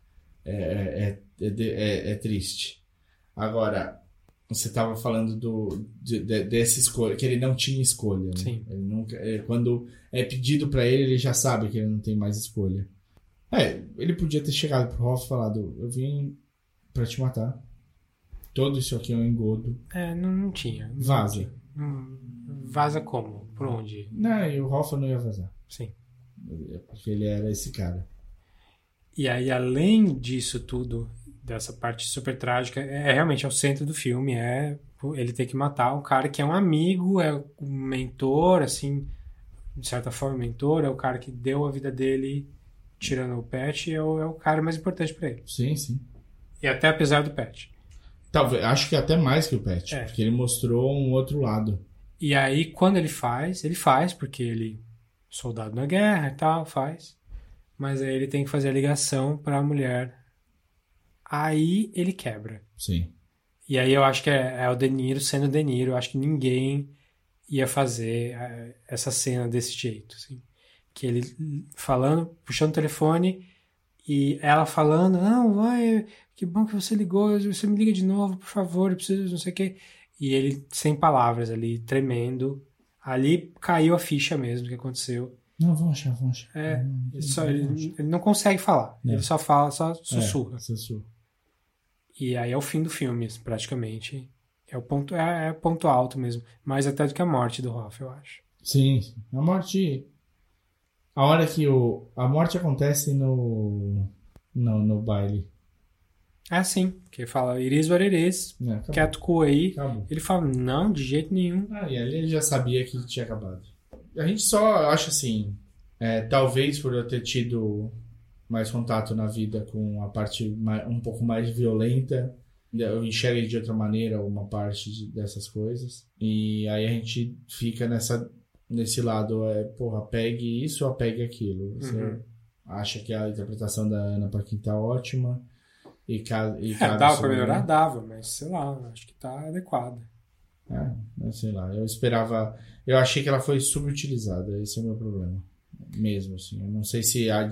É, é, é, é, é triste. Agora, você estava falando do, de, de, dessa escolha, que ele não tinha escolha. Né? Sim. Ele nunca, é, quando é pedido para ele, ele já sabe que ele não tem mais escolha. É, ele podia ter chegado pro Hoffa e falado: eu vim para te matar. Todo isso aqui é um engodo. É, não, não tinha. Não Vaza. tinha. Hum, vaza como? Por onde? Não, e o Hoffa não ia vazar. Sim. Porque ele era esse cara. E aí, além disso tudo, dessa parte super trágica, é realmente é o centro do filme, é ele ter que matar um cara que é um amigo, é um mentor, assim, de certa forma mentor, é o cara que deu a vida dele, tirando o Pet, é o, é o cara mais importante pra ele. Sim, sim. E até apesar do Pet. Talvez, acho que até mais que o Pet, É. porque ele mostrou um outro lado. E aí, quando ele faz, ele faz, porque ele soldado na guerra e tal, faz. Mas aí ele tem que fazer a ligação pra mulher. Aí ele quebra. Sim. E aí eu acho que é, é o De Niro sendo De Niro. Eu acho que ninguém ia fazer é, essa cena desse jeito, assim. Que ele falando, puxando o telefone e ela falando, não, vai, que bom que você ligou, você me liga de novo, por favor, eu preciso, não sei o quê. E ele, sem palavras ali, tremendo. Ali caiu a ficha mesmo do que aconteceu. Não, vamos achar, vamos achar. É, Não, ele, só, ele, ele não consegue falar. É. Ele só fala, só sussurra. É, sussurra. E aí é o fim do filme, praticamente. É o ponto, é, é o ponto alto mesmo. Mais até do que a morte do Hoffa, eu acho. Sim, sim. A morte... A hora que o... A morte acontece no... No, no baile. É assim, porque fala, it is what it is, É, acabou. quieto cu aí. Acabou. Ele fala, não, de jeito nenhum. Ah, e ali ele já sabia que tinha acabado. A gente só acha assim... É, talvez por eu ter tido mais contato na vida com a parte mais, um pouco mais violenta, eu enxerguei de outra maneira uma parte de, dessas coisas. E aí a gente fica nessa, nesse lado, é, porra, pegue isso ou pegue aquilo. Você Uhum. acha que a interpretação da Ana Paquin tá ótima e, ca, e É, cabe dava sobre- pra melhorar? Dava, mas sei lá, acho que tá adequado. É, eu sei lá, eu esperava... Eu achei que ela foi subutilizada, esse é o meu problema. Mesmo, assim. Eu não sei se a,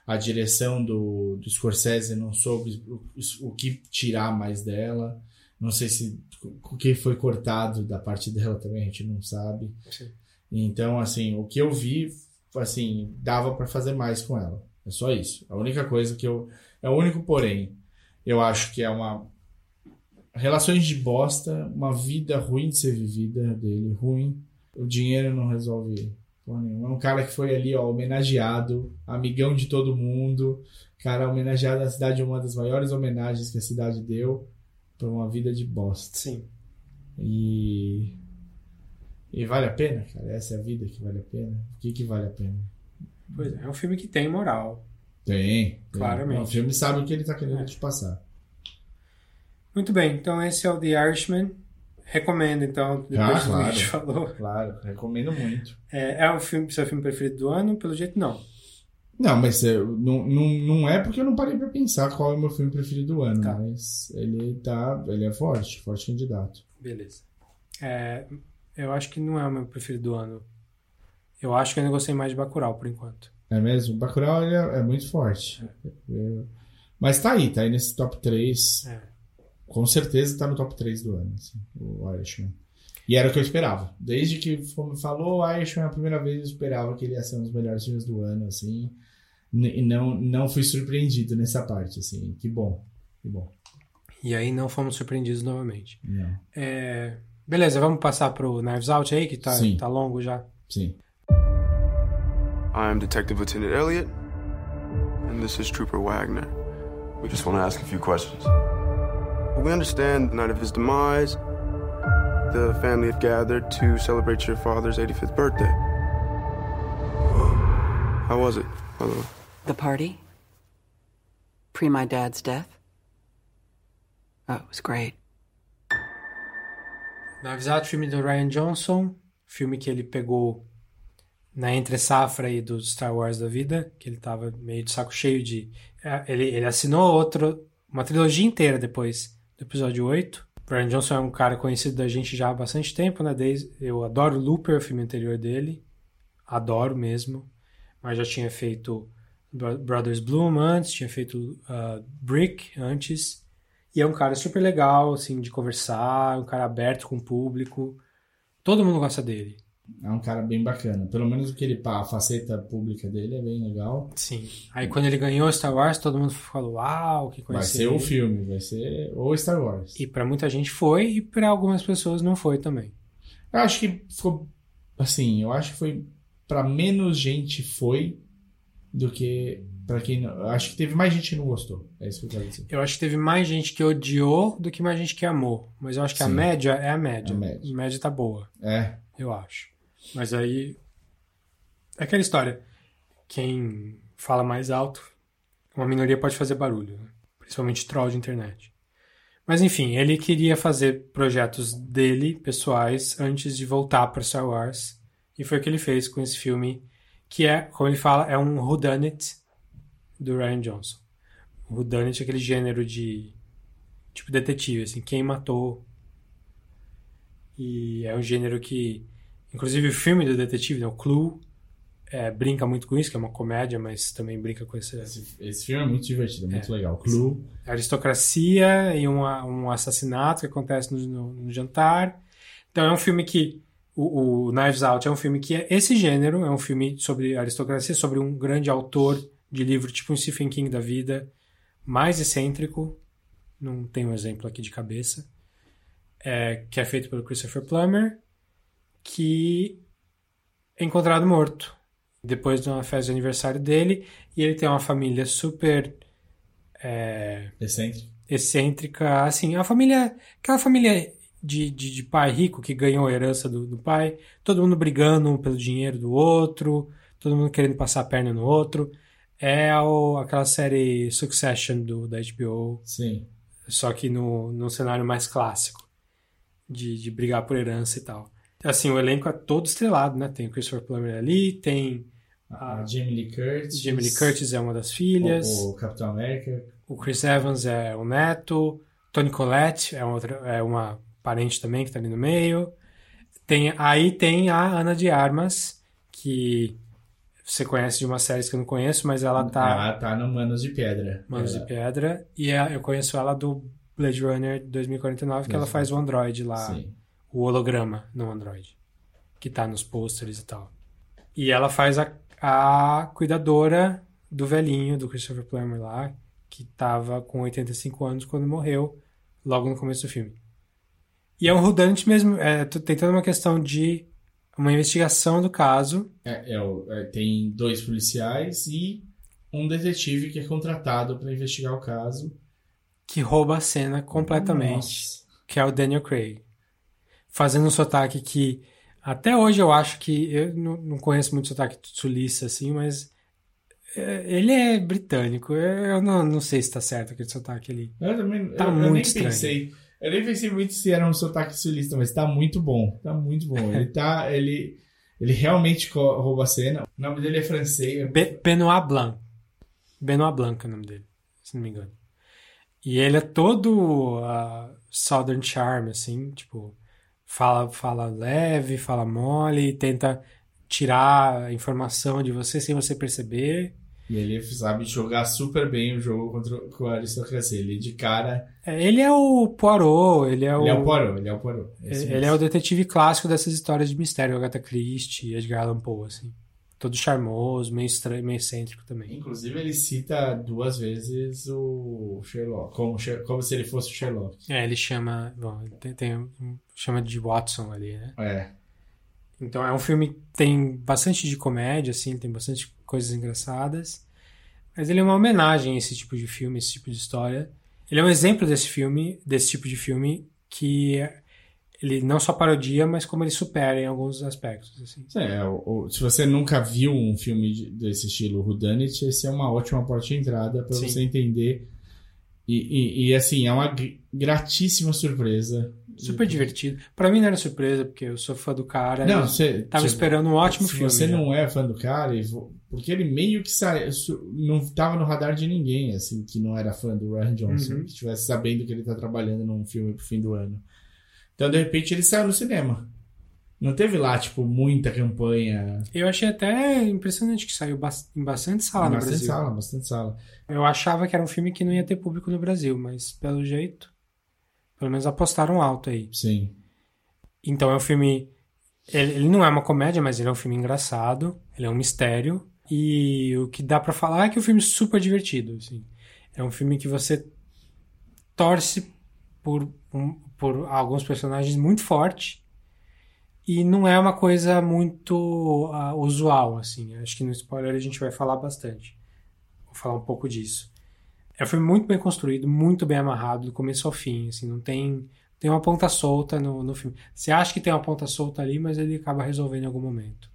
a direção do, do Scorsese não soube o, o que tirar mais dela. Não sei se o que foi cortado da parte dela também, a gente não sabe. Sim. Então, assim, o que eu vi, assim, dava pra fazer mais com ela. É só isso. A única coisa que eu... É o único porém. Eu acho que é uma... Relações de bosta, uma vida ruim de ser vivida dele, ruim. O dinheiro não resolve porra nenhuma. É um cara que foi ali, ó, homenageado, amigão de todo mundo. Cara homenageado na cidade, uma das maiores homenagens que a cidade deu. Por uma vida de bosta. Sim. E... E vale a pena, cara? Essa é a vida que vale a pena? O que que vale a pena? Pois é, é um filme que tem moral. Tem. tem. Claramente. O filme sabe o que ele tá querendo É. te passar. Muito bem, então esse é o The Irishman. Recomendo, então, depois Ah, do que a claro. gente falou. Claro, recomendo muito. É, é o filme, seu filme preferido do ano? Pelo jeito, não. Não, mas é, não, não, não é porque eu não parei pra pensar qual é o meu filme preferido do ano, Tá. mas ele tá, ele é forte, forte candidato. Beleza. É, eu acho que não é o meu preferido do ano. Eu acho que eu ainda gostei mais de Bacurau, por enquanto. É mesmo? Bacurau ele é, é muito forte. É. Mas tá aí, tá aí nesse top três. É. Com certeza tá no top três do ano, assim, o Irishman. E era o que eu esperava. Desde que falou o Irishman a primeira vez, eu esperava que ele ia ser um dos melhores filmes do ano, assim. E não, não fui surpreendido nessa parte, assim. Que bom, que bom. E aí não fomos surpreendidos novamente. Não. É, beleza, vamos passar pro Knives Out aí, que tá, Sim. tá longo já. Sim. I'm Detective Lieutenant Elliot, and this is Trooper Wagner. We just want to ask a few questions. We understand the night of his demise, the family had gathered to celebrate your father's eighty-fifth birthday. How was it, by the way? The party? Pre my dad's death? Oh, it was great. Knives Out, filme do Rian Johnson, filme que ele pegou na entre-safra aí do Star Wars da vida, que ele tava meio de saco cheio de... Ele, ele assinou outro, uma trilogia inteira depois do episódio oito. O Rian Johnson é um cara conhecido da gente já há bastante tempo, né? Desde, eu adoro Looper, o filme anterior dele. Adoro mesmo. Mas já tinha feito Brothers Bloom antes, tinha feito uh, Brick antes. E é um cara super legal, assim, de conversar, um cara aberto com o público. Todo mundo gosta dele. É um cara bem bacana. Pelo menos o que ele, a faceta pública dele é bem legal. Sim. Aí quando ele ganhou Star Wars, todo mundo falou, uau, que coisa. Vai ser o filme, vai ser o Star Wars. E pra muita gente foi, e pra algumas pessoas não foi também. Eu acho que ficou, assim, eu acho que foi pra menos gente foi do que pra quem não. Eu acho que teve mais gente que não gostou. É isso que eu quero dizer. Eu acho que teve mais gente que odiou do que mais gente que amou. Mas eu acho que Sim. a média é a média. A média. A média tá boa, É. eu acho. Mas aí... É aquela história. Quem fala mais alto, uma minoria pode fazer barulho. Né? Principalmente troll de internet. Mas enfim, ele queria fazer projetos dele, pessoais, antes de voltar para Star Wars. E foi o que ele fez com esse filme, que é, como ele fala, é um whodunit do Rian Johnson. O whodunit é aquele gênero de tipo detetive, assim, quem matou. E é um gênero que, inclusive o filme do detetive, né, o Clue, é, brinca muito com isso, que é uma comédia, mas também brinca com esse... Esse, esse filme é muito divertido, é muito É. legal. Clue. aristocracia e uma, um assassinato que acontece no, no, no jantar. Então é um filme que... O, o Knives Out é um filme que é esse gênero, é um filme sobre aristocracia, sobre um grande autor de livro tipo um Stephen King da vida, mais excêntrico, não tenho um exemplo aqui de cabeça, é, que é feito pelo Christopher Plummer, que é encontrado morto depois de uma festa de aniversário dele, e ele tem uma família super é, Excêntrico. excêntrica, assim, a família, aquela família de, de, de pai rico que ganhou a herança do, do pai, todo mundo brigando pelo dinheiro do outro, todo mundo querendo passar a perna no outro. É o, aquela série Succession do, da H B O, Sim. só que no, no cenário mais clássico, de, de brigar por herança e tal. Assim, o elenco é todo estrelado, né? Tem o Christopher Plummer ali, tem A Jamie Lee Curtis. Jamie Lee Curtis é uma das filhas, O, o Capitão América. o Chris Evans é o neto, Toni Collette é, outra, é uma parente também que tá ali no meio. Tem, aí tem a Ana de Armas, que você conhece de uma série que eu não conheço, mas ela tá... Ela tá no Manos de Pedra. Manos ela... de Pedra. E é, eu conheço ela do Blade Runner dois mil e quarenta e nove, que ela faz o androide lá. Sim. O holograma no androide. Que tá nos pôsteres e tal. E ela faz a, a cuidadora do velhinho, do Christopher Plummer lá, que tava com oitenta e cinco anos quando morreu, logo no começo do filme. E é um whodunit mesmo, é, tem toda uma questão de uma investigação do caso. É, é, é, tem dois policiais e um detetive que é contratado para investigar o caso. Que rouba a cena completamente. Nossa. Que é o Daniel Craig. Fazendo um sotaque que, até hoje eu acho que, eu não, não conheço muito sotaque sulista assim, mas é, ele é britânico. Eu não, não sei se tá certo aquele sotaque ali. Eu também tá eu, muito eu nem estranho. pensei. Eu nem pensei muito se era um sotaque sulista, mas tá muito bom. Tá muito bom. Ele tá. Ele, ele realmente rouba a cena. O nome dele é francês. Be- Benoit Blanc. Benoit Blanc é o nome dele, se não me engano. E ele é todo uh, Southern Charm, assim, tipo, fala, fala leve, fala mole, tenta tirar a informação de você sem você perceber. E ele sabe jogar super bem o jogo contra, com a aristocracia. Ele de cara... É, ele é o Poirot, ele é o... Ele é o Poirot, ele é o Poirot. É ele mesmo. É o detetive clássico dessas histórias de mistério, Agatha Christie, Edgar Allan Poe, assim. Todo charmoso, meio estranho, meio excêntrico também. Inclusive, ele cita duas vezes o Sherlock, como, como se ele fosse o Sherlock. É, ele chama... Bom, tem, tem, chama de Watson ali, né? É. Então, é um filme que tem bastante de comédia, assim, tem bastante coisas engraçadas. Mas ele é uma homenagem a esse tipo de filme, esse tipo de história. Ele é um exemplo desse filme, desse tipo de filme, que ele não só parodia, mas como ele supera em alguns aspectos. Assim. É, o, o, se você nunca viu um filme de, desse estilo whodunit, esse é uma ótima porta de entrada para você entender. E, e, e, assim, é uma gratíssima surpresa. Super divertido. Pra mim não era surpresa, porque eu sou fã do cara. Não, eu você, tava você, esperando um ótimo se filme. Se você né? não é fã do cara, porque ele meio que sa... não tava no radar de ninguém, assim, que não era fã do Rian Johnson, uhum. que estivesse sabendo que ele tá trabalhando num filme pro fim do ano. Então, de repente, ele saiu no cinema. Não teve lá, tipo, muita campanha. Eu achei até impressionante que saiu em bastante sala no bastante Brasil. Bastante sala, bastante sala. Eu achava que era um filme que não ia ter público no Brasil, mas pelo jeito, pelo menos apostaram alto aí. Sim. Então é um filme... Ele, ele não é uma comédia, mas ele é um filme engraçado. Ele é um mistério. E o que dá pra falar é que é um filme super divertido. Assim. É um filme que você torce por, um, por alguns personagens muito forte. E não é uma coisa muito uh, usual, assim. Acho que no spoiler a gente vai falar bastante. Vou falar um pouco disso. É um filme muito bem construído, muito bem amarrado, do começo ao fim. Assim, não tem... Tem uma ponta solta no, no filme. Você acha que tem uma ponta solta ali, mas ele acaba resolvendo em algum momento.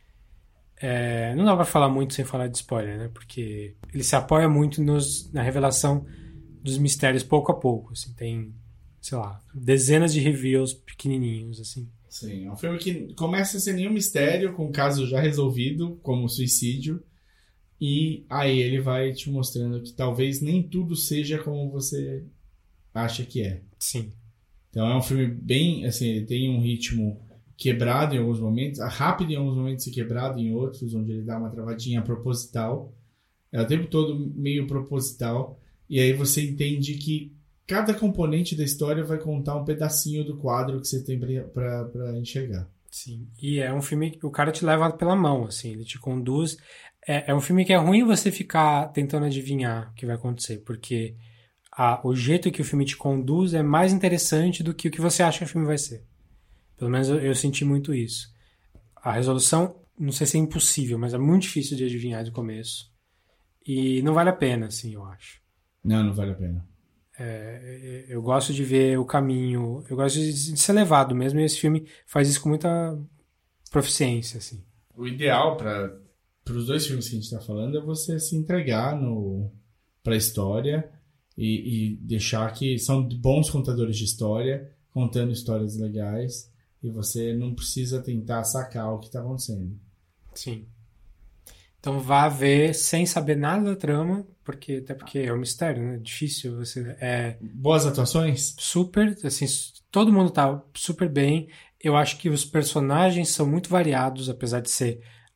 É, não dá pra falar muito sem falar de spoiler, né? Porque ele se apoia muito nos, na revelação dos mistérios pouco a pouco. Assim. Tem, sei lá, dezenas de reveals pequenininhos, assim. Sim, é um filme que começa sem nenhum mistério, com o caso já resolvido, como suicídio. E aí ele vai te mostrando que talvez nem tudo seja como você acha que é. Sim. Então é um filme bem, assim, ele tem um ritmo quebrado em alguns momentos, rápido em alguns momentos e quebrado em outros, onde ele dá uma travadinha proposital. É o tempo todo meio proposital. E aí você entende que cada componente da história vai contar um pedacinho do quadro que você tem pra, pra enxergar. Sim, e é um filme que o cara te leva pela mão, assim, ele te conduz. É, é um filme que é ruim você ficar tentando adivinhar o que vai acontecer, porque... Ah, o jeito que o filme te conduz é mais interessante do que o que você acha que o filme vai ser. Pelo menos eu, eu senti muito isso. A resolução, não sei se é impossível, mas é muito difícil de adivinhar do começo. E não vale a pena, assim, eu acho. Não, não vale a pena. É, eu gosto de ver o caminho, eu gosto de, de ser levado mesmo, e esse filme faz isso com muita proficiência, assim. O ideal para os dois filmes que a gente está falando é você se entregar no, pra história... E, e deixar que são bons contadores de história, contando histórias legais, e você não precisa tentar sacar o que está acontecendo. Sim. Então vá ver sem saber nada da trama, porque até porque é um mistério, né? Difícil você... É... Boas atuações? Super, assim, todo mundo tá super bem. Eu acho que os personagens são muito variados, apesar de ser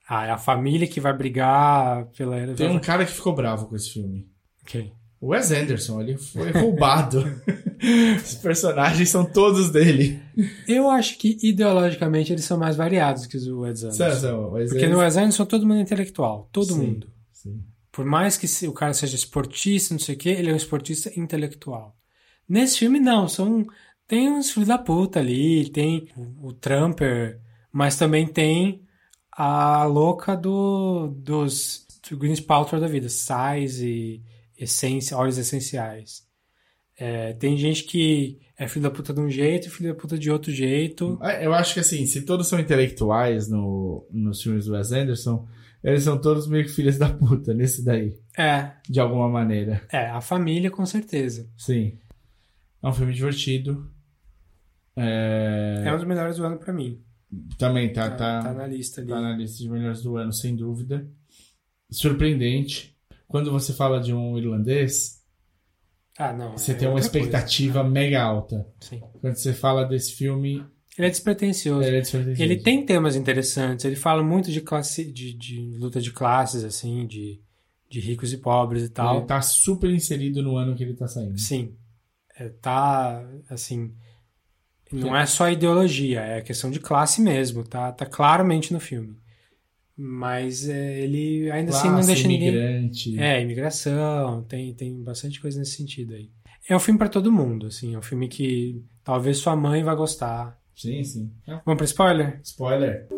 Ah, é a família que vai brigar pela... Tem um cara que ficou bravo com esse filme. Ok. O Wes Anderson, ele foi roubado. Os personagens são todos dele. Eu acho que ideologicamente eles são mais variados que os Wes Anderson. São, são, Wes Porque no Wes Anderson todo mundo é intelectual. Todo Sim, mundo. sim. Por mais que o cara seja esportista, não sei o quê, ele é um esportista intelectual. Nesse filme, não. São, tem uns filhos da puta ali, tem o, o Trumper, mas também tem a louca do, dos do Gwyneth Paltrow da vida. Sais e essência, óleos essenciais. É, tem gente que é filho da puta de um jeito e filho da puta de outro jeito. Eu acho que assim, se todos são intelectuais no, nos filmes do Wes Anderson, eles são todos meio que filhos da puta nesse daí. É. De alguma maneira. É, a família com certeza. Sim. É um filme divertido. É, é um dos melhores do ano pra mim. Também tá, tá, tá, tá na lista ali. Tá na lista de melhores do ano, sem dúvida. Surpreendente. Quando você fala de um irlandês, ah, não, você é tem uma expectativa coisa. mega alta. Sim. Quando você fala desse filme... Ele é despretensioso. Ele é despretensioso. Ele tem temas interessantes. Ele fala muito de classe, de, de luta de classes, assim, de, de ricos e pobres e tal. Ele tá super inserido no ano que ele tá saindo. Sim. É, tá, assim... Não é só ideologia, é questão de classe mesmo. Tá, tá claramente no filme. Mas é, ele ainda classe, assim não deixa imigrante. ninguém... É, imigração, tem, tem bastante coisa nesse sentido aí. É um filme pra todo mundo, assim. É um filme que talvez sua mãe vai gostar. Sim, sim. É. Vamos pra spoiler? Spoiler.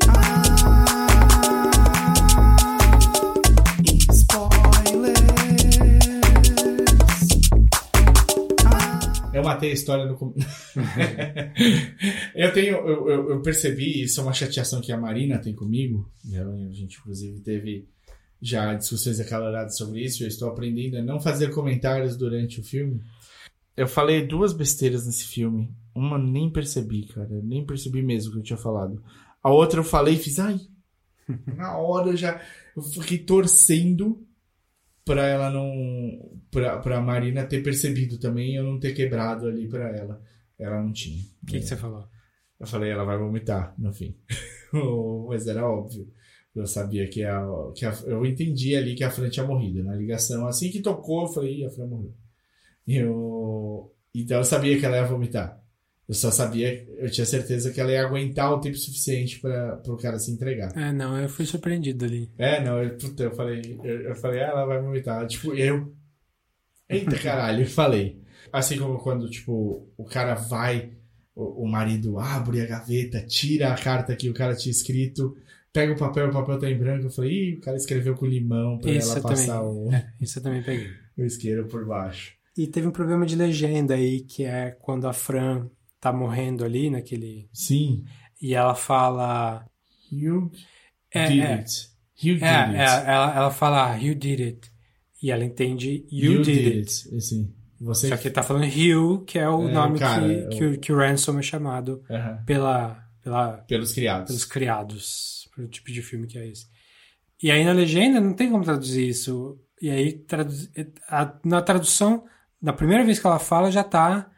Eu matei a história no começo. eu tenho, eu, eu, eu percebi, isso é uma chateação que a Marina tem comigo. A gente, inclusive, teve já discussões acaloradas sobre isso. Eu estou aprendendo a não fazer comentários durante o filme. Eu falei duas besteiras nesse filme. Uma nem percebi, cara. Eu nem percebi mesmo o que eu tinha falado. A outra eu falei e fiz, ai. Na hora eu já. Eu fiquei torcendo pra ela não. Pra, pra Marina ter percebido também e eu não ter quebrado ali pra ela. Ela não tinha. O que, que você falou? Eu falei, ela vai vomitar, no fim. Mas era óbvio. Eu sabia que a, que a. Eu entendi ali que a Fran tinha morrido. Na ligação, assim que tocou, eu falei, ih, a Fran morreu. Eu... Então eu sabia que ela ia vomitar. Eu só sabia, eu tinha certeza que ela ia aguentar o tempo suficiente para o cara se entregar. É, não, eu fui surpreendido ali. É, não, eu, puta, eu falei, eu, eu falei, ah, ela vai vomitar. Tipo, eu. Eita caralho, eu falei. Assim como quando, tipo, o cara vai, o, o marido abre a gaveta, tira a carta que o cara tinha escrito, pega o papel, o papel tá em branco. Eu falei, ih, o cara escreveu com limão pra isso ela passar também, o. É, isso eu também peguei. O isqueiro por baixo. E teve um problema de legenda aí, que é quando a Fran tá morrendo ali naquele... Sim. E ela fala... You é, did é. it. You did é, it. É, ela, ela fala, you did it. E ela entende, you, you did, did it. it. Sim. Você... Só que ele tá falando Hugh, que é o é, nome o cara, que, é o... que, o, que o Ransom é chamado uh-huh. pela, pela... Pelos criados. Pelos criados. Pelo tipo de filme que é esse. E aí na legenda não tem como traduzir isso. E aí traduz... a, na tradução... Na primeira vez que ela fala, já tá...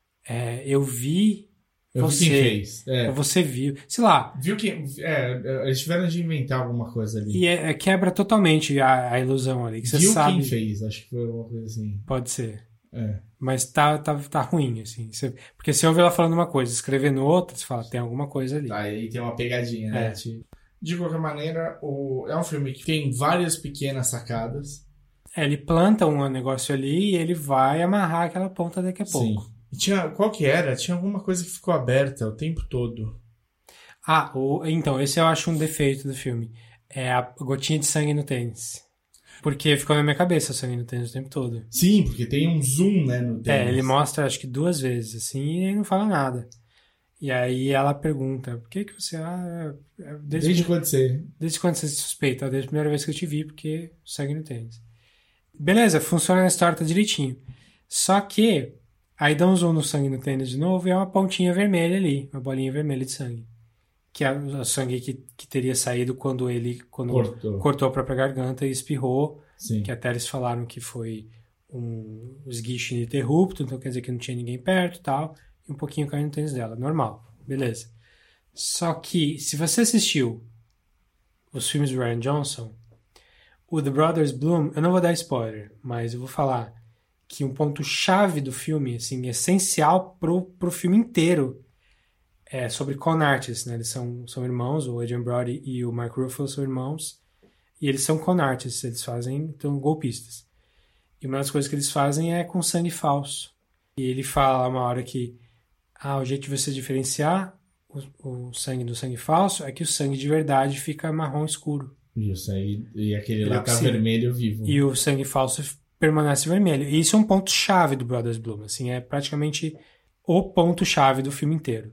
É, eu vi eu você. Vi quem fez. É. Você viu. Sei lá. Viu quem... É, eles tiveram de inventar alguma coisa ali. E é, é, quebra totalmente a, a ilusão ali. Que você viu sabe... quem fez. Acho que foi uma coisa assim. Pode ser. É. Mas tá, tá, tá ruim, assim. Você... Porque você ouve ela falando uma coisa, escrevendo outra, você fala, tem alguma coisa ali. Tá, aí tem uma pegadinha, né? É. De qualquer maneira, o... é um filme que tem várias pequenas sacadas. É, ele planta um negócio ali e ele vai amarrar aquela ponta daqui a pouco. Sim. E tinha, qual que era? Tinha alguma coisa que ficou aberta o tempo todo. Ah, o, então, esse eu acho um defeito do filme. É a gotinha de sangue no tênis. Porque ficou na minha cabeça o sangue no tênis o tempo todo. Sim, porque tem um zoom, né, no tênis. É, ele mostra acho que duas vezes, assim, e ele não fala nada. E aí ela pergunta, por que que você... Ah, desde, desde quando você... Desde quando você se suspeita? Desde a primeira vez que eu te vi, porque sangue no tênis. Beleza, funciona na história, tá direitinho. Só que, aí dá um zoom no sangue no tênis de novo e é uma pontinha vermelha ali, uma bolinha vermelha de sangue. Que é o sangue que, que teria saído quando ele quando cortou. cortou a própria garganta e espirrou. Sim. Que até eles falaram que foi um esguicho ininterrupto, então quer dizer que não tinha ninguém perto e tal. E um pouquinho caiu no tênis dela, normal, beleza. Só que, se você assistiu os filmes do Rian Johnson, o The Brothers Bloom, eu não vou dar spoiler, mas eu vou falar que um ponto-chave do filme, assim, essencial pro, pro filme inteiro, é sobre con artists, né? Eles são, são irmãos, o Adrian Brody e o Mark Ruffalo são irmãos, e eles são con artists, eles fazem, então, golpistas. E uma das coisas que eles fazem é com sangue falso. E ele fala uma hora que ah, o jeito de você diferenciar o, o sangue do sangue falso é que o sangue de verdade fica marrom escuro. Isso aí, e aquele Ele lá tá oxida. vermelho vivo. E o sangue falso permanece vermelho. E isso é um ponto-chave do Brothers Bloom. Assim, é praticamente o ponto-chave do filme inteiro.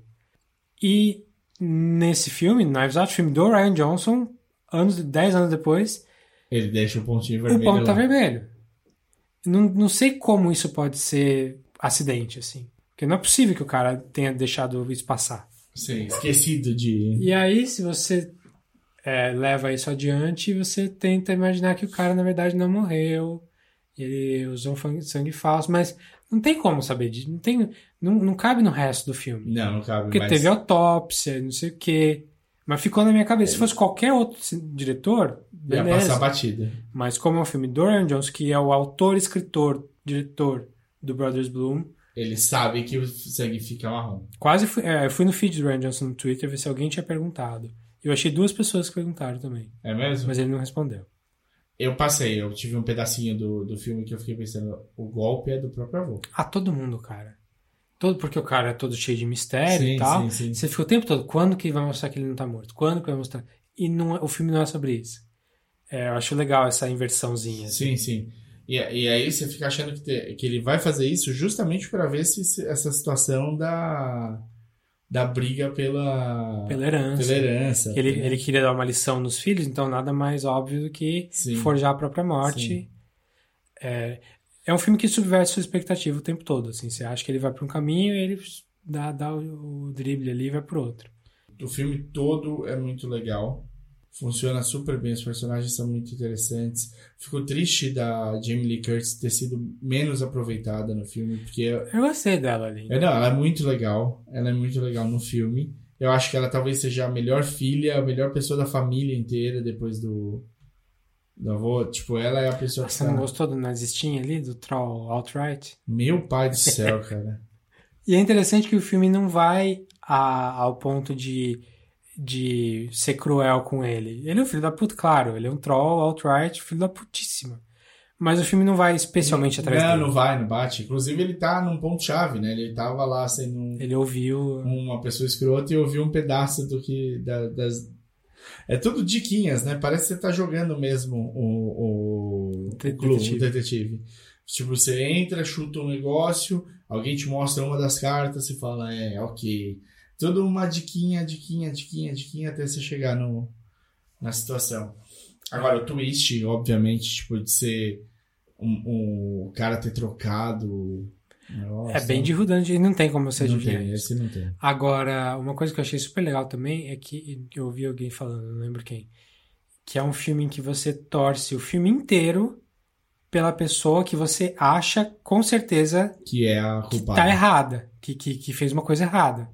E nesse filme, Knives Out, filme do Rian Johnson, anos, dez anos depois, ele deixa o pontinho vermelho. O ponto lá. tá vermelho. Não, não sei como isso pode ser acidente, assim. Porque não é possível que o cara tenha deixado isso passar. Sim, esquecido de... E aí, se você é, leva isso adiante, você tenta imaginar que o cara, na verdade, não morreu. Ele usou um sangue falso, mas não tem como saber disso. Não, tem, não, não cabe no resto do filme. Não, não cabe. Porque mas... teve autópsia, não sei o quê. Mas ficou na minha cabeça. Se fosse qualquer outro diretor, beleza. Ia passar batida. Mas como é um filme do Rian Johnson, que é o autor, escritor, diretor do Brothers Bloom, ele sabe que o sangue fica marrom. Quase fui, é, eu fui no feed do Rian Johnson no Twitter ver se alguém tinha perguntado. Eu achei duas pessoas que perguntaram também. É mesmo? Mas ele não respondeu. Eu passei, eu tive um pedacinho do, do filme que eu fiquei pensando, o golpe é do próprio avô. Ah, todo mundo, cara. Todo, porque o cara é todo cheio de mistério sim, e tal. Sim, sim. Você fica o tempo todo, quando que vai mostrar que ele não tá morto? Quando que vai mostrar? E não, o filme não é sobre isso. É, eu acho legal essa inversãozinha. Sim, sim. E, e aí você fica achando que, te, que ele vai fazer isso justamente para ver se, se essa situação da, da briga pela, pela herança. Pela herança ele, né? ele queria dar uma lição nos filhos, então nada mais óbvio do que sim. forjar a própria morte. É, é um filme que subverte sua expectativa o tempo todo. Assim, você acha que ele vai para um caminho e ele dá, dá o, o drible ali e vai para o outro. O filme todo é muito legal. Funciona super bem, os personagens são muito interessantes. Fico triste da Jamie Lee Curtis ter sido menos aproveitada no filme, porque... Eu gostei dela ali. É, não, ela é muito legal. Ela é muito legal no filme. Eu acho que ela talvez seja a melhor filha, a melhor pessoa da família inteira depois do, do avô. Tipo, ela é a pessoa que Você tá... não gostou do nazistinho ali, do Troll Outright? Meu pai do céu, cara. E é interessante que o filme não vai a, ao ponto de... de ser cruel com ele. Ele é um filho da puta, claro. Ele é um troll, outright, filho da putíssima. Mas o filme não vai especialmente atrás não, dele. Não, não vai, não bate. Inclusive, ele tá num ponto-chave, né? Ele tava lá sendo um, ele ouviu... uma pessoa escrota e ouviu um pedaço do que... Da, das... É tudo diquinhas, né? Parece que você tá jogando mesmo o, o, o clube, o detetive. Tipo, você entra, chuta um negócio, alguém te mostra uma das cartas e fala, é, ok... Tudo uma diquinha, diquinha, diquinha, diquinha até você chegar no, na situação. Agora, o twist, obviamente, tipo, de ser um, um, o cara ter trocado... Nossa, é bem de Rudante, não tem como você adivinhar. Não tem, esse não tem. Agora, uma coisa que eu achei super legal também é que eu ouvi alguém falando, não lembro quem, que é um filme em que você torce o filme inteiro pela pessoa que você acha, com certeza, que é a que culpada. tá errada, que, que, que fez uma coisa errada.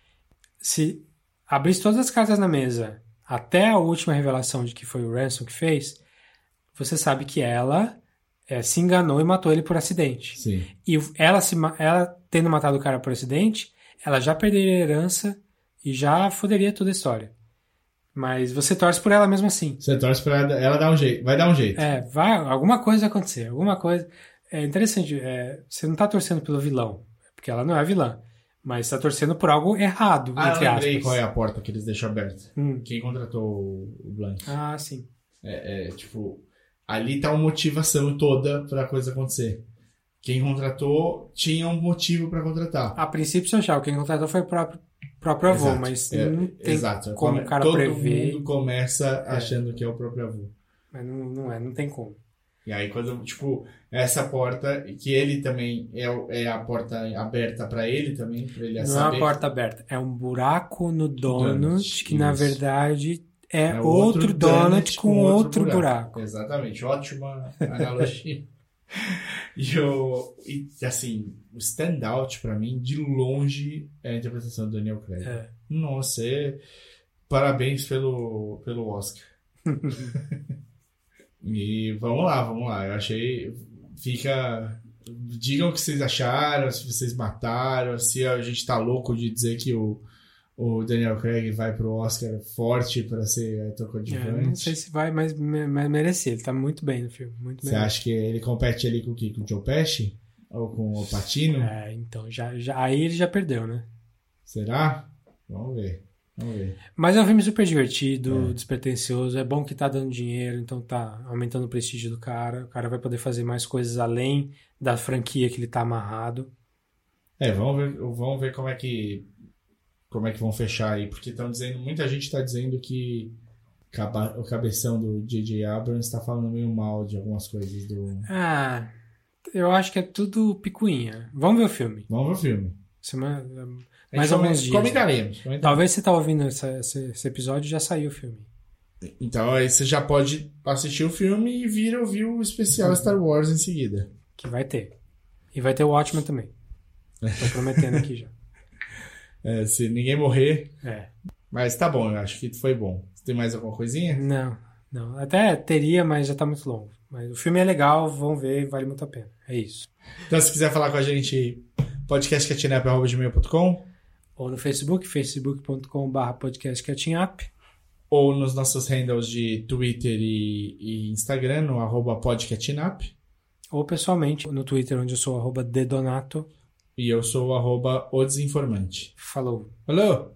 Se abrisse todas as cartas na mesa até a última revelação de que foi o Ransom que fez, você sabe que ela é, se enganou e matou ele por acidente. Sim. E ela, se, ela tendo matado o cara por acidente, ela já perderia a herança e já foderia toda a história. Mas você torce por ela mesmo assim. Você torce por ela, ela dar um jeito, vai dar um jeito. É, vai, alguma coisa vai acontecer, alguma coisa... É interessante, é, você não tá torcendo pelo vilão, porque ela não é vilã. Mas tá torcendo por algo errado, ah, entre eu lembrei aspas. qual é a porta que eles deixam aberta. Hum. Quem contratou o Blank. Ah, sim. É, é, tipo, ali tá uma motivação toda pra coisa acontecer. Quem contratou tinha um motivo pra contratar. A princípio, se eu achava, quem contratou foi o próprio, próprio avô, Exato. mas é, não tem exato. como o cara Todo prever. Todo mundo começa É. achando que é o próprio avô. Mas não, não é, não tem como. E aí, quando, tipo, essa porta, que ele também é, é a porta aberta pra ele também, pra ele Não saber. é uma porta aberta, é um buraco no donut, Donut, que na isso. verdade é, É outro donut com outro buraco. Exatamente, ótima analogia. e, o, e, assim, o standout pra mim, de longe, é a interpretação do Daniel Craig. É. Nossa, é... parabéns pelo, pelo Oscar. E vamos lá, vamos lá. Eu achei... Fica... Digam o que vocês acharam, se vocês mataram, se a gente tá louco de dizer que o, o Daniel Craig vai pro Oscar forte pra ser ator coadjuvante. É, não sei se vai, mas, mas merecer. Ele tá muito bem no filme. Muito Você bem. acha que ele compete ali com o quê? Com o Joe Pesci? Ou com o Pacino? É, então, já, já, aí ele já perdeu, né? Será? Vamos ver. Vamos ver. Mas é um filme super divertido, É. despretensioso. É bom que tá dando dinheiro, então tá aumentando o prestígio do cara. O cara vai poder fazer mais coisas além da franquia que ele tá amarrado. É, vamos ver, vamos ver como é que como é que vão fechar aí, porque estão dizendo, muita gente tá dizendo que caba- o cabeção do J J Abrams tá falando meio mal de algumas coisas do... Ah, eu acho que é tudo picuinha. Vamos ver o filme. Vamos ver o filme. Semana, A gente mais come- alguns dias. Comentaremos. comentaremos. Talvez você tá ouvindo essa- esse, esse episódio e já saiu o filme. Então aí você já pode assistir o filme e vir ouvir o especial Star Wars em seguida. Que vai ter. E vai ter o Watchmen também. Tô prometendo aqui já. É, se ninguém morrer. É. Mas tá bom, eu acho que foi bom. Você tem mais alguma coisinha? Não, não. Até teria, mas já tá muito longo. Mas o filme é legal, vão ver, vale muito a pena. É isso. Então se quiser falar com a gente, podcast catchingup arroba gmail ponto com Ou no Facebook, facebook ponto com barra podcast catchingup. ou nos nossos handles de Twitter e, e Instagram, no arroba podcatchingup. Ou pessoalmente no Twitter, onde eu sou arroba dedonato. E eu sou o arroba o desinformante. Falou. Falou!